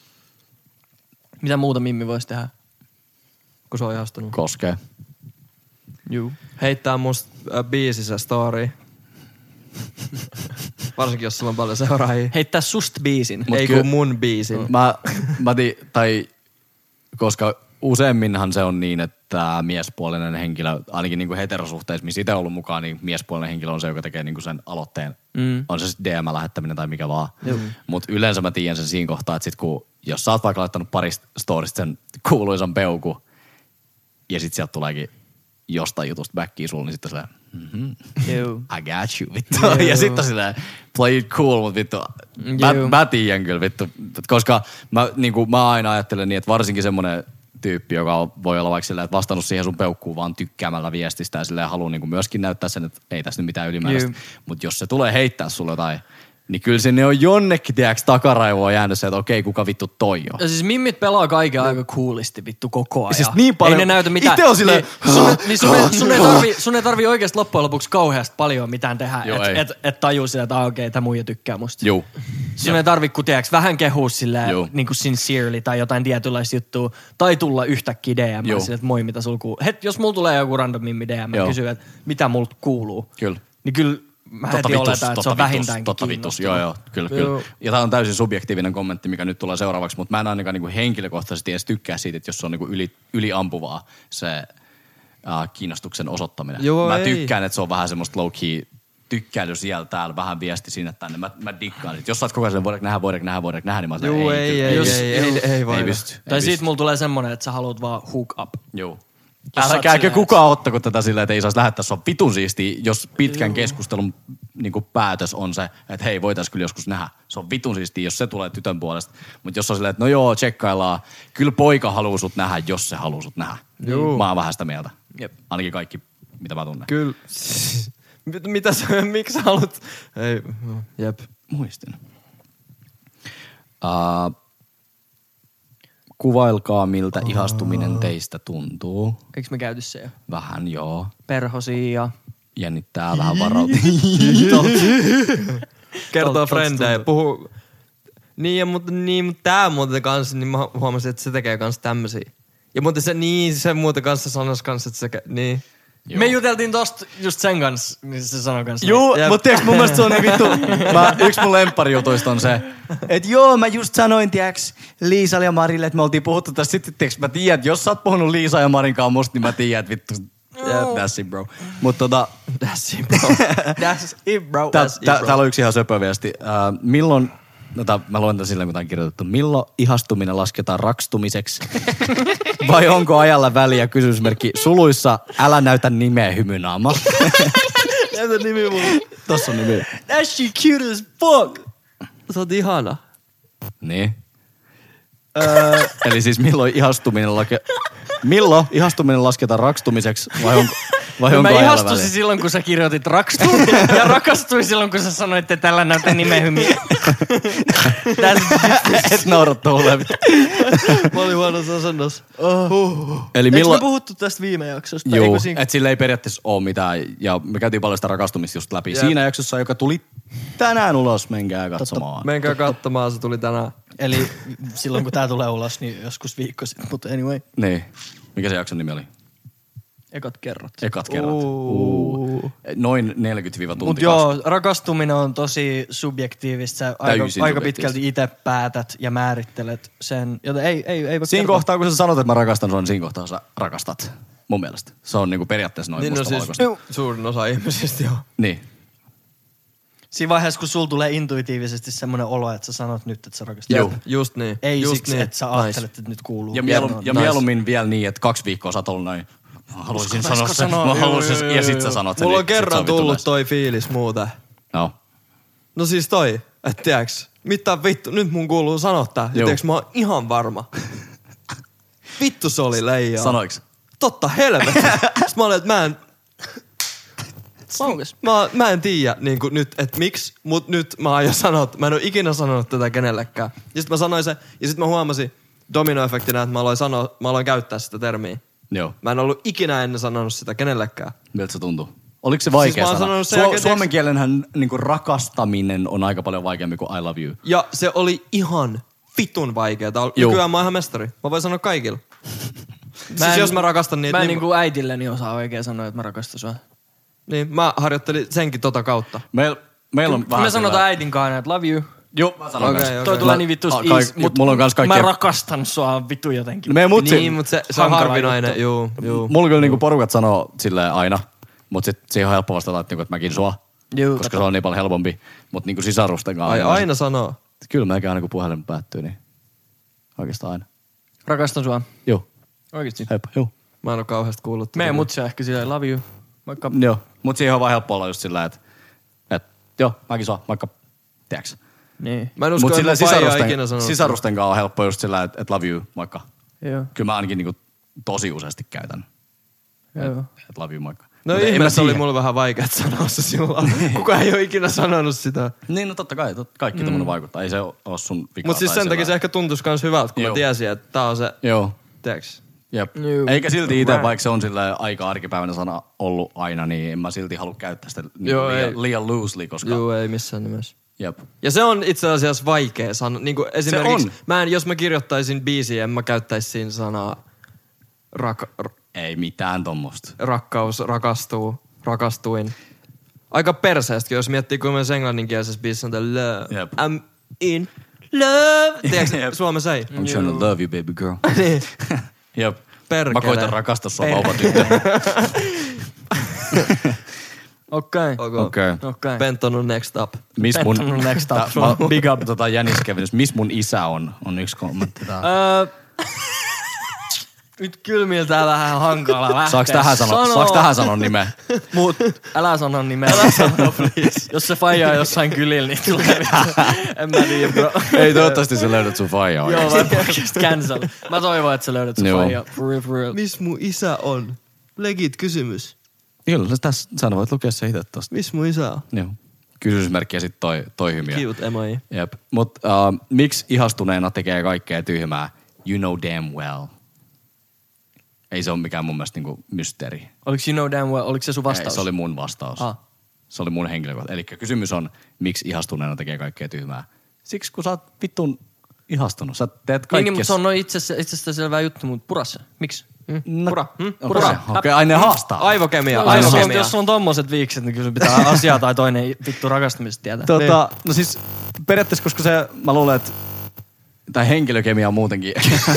Mitä muuta Mimmi voisi tehdä? kun se on ihastunut. Koskee. Juu. Heittää musta äh, biisissä story. Varsinkin, jos sulla on paljon seuraajia. Heittää susta biisin. Mut Ei kyllä- kun mun biisin. Mä, mä ti, tai koska useimminhan se on niin, että miespuolinen henkilö, ainakin niinku heterosuhteissa, missä itse ollut mukaan, niin miespuolinen henkilö on se, joka tekee niinku sen aloitteen. Mm. On se sitten D M-lähettäminen tai mikä vaan. Mutta yleensä mä tiedän sen siinä kohtaa, että sit kun, jos sä oot vaikka laittanut parista storista sen kuuluisan peukku, ja sit sieltä tuleekin jostain jutusta backiin sulle, niin sitten silleen, mm-hmm, Juu. I got you, vittu. Ja sitten silleen, play it cool, mutta vittu, mä, Juu. mä tiedän kyllä, vittu. Koska mä, niinku, mä aina ajattelen niin, että varsinkin semmonen tyyppi, joka on, voi olla vaikka silleen, että vastannut siihen sun peukkuun vaan tykkäämällä viestistä ja silleen haluaa niinku myöskin näyttää sen, että ei tässä nyt mitään ylimääräistä. Juu. Mutta jos se tulee heittää sulle jotain, niin kyllä sinne on jonnekin, tiedäks, takaraivoa jäänyt se, että okei, kuka vittu toi on. Ja siis mimmit pelaa kaiken aika coolisti vittu koko ajan. Siis niin paljon- Ei ne näytä mitään. Itse on silleen, Niin, sun, niin sun, ei- sun, ei tarvi, sun ei tarvi oikeasti loppujen lopuksi kauheasti paljon mitään tehdä. Joo, ei. Että et, et tajuu sitä, että ah, okei, tämä muija tykkää musta. Juu. Sun ei tarvi, kun tiedäks, vähän kehua silleen Joo. niin kuin sincerely tai jotain tietynlaista juttua. Tai tulla yhtäkkiä D M Joo. silleen, että moi, mitä sul kuuluu. Het, jos mulla tulee joku random mimmi D M ja Joo. kysyy, että mitä multa kuuluu. Kyllä. Niin kyllä mä heti oletan, että se on vähintäänkin totta vitus, kiinnostunut. joo joo, kyllä, Joo. kyllä. Ja tää on täysin subjektiivinen kommentti, mikä nyt tulee seuraavaksi, mutta mä en ainakaan niinku henkilökohtaisesti edes tykkää siitä, että jos se on niinku yli, yliampuvaa se äh, kiinnostuksen osoittaminen. Joo, mä ei. tykkään, että se on vähän semmoista low-key tykkäily siellä täällä, vähän viesti sinne tänne. Mä, mä dikkaan. Jos sä oot koko ajan, voidaanko nähdä, voidaanko nähdä, voidaanko nähdä, niin mä oon Juu, silleen, ei, kyllä, ei, Jos- ei, ei, ei, ei voi. ei pysty. Tai ei siitä pysty. mulla tulee semmonen, että sä haluat vaan hook up. Joo. Jos sä oot Älkääkö silleen, kukaan ottako tätä silleen, että ei saisi lähettää. Se on vitun siistiä, jos pitkän keskustelun niin kuin päätös on se, että hei, voitaisiin kyllä joskus nähdä. Se on vitun siistiä, jos se tulee tytön puolesta. Mutta jos on silleen, että no joo, tsekkaillaan. Kyllä poika haluaa sut nähdä, jos se haluaa sut nähdä. Juu. Mä oon vähän sitä mieltä. Jep. Ainakin kaikki, mitä mä tunnen. Kyllä. Mit- Mitä sä, miksi sä haluat? Ei, jep. Muistin. Uh, kuvailkaa miltä ihastuminen teistä tuntuu. Eikö me käyty se jo? Vähän joo. Perhosia ja... Jännittää vähän varautua. Kertoo frendejä, puhuu. Niin, ja, mutta, niin, mutta tää muuten kanssa, niin mä huomasin, että se tekee kanssa tämmösiä. Ja muuten se, niin, se muuten kanssa sanois kanssa, että se, niin. Joo. Me juteltiin tosta just sen kanssa, niin se sanoi kanssa. Juu, mutta tiiäks mun mielestä se on niin vittu. Mä, yksi mun lempparijutuista on se, että joo, mä just sanoin, tiiäks, Liisalle ja Marille, että me oltiin puhuttu tästä. Sitten tiiäks, mä tiedän, että jos sä oot puhunut Liisa ja Marinkaan musta, niin mä tiedän, että vittu, that's it bro. Mut tota... That's it bro. That's it bro. Tää, That's it, tää, bro. täällä on yksi ihan söpö viesti. Uh, milloin, no tää, mä luen tämän silleen, mitä on kirjoitettu. Milloin ihastuminen lasketaan rakstumiseksi? Vai onko ajalla väliä? Kysymysmerkki suluissa, älä näytä nimeä hymynaama. Näytä nimi mulle. Tossa on nimi. That shit cute as fuck. Sä oot ihana. Niin. Öö, eli siis milloin ihastuminen lake... Milloin ihastuminen lasketaan rakstumiseksi vai onko, vai onko Mä ajalla ihastuisin väliä? silloin, kun sä kirjoitit rakstuun ja rakastuin silloin, kun sä sanoit, että tällä näyttää nimeä hymiä. Et naurattu ole. Mä olin huonossa asennossa. Eli Eikö milloin... me puhuttu tästä viime jaksosta? Joo, Eikö siinä... että sillä ei periaatteessa ole mitään. Ja me käytiin paljon sitä rakastumista just läpi. Jep. Siinä jaksossa, joka tuli tänään ulos, menkää katsomaan. Menkää katsomaan, se tuli tänään. Eli silloin, kun tää tulee ulos, niin joskus viikko sitten. Mutta anyway, Niin. Mikä se jakson nimi oli? ekat kerrot. Ekat kerrat. Uh. Noin neljäkymmentä tuntia. Mut joo, rakastuminen on tosi subjektiivista. Sä aika, Täysin aika subjektiivista. pitkälti itse päätät ja määrittelet sen. Joten ei, ei, ei voi Siinä kertoa. kohtaa, kun sä sanot, että mä rakastan sua, niin siinä kohtaa sä rakastat. Mun mielestä. Se on niinku periaatteessa noin Niin no siis mustavalkoista. suurin osa ihmisistä joo. Niin. Siinä vaiheessa, kun sulla tulee intuitiivisesti semmoinen olo, että sä sanot nyt, että sä rakastat. Joo. Just niin. Ei just siksi, niin. että sä ajattelet, että nyt kuuluu. Ja, mielu, ja Nice. mieluummin vielä niin, että kaksi viikkoa sä oot ollut noin. Mä haluaisin sanoa Uskaltaisiko sen. sanoa? Mä Joo, haluaisin, joo, ja joo, sit joo. sä sanot sen. Mulla niin on sit se kerran vittu tullut nice. toi fiilis muuten. No. No siis toi, että tiiäks, mitä vittu, nyt mun kuuluu sanoa tää. Ja Joo. tiiäks, mä oon ihan varma. Vittu se oli leijaa. Sanoiks? Totta helvetti. Sitten mä olin, että mä en... Saukas. Mä, mä en tiedä niin nyt, että miksi, mut nyt mä aion sanoa, mä en oo ikinä sanonut tätä kenellekään. Ja sit mä sanoin se, ja sit mä huomasin dominoefektinä, että mä aloin, sanoa, mä aloin käyttää sitä termiä. Joo. Mä en ollut ikinä ennen sanonut sitä kenellekään. Miltä se tuntuu? Oliko se vaikea Siis mä oon sana? sanonut sen Su- jälkeen, suomen kielenhän niinku rakastaminen on aika paljon vaikeampi kuin I love you. Ja se oli ihan vitun vaikeeta. Juu. Nykyään mä oon ihan mestari. Mä voin sanoa kaikille. Mä siis en- jos mä rakastan niitä, Mä en niin, niinku äitilleni osaa oikein sanoa, että mä rakastan sua. niin mä harjoittelin senkin tota kautta. Meil, meillä on vähän Me sanotaan sillä- äitin kanssa, että love you. Joo, mä sanon Okei, kans. okei. Toi tulee niin vittu Ah, kaik- easy, mut mulla on kans kaikkea- mä rakastan sua vittu jotenkin. No meidän mutsi, Niin, mutta se, se on hankala harvinainen. juttu. Juu, juu. mulla kyllä niinku porukat sanoo silleen aina, mutta sit siihen on helppo vastata, että, niinku, että mäkin sua, Juu, koska se on niin paljon helpompi. Mutta niinku sisarusten kanssa. Ai aina- aina sanoo. Kyllä mäkin aina kun puhelin päättyy, niin oikeastaan aina. Rakastan sua. Joo, Oikeesti. heippa, joo. Mä en oo kauheasti kuullut. tätä. Meidän mutsi on ehkä silleen love you. Vaikka Joo, mutta siihen on vaan helppo olla just sillä, että, että joo, mäkin sua, vaikka, tiedäks. niin. Mä en usko, Mutta että sillä mun faija on sisarusten, ikinä sanonut. sisarusten kanssa on helppo just sillä, että, että love you, vaikka. Joo. Kyllä mä ainakin niinku tosi useasti käytän, Joo. että love you, vaikka. No Mut en mä ihmeessä oli siihen- mulle vähän vaikea sanoa se silloin. Kuka ei oo ikinä sanonut sitä. Niin, no totta kai, tot, kaikki mm. tommonen vaikuttaa. Ei se ole sun vika. Mut siis tai sen takia sellainen. se ehkä tuntuisi kans hyvältä, kun Joo. mä tiesin, että tää on se, Joo, tiiäks. jep. Joo. Eikä silti itse, Right. vaikka se on sillä aika arkipäivänä sana ollut aina, niin en mä silti halua käyttää sitä niin Joo, liian, ei. liian loosely, koska... Juu, ei missään nimessä. Jep. Ja se on itse asiassa vaikea sana. Niin kuin esimerkiksi, on. mä en, jos mä kirjoittaisin biisiä, en mä käyttäisi siinä sanaa rak, r- Ei mitään tommosta. rakkaus, rakastuu, rakastuin. Aika perseestä, jos miettii, kuinka myös englanninkielisessä biisissä on tää love. Jep. I'm in love. Tiedätkö, Jep. Suomessa ei. I'm trying to love you, baby girl. Niin. Jep. Perkele. Mä koitan rakastaa sua, vauva tyttö. Okei. Ok. Okei. Okei. Penton next up. Miss mun... Penton next up. Tää- mä- Big up tota Jänis Kevinys. Miss mun isä on, on yksi kommentti täällä. Öö, nyt kylmiltää vähän hankala lähteä. Saaks tähän sanoa, saaks tähän sanoa nimeä? Mut älä sano nimeä. Älä sano, please. Jos se faija on jossain kylillä, niin tulee vittu. En mä tiedä, bro. Ei, toivottavasti sä löydät sun faijaa. Joo, vai oikeesti cancel. Mä toivon, että sä löydät sun Joo. faija. For real, for real. Miss mun isä on? Legit kysymys. Kyllä, tässä sä voit lukea se itse tosta. Miss mun isä on? Joo. Kysymysmerkki ja sit toi, toi hymiö. Cute emoji. Jep. Mut uh, miksi ihastuneena tekee kaikkea tyhmää? you know damn well. Ei se ole mikään mun mielestä niinku mysteeri. Oliko you know damn well, oliko se sun vastaus? Ei, se oli mun vastaus. Ah. Se oli mun henkilökohtainen. Eli kysymys on, miksi ihastuneena tekee kaikkea tyhmää. Siksi kun sä oot vittun ihastunut. Sä teet Niin, kaikkea... niin, mutta se on noin itsestään selvää juttu, mutta purassa. Miksi? Mm? No, Pura. Mm? Okei, Pura. okay. okay, aina haastaa. Aivokemia. Jos, jos, Aivokemia. jos sulla on tommoset viikset, niin kyllä sun pitää asiaa tai toinen vittu rakastamisesta tietää. Tota, no siis periaatteessa, koska se, mä luulen, että tai henkilökemia muutenkin.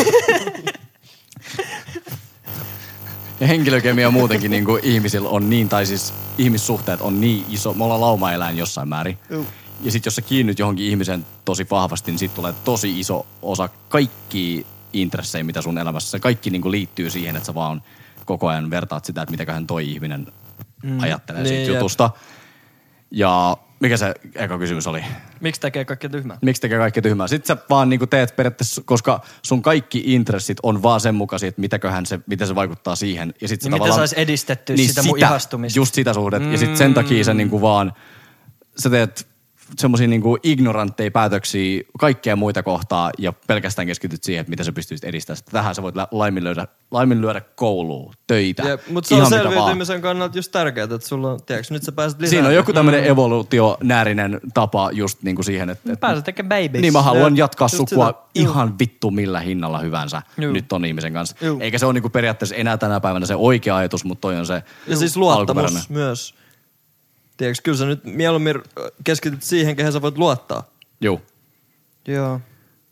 Ja henkilökemia muutenkin niin kuin ihmisillä on niin, tai siis ihmissuhteet on niin iso. Me ollaan laumaeläin jossain määrin. Juh. Ja sit jos sä kiinnyt johonkin ihmiseen tosi vahvasti, niin siitä tulee tosi iso osa kaikkia intressejä, mitä sun elämässä. Se kaikki niin kuin liittyy siihen, että sä vaan koko ajan vertaat sitä, että mitäköhän toi ihminen mm. ajattelee niin, siitä jutusta. Ja mikä se eka kysymys oli? Miksi tekee kaikkea tyhmää? Miksi tekee kaikkea tyhmää? Sitten sä vaan niinku teet periaatteessa, koska sun kaikki intressit on vaan sen mukaisia, että mitäköhän se, miten se vaikuttaa siihen. Ja sit niin miten saisi edistettyä niin sitä, sitä mun ihastumista. Just sitä suhdet. Mm. Ja sit Mm. sen takia sä niinku vaan, sä teet semmosia niinku ignorantteja päätöksiä kaikkea muita kohtaa ja pelkästään keskityt siihen, että miten sä pystyisit edistämään sitä. Tähän sä voit laiminlyödä, laiminlyödä koulua, töitä. Mutta se on selviytymisen kannalta just tärkeää, että sulla on, tiedätkö, nyt sä pääset lisää. Siinä on joku tämmönen mm. evoluutionäärinen tapa just niinku siihen, että... että pääset tekemään babies. Niin mä haluan Ja, jatkaa sukua sitä. ihan vittu millä hinnalla hyvänsä Juu. nyt ton ihmisen kanssa. Juu. Eikä se ole niinku periaatteessa enää tänä päivänä se oikea ajatus, mutta toi on se Ja siis alkuperäinen. luottamus myös. Tiedätkö, kyllä sä nyt mieluummin keskityt siihen, kehen sä voit luottaa. Joo. Joo.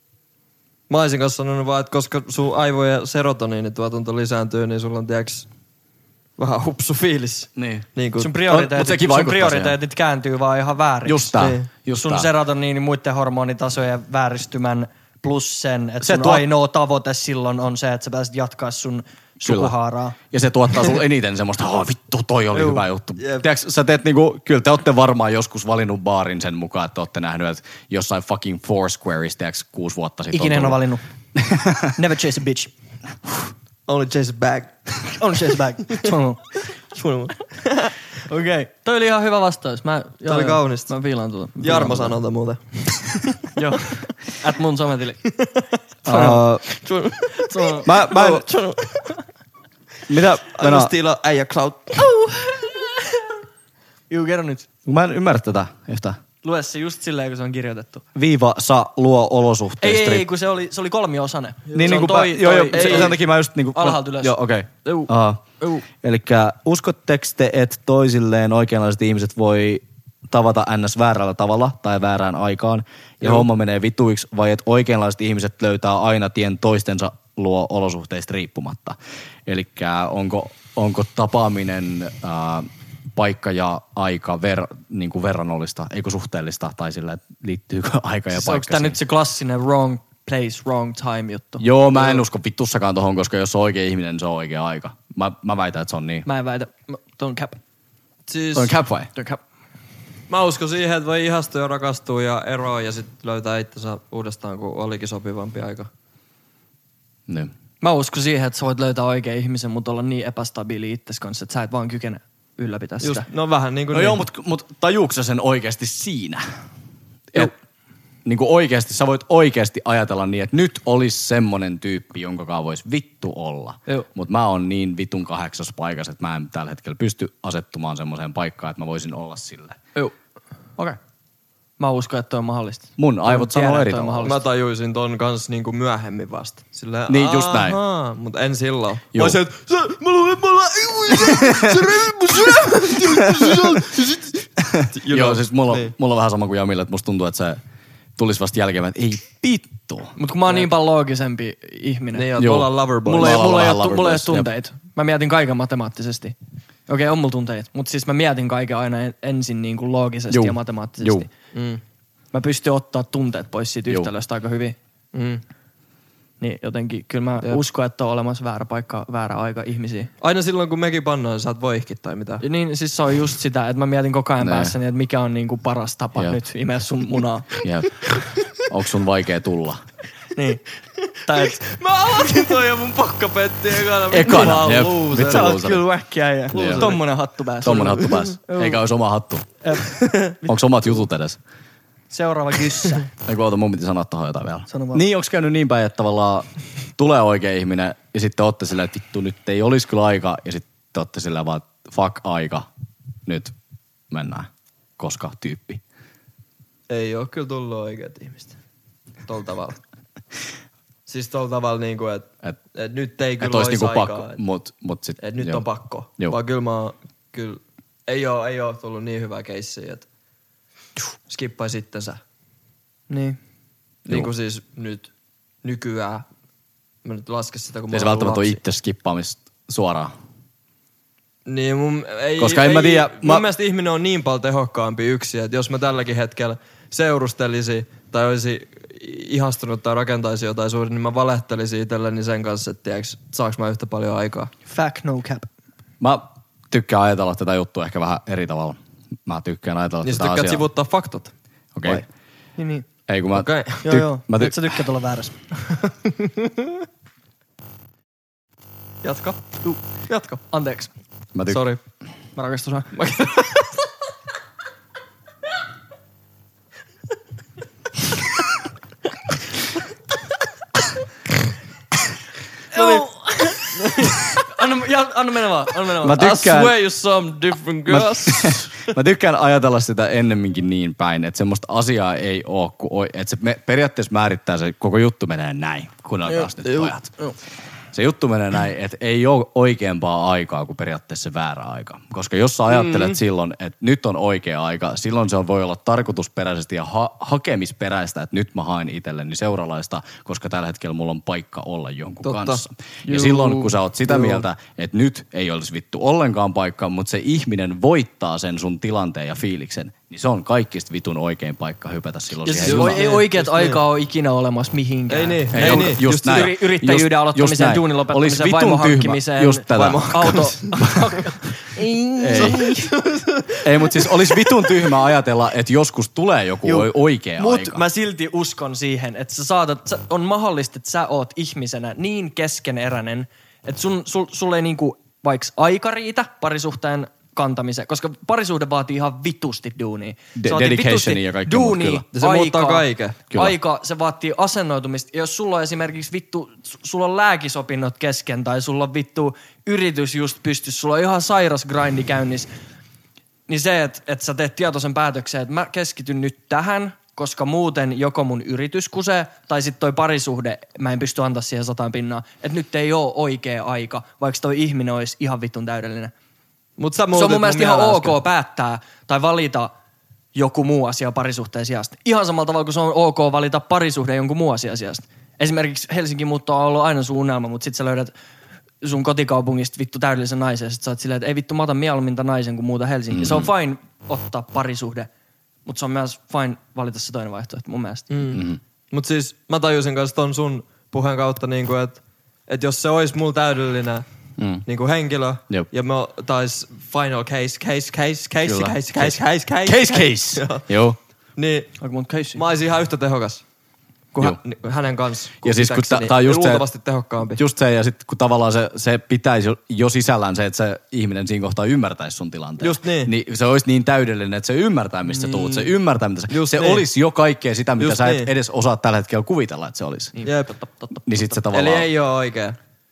Mä olisin kanssa sanonut vaan, että koska sun aivojen serotoniinituotanto lisääntyy, niin sulla on tiedätkö vähän hupsu fiilis. Niin. Niin kuin, Sun On- prioriteetit, mut sekin sun vaikuttaa prioriteetit kääntyy vaan ihan vääriksi. Just tää. Niin. Just sun tää. serotoniini, muiden hormonitasojen vääristymän plus sen, että Se sun tuo- ainoa tavoite silloin on se, että sä pääset jatkaa sun sukuhaaraa. Ja se tuottaa sulle eniten semmoista, oh vittu, toi oli Juu. hyvä juttu. Jep. Tiedätkö, sä teet niinku, kyllä te ootte varmaan joskus valinnut baarin sen mukaan, että ootte nähnyt, että jossain fucking Foursquareissa, tiedätkö, kuusi vuotta sitten Ikinä en ole tullut- valinnut. Never chase a bitch. only chase a bag. Only chase a bag. Okei. Okay. Toi oli ihan hyvä vastaus. Mä, joo, oli joo. kaunista. Mä viilaan tuota. Mä Jarmo viilaan sanoo muuten. tuota. Joo. At mun sometili. Uh, mä, mä en, mitä, I Venä, will steal a äijä cloud. Juu, kerro nyt. mä en ymmärrä tätä yhtään. Lue se just silleen, kun se on kirjoitettu. Viiva sa luo Ei, olosuhteista. ei, ei, kun se oli, se oli kolmiosainen. Niin, se niin on kuin, toi, joo, joo, ei, sen, ei. sen takia mä just niinku... Alhaalta ylös. Joo, okei. Juu. Okay. Juu. Elikkä uskotteko te, että toisilleen oikeanlaiset ihmiset voi tavata ns. Väärällä tavalla tai väärään aikaan ja homma menee vituiksi, vai että oikeanlaiset ihmiset löytää aina tien toistensa luo olosuhteista riippumatta? Elikkä onko, onko tapaaminen ää, paikka ja aika ver, niin kuin verrannollista, eikö suhteellista, tai sillä, että liittyykö aika ja Siis onko paikka tää siihen? nyt se klassinen wrong place, wrong time juttu? Joo, mä en usko vittussakaan tohon, koska jos on oikea ihminen, niin se on oikea aika. Mä, mä väitän, että se on niin. Mä en väitä. Mä- Toi on cap. Siis Toi on cap vai? Toi on cap. mä uskon siihen, että voi ihastua ja rakastua ja eroa ja sitten löytää itsensä uudestaan, kun olikin sopivampi aika. Niin. Mä uskon siihen, että sä voit löytää oikean ihmisen, mutta olla niin epästabiili itsesi kanssa, että sä et vaan kykene ylläpitää Just, sitä. no vähän niin kuin No niin. joo, mutta mut tajuuko sä sen oikeasti siinä? Et, niin kuin oikeasti, sä voit oikeasti ajatella niin, että nyt olisi semmonen tyyppi, jonka kanssa voisi vittu olla. Joo. Mutta mä oon niin vitun kahdeksas paikassa, että mä en tällä hetkellä pysty asettumaan semmoiseen paikkaan, että mä voisin olla sille. Joo. Okei. Okay. Mä uskon, että toi on mahdollista. Mun aivot Tiedän, sanoo että eri toi on tavalla. mahdollista. Mä tajuisin ton kanssa niinku myöhemmin vasta. Silleen, Niin, just näin. ahaa, mut en silloin. Joo. Mä se, että sä, mä luulen, mä ollaan, se revit mun sydämen. Joo, siis mulla, Niin. niin. mulla on vähän sama kuin Jamille, että musta tuntuu, että se tulisi vasta jälkeen, että ei vittu. Mut kun mä oon niin paljon loogisempi ihminen. Niin, Joo. me ollaan loverboys. Mulla ei, Me ollaan mulla ei, vähän ole, tu- mulla ei ole loverboys, jep. tunteita. Mä mietin kaiken matemaattisesti. Okei, okay, on mulla tunteita. Mutta siis mä mietin kaiken aina en- ensin niin kuin loogisesti Juu. ja matemaattisesti. Juu. Mm. Mä pystyn ottaa tunteet pois siitä Juu. yhtälöstä aika hyvin. Mm. Niin jotenkin kyllä mä Jep. uskon, että on olemassa väärä paikka, väärä aika ihmisiä. Aina silloin, kun mekin pannaan, sä oot voihkit tai mitä. Ja niin siis se on just sitä, että mä mietin koko ajan Nee. päässäni, että mikä on niinku paras tapa Jep. nyt imeä sun munaa. Jep. Onko sun vaikea tulla? niin. Tai et, Mä aloitin toi jo mun pokkapetti ekana. Ekana, jep. Loser. Vittu sä oot loser. kyllä väkkiä ja Jep. tommonen hattu päässä. Tommonen hattu päässä. Eikä olisi oma hattu. Onko omat jutut edes? Seuraava kyssä. Eiku oota, mun piti sanoa tohon jotain vielä. Sano vaan. Niin, onko käynyt niin päin, että tavallaan tulee oikea ihminen ja sitten ootte silleen, että vittu nyt ei olisi kyllä aika ja sitten ootte silleen vaan, fuck aika, nyt mennään, koska tyyppi. Ei oo kyllä tullut oikeat ihmiset. Tolla tavalla. Siis tolla tavalla niinku, että et, et nyt ei kyllä olisi niinku aikaa. pakko, mut, mut sit, et nyt joo. on pakko. Joo. Vaan kyllä mä oon, kyllä, ei oo, ei oo tullut niin hyvää keissiä, että skippai sitten sä. Niin. Niinku siis nyt, nykyään. Mä nyt lasken sitä, kun mä Ei se oon välttämättä ole lapsi. itse skippaamista suoraan. Niin mun, ei, Koska en ei, mä tiedä, mun mä- mielestä ihminen on niin paljon tehokkaampi yksi, että jos mä tälläkin hetkellä seurustelisi tai olisi ihastunut tai rakentaisi jotain suurta, niin mä valehtelisin itselleni sen kanssa, että tiiäks, saaks mä yhtä paljon aikaa. Fact no cap. Mä tykkään ajatella tätä juttua ehkä vähän eri tavalla. Mä tykkään ajatella Niin sä tätä tykkäät asiaa. sivuttaa faktot. Okei. Okay. Niin, niin. Ei kun mä... Okei. Ty- Joo, joo. Mä ty- Et sä tykkäät olla väärässä. Jatka. Uh, jatka. Anteeksi. mä ty- Sori. Mä rakastan sua. Anna, ja, anna mennä vaan, anna mennä vaan. Mä tykkään... I swear you some different girls. Mä tykkään ajatella sitä ennemminkin niin päin, että semmoista asiaa ei oo, kun, että se me, periaatteessa määrittää se koko juttu menee näin, kuunnelkaas nyt pojat. Se juttu menee näin, että ei ole oikeampaa aikaa kuin periaatteessa se väärä aika. Koska jos sä ajattelet mm. silloin, että nyt on oikea aika, silloin se on, voi olla tarkoitusperäisesti ja ha- hakemisperäistä, että nyt mä haen itselleni seuralaista, koska tällä hetkellä mulla on paikka olla jonkun Totta. kanssa. Ja Juu. silloin, kun sä oot sitä Juu. mieltä, että nyt ei olisi vittu ollenkaan paikka, mutta se ihminen voittaa sen sun tilanteen ja fiiliksen, niin se on kaikista vitun oikein paikka hypätä silloin Ja siihen siis junaan. ei oikeat aikaa ole ikinä olemassa mihinkään. Ei niin, Ei, ei on- niin. just näin. Yri- yrittäjyyden Just- aloittamiseen, just näin. duunin lopettamiseen, Olis vitun vaimon tyhmä. hankkimiseen, Just tätä. vaimon auto. Ei. Ei, mutta siis olisi vitun tyhmä ajatella, että joskus tulee joku Juu. Juu. oikea Mut aika. mä silti uskon siihen, että sä saatat, sä, on mahdollista, että sä oot ihmisenä niin keskeneräinen, että sun, sul, sulle ei niinku vaikka aika riitä parisuhteen kantamiseen, koska parisuhde vaatii ihan vitusti duunia. De- Se vaatii dedicationia ja kaikkea muuta, duunia, kyllä. Ja se muuttaa kaiken. Kyllä. Aika, se vaatii asennoitumista. Ja jos sulla on esimerkiksi vittu, s- sulla on lääkisopinnot kesken tai sulla on vittu yritys just pystyssä, sulla on ihan sairas grindi käynnissä, niin se, että et sä teet tietoisen päätöksen, että mä keskityn nyt tähän, koska muuten joko mun yritys kusee, tai sitten toi parisuhde, mä en pysty antaa siihen sataan pinnaa. Että nyt ei oo oikea aika, vaikka toi ihminen olisi ihan vittun täydellinen. Mut sä Se on muutit mun mielestä ihan mieltä ok äsken. päättää tai valita joku muu asia parisuhteen sijasta. Ihan samalla tavalla kuin se on ok valita parisuhde jonkun muu asia sijasta. Esimerkiksi Helsingin muutto on ollut aina sun unelma, mutta sit sä löydät sun kotikaupungista vittu täydellisen naisen ja sit sä oot silleen, että ei vittu mä otan mieluummin tämän naisen kuin muuta Helsinkiin. Mm. Se on fine ottaa parisuhde, mutta se on myös fine valita se toinen vaihtoehto mun mielestä. Mm. Mm-hmm. Mut siis mä tajusin kanssa ton sun puheen kautta, niinku, että et jos se olisi mulla täydellinen Mm. niinku henkilö, Jep. ja me tais final case, case, case, case, Kyllä. case, case, case, case, Case case. Joo. Joo. Niin Aika monta casea. mä olisin ihan yhtä tehokas kuin Joo. hä- ni- hänen kanssa. Ja siis kun isäkseni. tää- tää on just se, luultavasti tehokkaampi. Just se, ja sitten kun tavallaan se, se pitäisi jo, jo sisällään se, että se ihminen siinä kohtaa ymmärtäisi sun tilanteen. Just niin. Niin se olisi niin täydellinen, että se ymmärtää, mistä niin. tuut. Se ymmärtää, mitä se... Just se niin. olisi jo kaikkea sitä, mitä Just sä et niin. edes osaa tällä hetkellä kuvitella, että se olisi. Niin, Jep. niin sit se tavallaan... Eli ei oo oikee.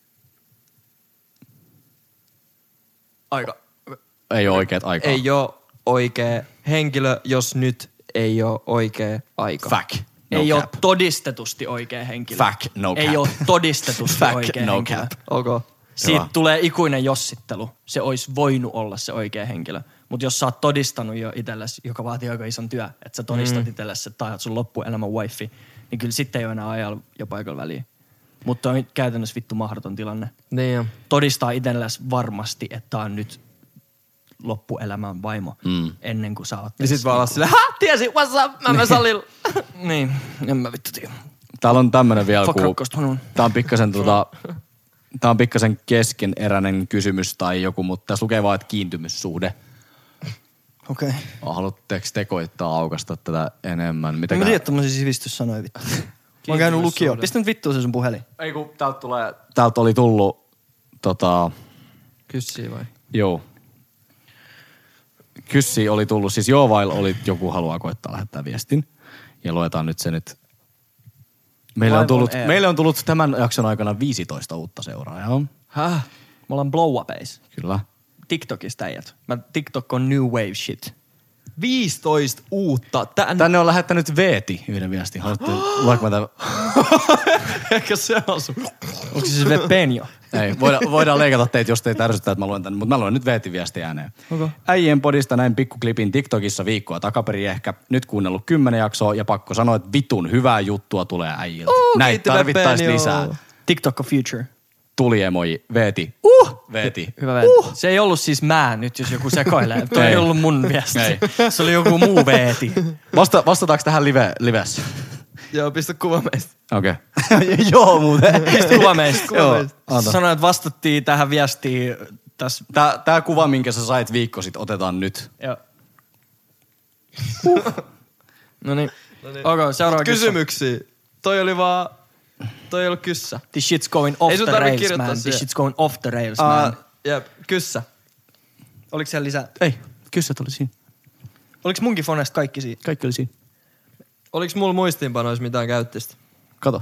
Aika. Ei ole oikeat aikaa. Ei oo oikee henkilö, jos nyt ei oo oikee aika. Fact. No ei cap. ole todistetusti oikea henkilö. Fact, no Ei cap. ole todistetusti Fact, oikea no henkilö. cap. Ok. Siitä Hyvä. tulee ikuinen jossittelu. Se olisi voinut olla se oikea henkilö. Mutta jos sä oot todistanut jo itsellesi, joka vaatii aika ison työ, että sä todistat mm. itsellesi, että tää on sun loppuelämän wifi, niin kyllä sitten ei ole enää ajalla jo paikalla väliä. Mutta on käytännössä vittu mahdoton tilanne. Niin jo. Todistaa itsellesi varmasti, että tää on nyt loppuelämän vaimo, Mm. ennen kuin sä oot... Niin sit vaan olla silleen, ha, tiesi, what's up, mä menen salilla. Niin, en mä vittu tiedä. Täällä on tämmönen vielä, Fuck kun... rakkaus, haluan. Tää on pikkasen tota... Tää on pikkasen keskeneräinen kysymys tai joku, mutta tässä lukee vaan, että kiintymyssuhde. Okei. Okay. Haluatteko te koittaa aukasta tätä enemmän? En Mitenkään- mä tiedä tommosia sivistyssanoja vittu. Mä oon käynyt lukioon. Pistä nyt vittuun se sun puhelin. Ei kun täältä tulee... Täältä oli tullut tota... Kyssii vai? Joo. Kyssi oli tullut, siis joo vail oli, joku haluaa koittaa lähettää viestin. Ja luetaan nyt se nyt Meille on, Live tullut, on air. meille on tullut tämän jakson aikana viisitoista uutta seuraajaa. Häh? Me ollaan blow upeis. Kyllä. TikTokista äijät. Mä TikTok on new wave shit. viisitoista uutta. Tän... Tänne on lähettänyt Veeti yhden viestin. Haluatte luenko mä tämän? Ehkä se on sun. Onko se se Vepenio? Ei, voidaan, voidaan leikata teitä, jos teitä ärsyttää, että mä luen tänne. Mutta mä luen nyt Veetin viesti ääneen. Okay. Äijien podista näin pikkuklipin TikTokissa viikkoa takaperin ehkä. Nyt kuunnellut kymmenen jaksoa ja pakko sanoa, että vitun hyvää juttua tulee äijiltä. Oh, Näitä kiitti, tarvittaisiin Vepenio. lisää. TikTok on future. Tuli emoji. Veeti. Uh! Veeti. Hyvä Veeti. Uh. Se ei ollut siis mä nyt, jos joku sekoilee. Toi ei Ei. ollut mun viesti. Ei. Se oli joku muu Veeti. Vasta, vastataanko tähän live, livessä? Joo, pistä kuva meistä. Okei. Okay. Joo, muuten. Pistä kuva meistä. Joo, anta. Sanoin, että vastattiin tähän viestiin tässä. Tää, tää kuva, minkä sä sait viikko sit, otetaan nyt. Joo. No niin. Okei, seuraava kysymys. Kysymyksiä. Toi oli vaan... Toi ei ollut kyssä. This shit's going off Ei sun the tarvitse rails, kirjoittaa man. This siihen. shit's going off the rails, man. Uh, jep, kyssä. Oliko siellä lisää? Ei, kyssä tuli siinä. Oliko munkin fonesta kaikki siinä? Kaikki oli siinä. Oliks mulla muistiinpanoissa mitään käyttistä? Kato.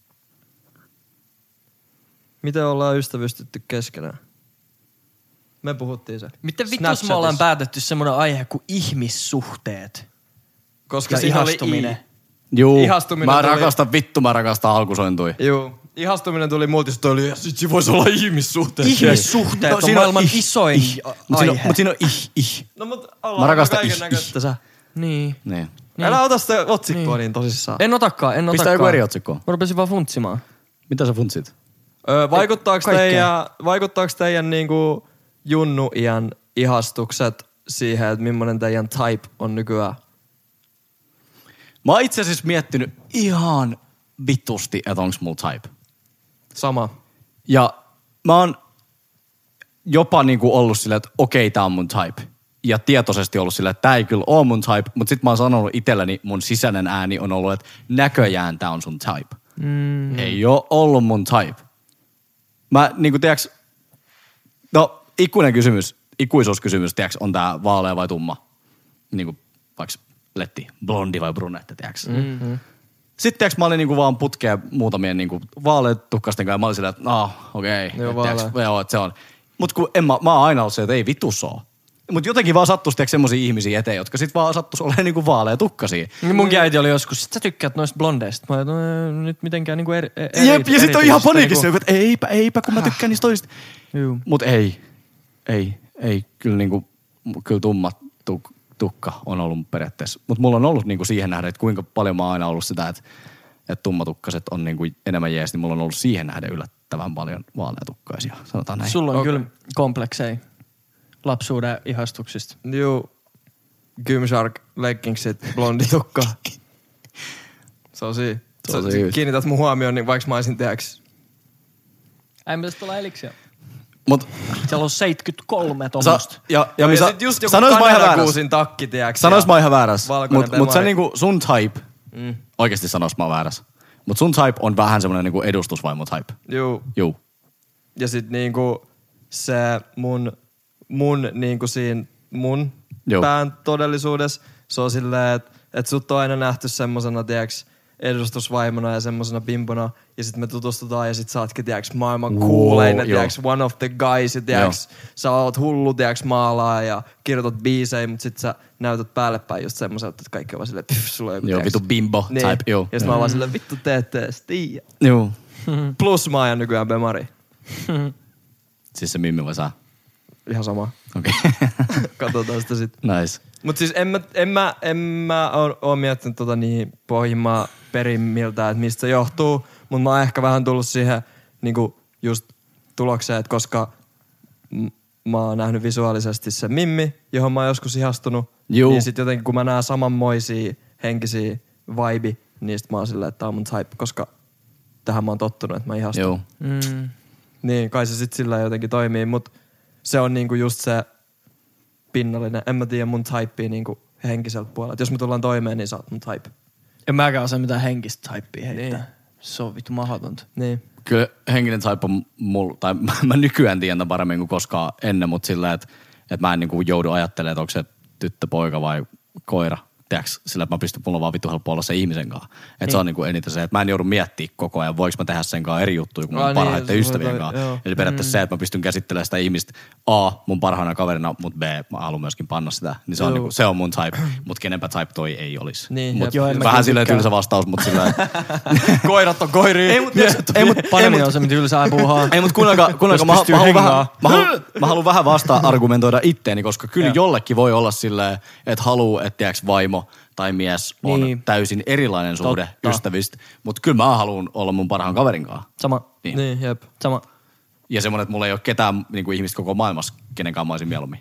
Miten ollaan ystävystytty keskenään? Me puhuttiin se. Miten vittus me Snapchatissa. ollaan päätetty semmoinen aihe kuin ihmissuhteet? Koska Ja siinä oli ihastuminen. I. Juu, Ihastuminen mä tuli- rakastan vittu, mä rakastan alkusointui. Juu. Ihastuminen tuli multista, oli ja sit se voisi olla ihmissuhteet. Ihmissuhteet No, on siinä on maailman ih- isoin ih. Mut siinä on, aihe. mut siinä on ih, ih. No mut Mä ollaan rakastan kaiken ih, näköistä ih. sä. Niin. Niin. Niin. Älä ota sitä otsikkoa niin, tosissaan. En otakaan, en otakaan. Pistää joku eri otsikko. Mä rupesin vaan funtsimaan. Mitä sä funtsit? Öö, vaikuttaako Kaikkea. teidän, vaikuttaako teidän niinku junnu-iän ihastukset siihen, että millainen teidän type on nykyään? Mä oon itse asiassa miettinyt ihan vitusti, että onks mulla type. Sama. Ja mä oon jopa niinku ollut silleen, että okei, tää on mun type. Ja tietoisesti ollut silleen, että tää ei kyllä oo mun type, mutta sit mä oon sanonut itselleni, mun sisäinen ääni on ollut, että näköjään tää on sun type. Mm. Ei oo ollut mun type. Mä niinku tiiäks, no ikuinen kysymys, ikuisuuskysymys, tiiäks, on tää vaalea vai tumma? Niinku vaikka letti, blondi vai brunette, tiiäks. Mm-hmm. Sitten tiiäks, mä olin niinku vaan putkea muutamien niinku vaaleatukkasten kanssa ja mä olin silleen, että ah, okei, okay, Joo, tiiäks, vaalea. joo, että se on. Mut kun en mä, mä oon aina ollut se, että ei vittu soo. Mut jotenkin vaan sattuisi tiiäks semmosia ihmisiä eteen, jotka sit vaan sattuisi olemaan niinku vaaleatukkasia. Niin munkin äiti oli joskus, sit sä tykkäät noista blondeista. Mä olin, no, nyt mitenkään niinku eri, eri Jep, ja sit on ihan paniikissa niinku. joku, että eipä, eipä, kun mä tykkään niistä toisista. Juu. Mut ei, ei, ei, kyllä niinku, kyllä tumma tuk, tukka on ollut periaatteessa. Mut mulla on ollut niinku siihen nähden, että kuinka paljon mä oon aina ollut sitä, että, että tummatukkaset on niinku enemmän jees, niin mulla on ollut siihen nähden yllättävän paljon vaaleatukkaisia, sanotaan näin. Sulla on Okei. kyllä komplekseja lapsuuden ihastuksista. Juu. Gymshark, leggingsit, blondi tukka. Se on siinä. Se on Sä siinä. kiinnität mun huomioon, niin vaikka mä olisin tiiäks. Ei mitäs tuolla eliksiä. Mut, Siellä on seitsemänkymmentäkolme sa, tuommoista. ja, ja, Ja, ja ja sa, sit just joku sanois mä ihan väärässä. kanelakuusin takki, tiiäks. Sanois ja mä ihan väärässä. valkoinen Mut, mut se bemari. niinku sun type, Mm. oikeesti sanois mä oon väärässä. Mut sun type on vähän semmonen niinku edustusvaimo type. Juu. Juu. Ja sit niinku se mun, mun niinku siinä mun Joo. pään todellisuudessa, se on silleen, että et sut on aina nähty semmosena, tiiäks, edustusvaimona ja semmosena bimbona, ja sit me tutustutaan ja sit sä ootkin, tiiäks, maailman Wow, coolainen, joo. tiiäks, one of the guys, ja tiiäks, sä oot hullu, tiiäks, maalaa ja kirjoitat biisejä, mut sit sä näytät päälle päin just semmoiselta, että kaikki on vaan silleen, pff, sulla on joku, Joo, tiiäks, vitu bimbo niin. type, joo. Ja sit mä oon vaan silleen, vittu te ette edes tiiä. Juu. Plus mä ajan nykyään bemari. Siis se Mimmi vai sä? Ihan sama. Okei. Katsotaan sitä sit. Nice. Mut siis en mä, en mä, en mä oo, oo miettinyt tota niin pohjimmaa perimmiltä, että mistä se johtuu. Mut mä oon ehkä vähän tullut siihen niinku just tulokseen, että koska m- mä oon nähnyt visuaalisesti se Mimmi, johon mä oon joskus ihastunut. Juu. Niin sit jotenkin kun mä näen samanmoisia henkisiä vibe, niin sit mä oon silleen, että tää on mun type, koska tähän mä oon tottunut, että mä ihastun. Joo. Mm. Niin, kai se sit sillä jotenkin toimii, mut se on niinku just se pinnallinen. En mä tiedä mun typea niinku henkiseltä puolelta. Jos me tullaan toimeen, niin sä oot mun type. En mäkään osaa mitään henkistä typeä heittää. Niin. Se on vittu mahdotonta. Niin. Kyllä henkinen type on mulla, tai mä nykyään tiedän tämän paremmin kuin koskaan ennen, mutta sillä, että, että mä en niinku joudu ajattelemaan, että onko se tyttö, poika vai koira. tiiäks, sillä että mä pystyn, mulla on vaan vittu helppo olla se ihmisen kanssa. Että niin. Se on niinku eniten se, että mä en joudu miettimään koko ajan, voiko mä tehdä sen kanssa eri juttuja kuin mun Ai parhaiten niin, ystävien kanssa. Eli periaatteessa mm. se, että mä pystyn käsittelemään sitä ihmistä A, mun parhaana kaverina, mutta B, mä haluan myöskin panna sitä. Niin se on, niinku, se on mun type, mutta kenenpä type toi ei olisi. Niin, mut joo, vähän silleen tylsä vastaus, mutta silleen... Koirat on koiria. Ei, mut, ei, mut, Paremmin on se, mitä tylsää puuhaa. Ei, mutta kuunnelkaa, kuunnelkaa mä, mä, haluan vähän, mä, haluan, mä haluan vähän vastaan argumentoida itteeni, koska kyllä ja. jollekin voi olla silleen, että haluu, että tiiäks, vaimo tai mies on niin. täysin erilainen suhde Totta. ystävistä, mutta kyllä mä haluan olla mun parhaan kaverin kanssa. Sama. Niin, niin jep. Sama. Ja semmoinen, että mulla ei ole ketään niin kuin ihmistä koko maailmassa, kenenkaan mä olisin mieluummin.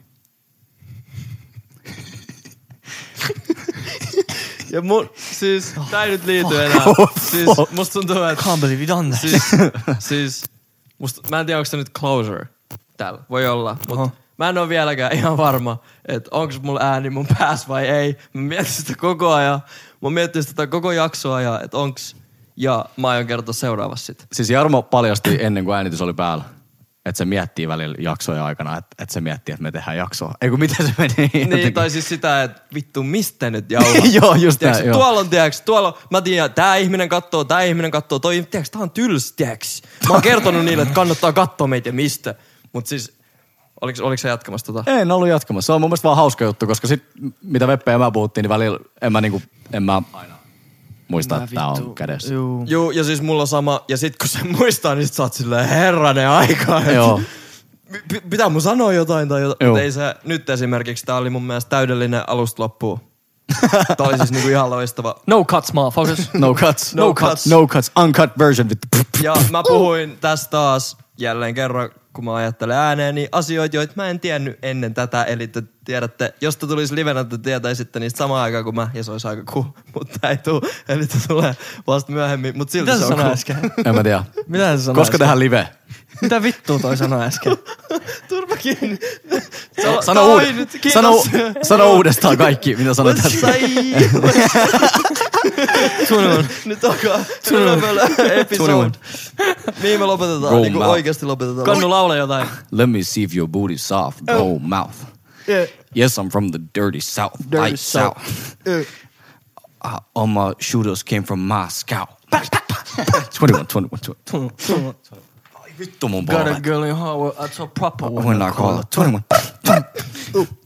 Ja mun, siis, tää ei nyt liity enää. Siis, musta tuntuu, että... Can't believe you done that. Siis, siis musta, mä en tiedä, onko se nyt closure täällä. Voi olla, mutta uh-huh. mä en ole vieläkään ihan varma, että onko mulla ääni mun päässä vai ei. Mä mietin sitä koko ajan. Mä mietin sitä koko jaksoa ja että onks... Ja mä aion kertoa seuraavassa sit. Siis Jarmo paljasti ennen kuin äänitys oli päällä, että se miettii välillä jaksoja aikana, että, että se miettii, että me tehdään jaksoa. Eiku, miten se meni? Niin, tai siis sitä, että vittu, mistä nyt jauhaa? Joo, just tiiäks, näin, tuolla on, tiiäks, tuolla on, mä tiedän, tää ihminen kattoo, tää ihminen kattoo, toi, tiiäks, tää on tyls, tiiäks. Mä oon kertonut niille, että kannattaa katsoa meitä ja mistä. Mut siis, oliks, oliks sä jatkamassa tota? En ollut jatkamassa. Se on mun mielestä vaan hauska juttu, koska sit, mitä Veppe ja mä puhuttiin, niin välillä en mä niinku, en mä aina muista, mä että tää on kädessä. Juu. Juu, ja siis mulla on sama, ja sit kun se muistaa, niin sit sä oot silleen herranen aika. Joo. P- pitää mun sanoa jotain tai jotain. Mutta ei se, nyt esimerkiksi tää oli mun mielestä täydellinen alusta loppuun. Tää oli siis niinku ihan loistava. No cuts, motherfuckers. No cuts. No cuts. No cuts. Uncut version. Ja mä puhuin tästä taas jälleen kerran, kun mä ajattelen ääneen, niin asioita, joita mä en tiennyt ennen tätä. Eli te tiedätte, jos te tulisi livenä, te tietäisitte niistä samaan aikaan kuin mä, ja se olisi aika cool. Mutta ei tuu, eli te tulee vasta myöhemmin. Mutta silti Mitä se sä on sanoit cool. äsken? En mä tiedä. Mitä sä sanoit Koska äsken? tehdään live? Mitä vittua toi sanoi äsken? Turva kiinni. Sano, sano, uud- sano, sano uudestaan kaikki, mitä sanoit tässä. Suunnilleen. Nyt alkaa episode. Mihin me lopetetaan? Go Niin kuin mouth. oikeasti lopetetaan. Kannu laula jotain. Let me see if your booty's soft. Go mouth. Yeah. Yes, I'm from the dirty south. Dirty Light south. Yeah. Uh, all my shooters came from Moscow. twenty-one, twenty-one, twenty-one. Ai vittu mun Got a polvet. girl in Harvard, that's a proper one. When I call her twenty-one.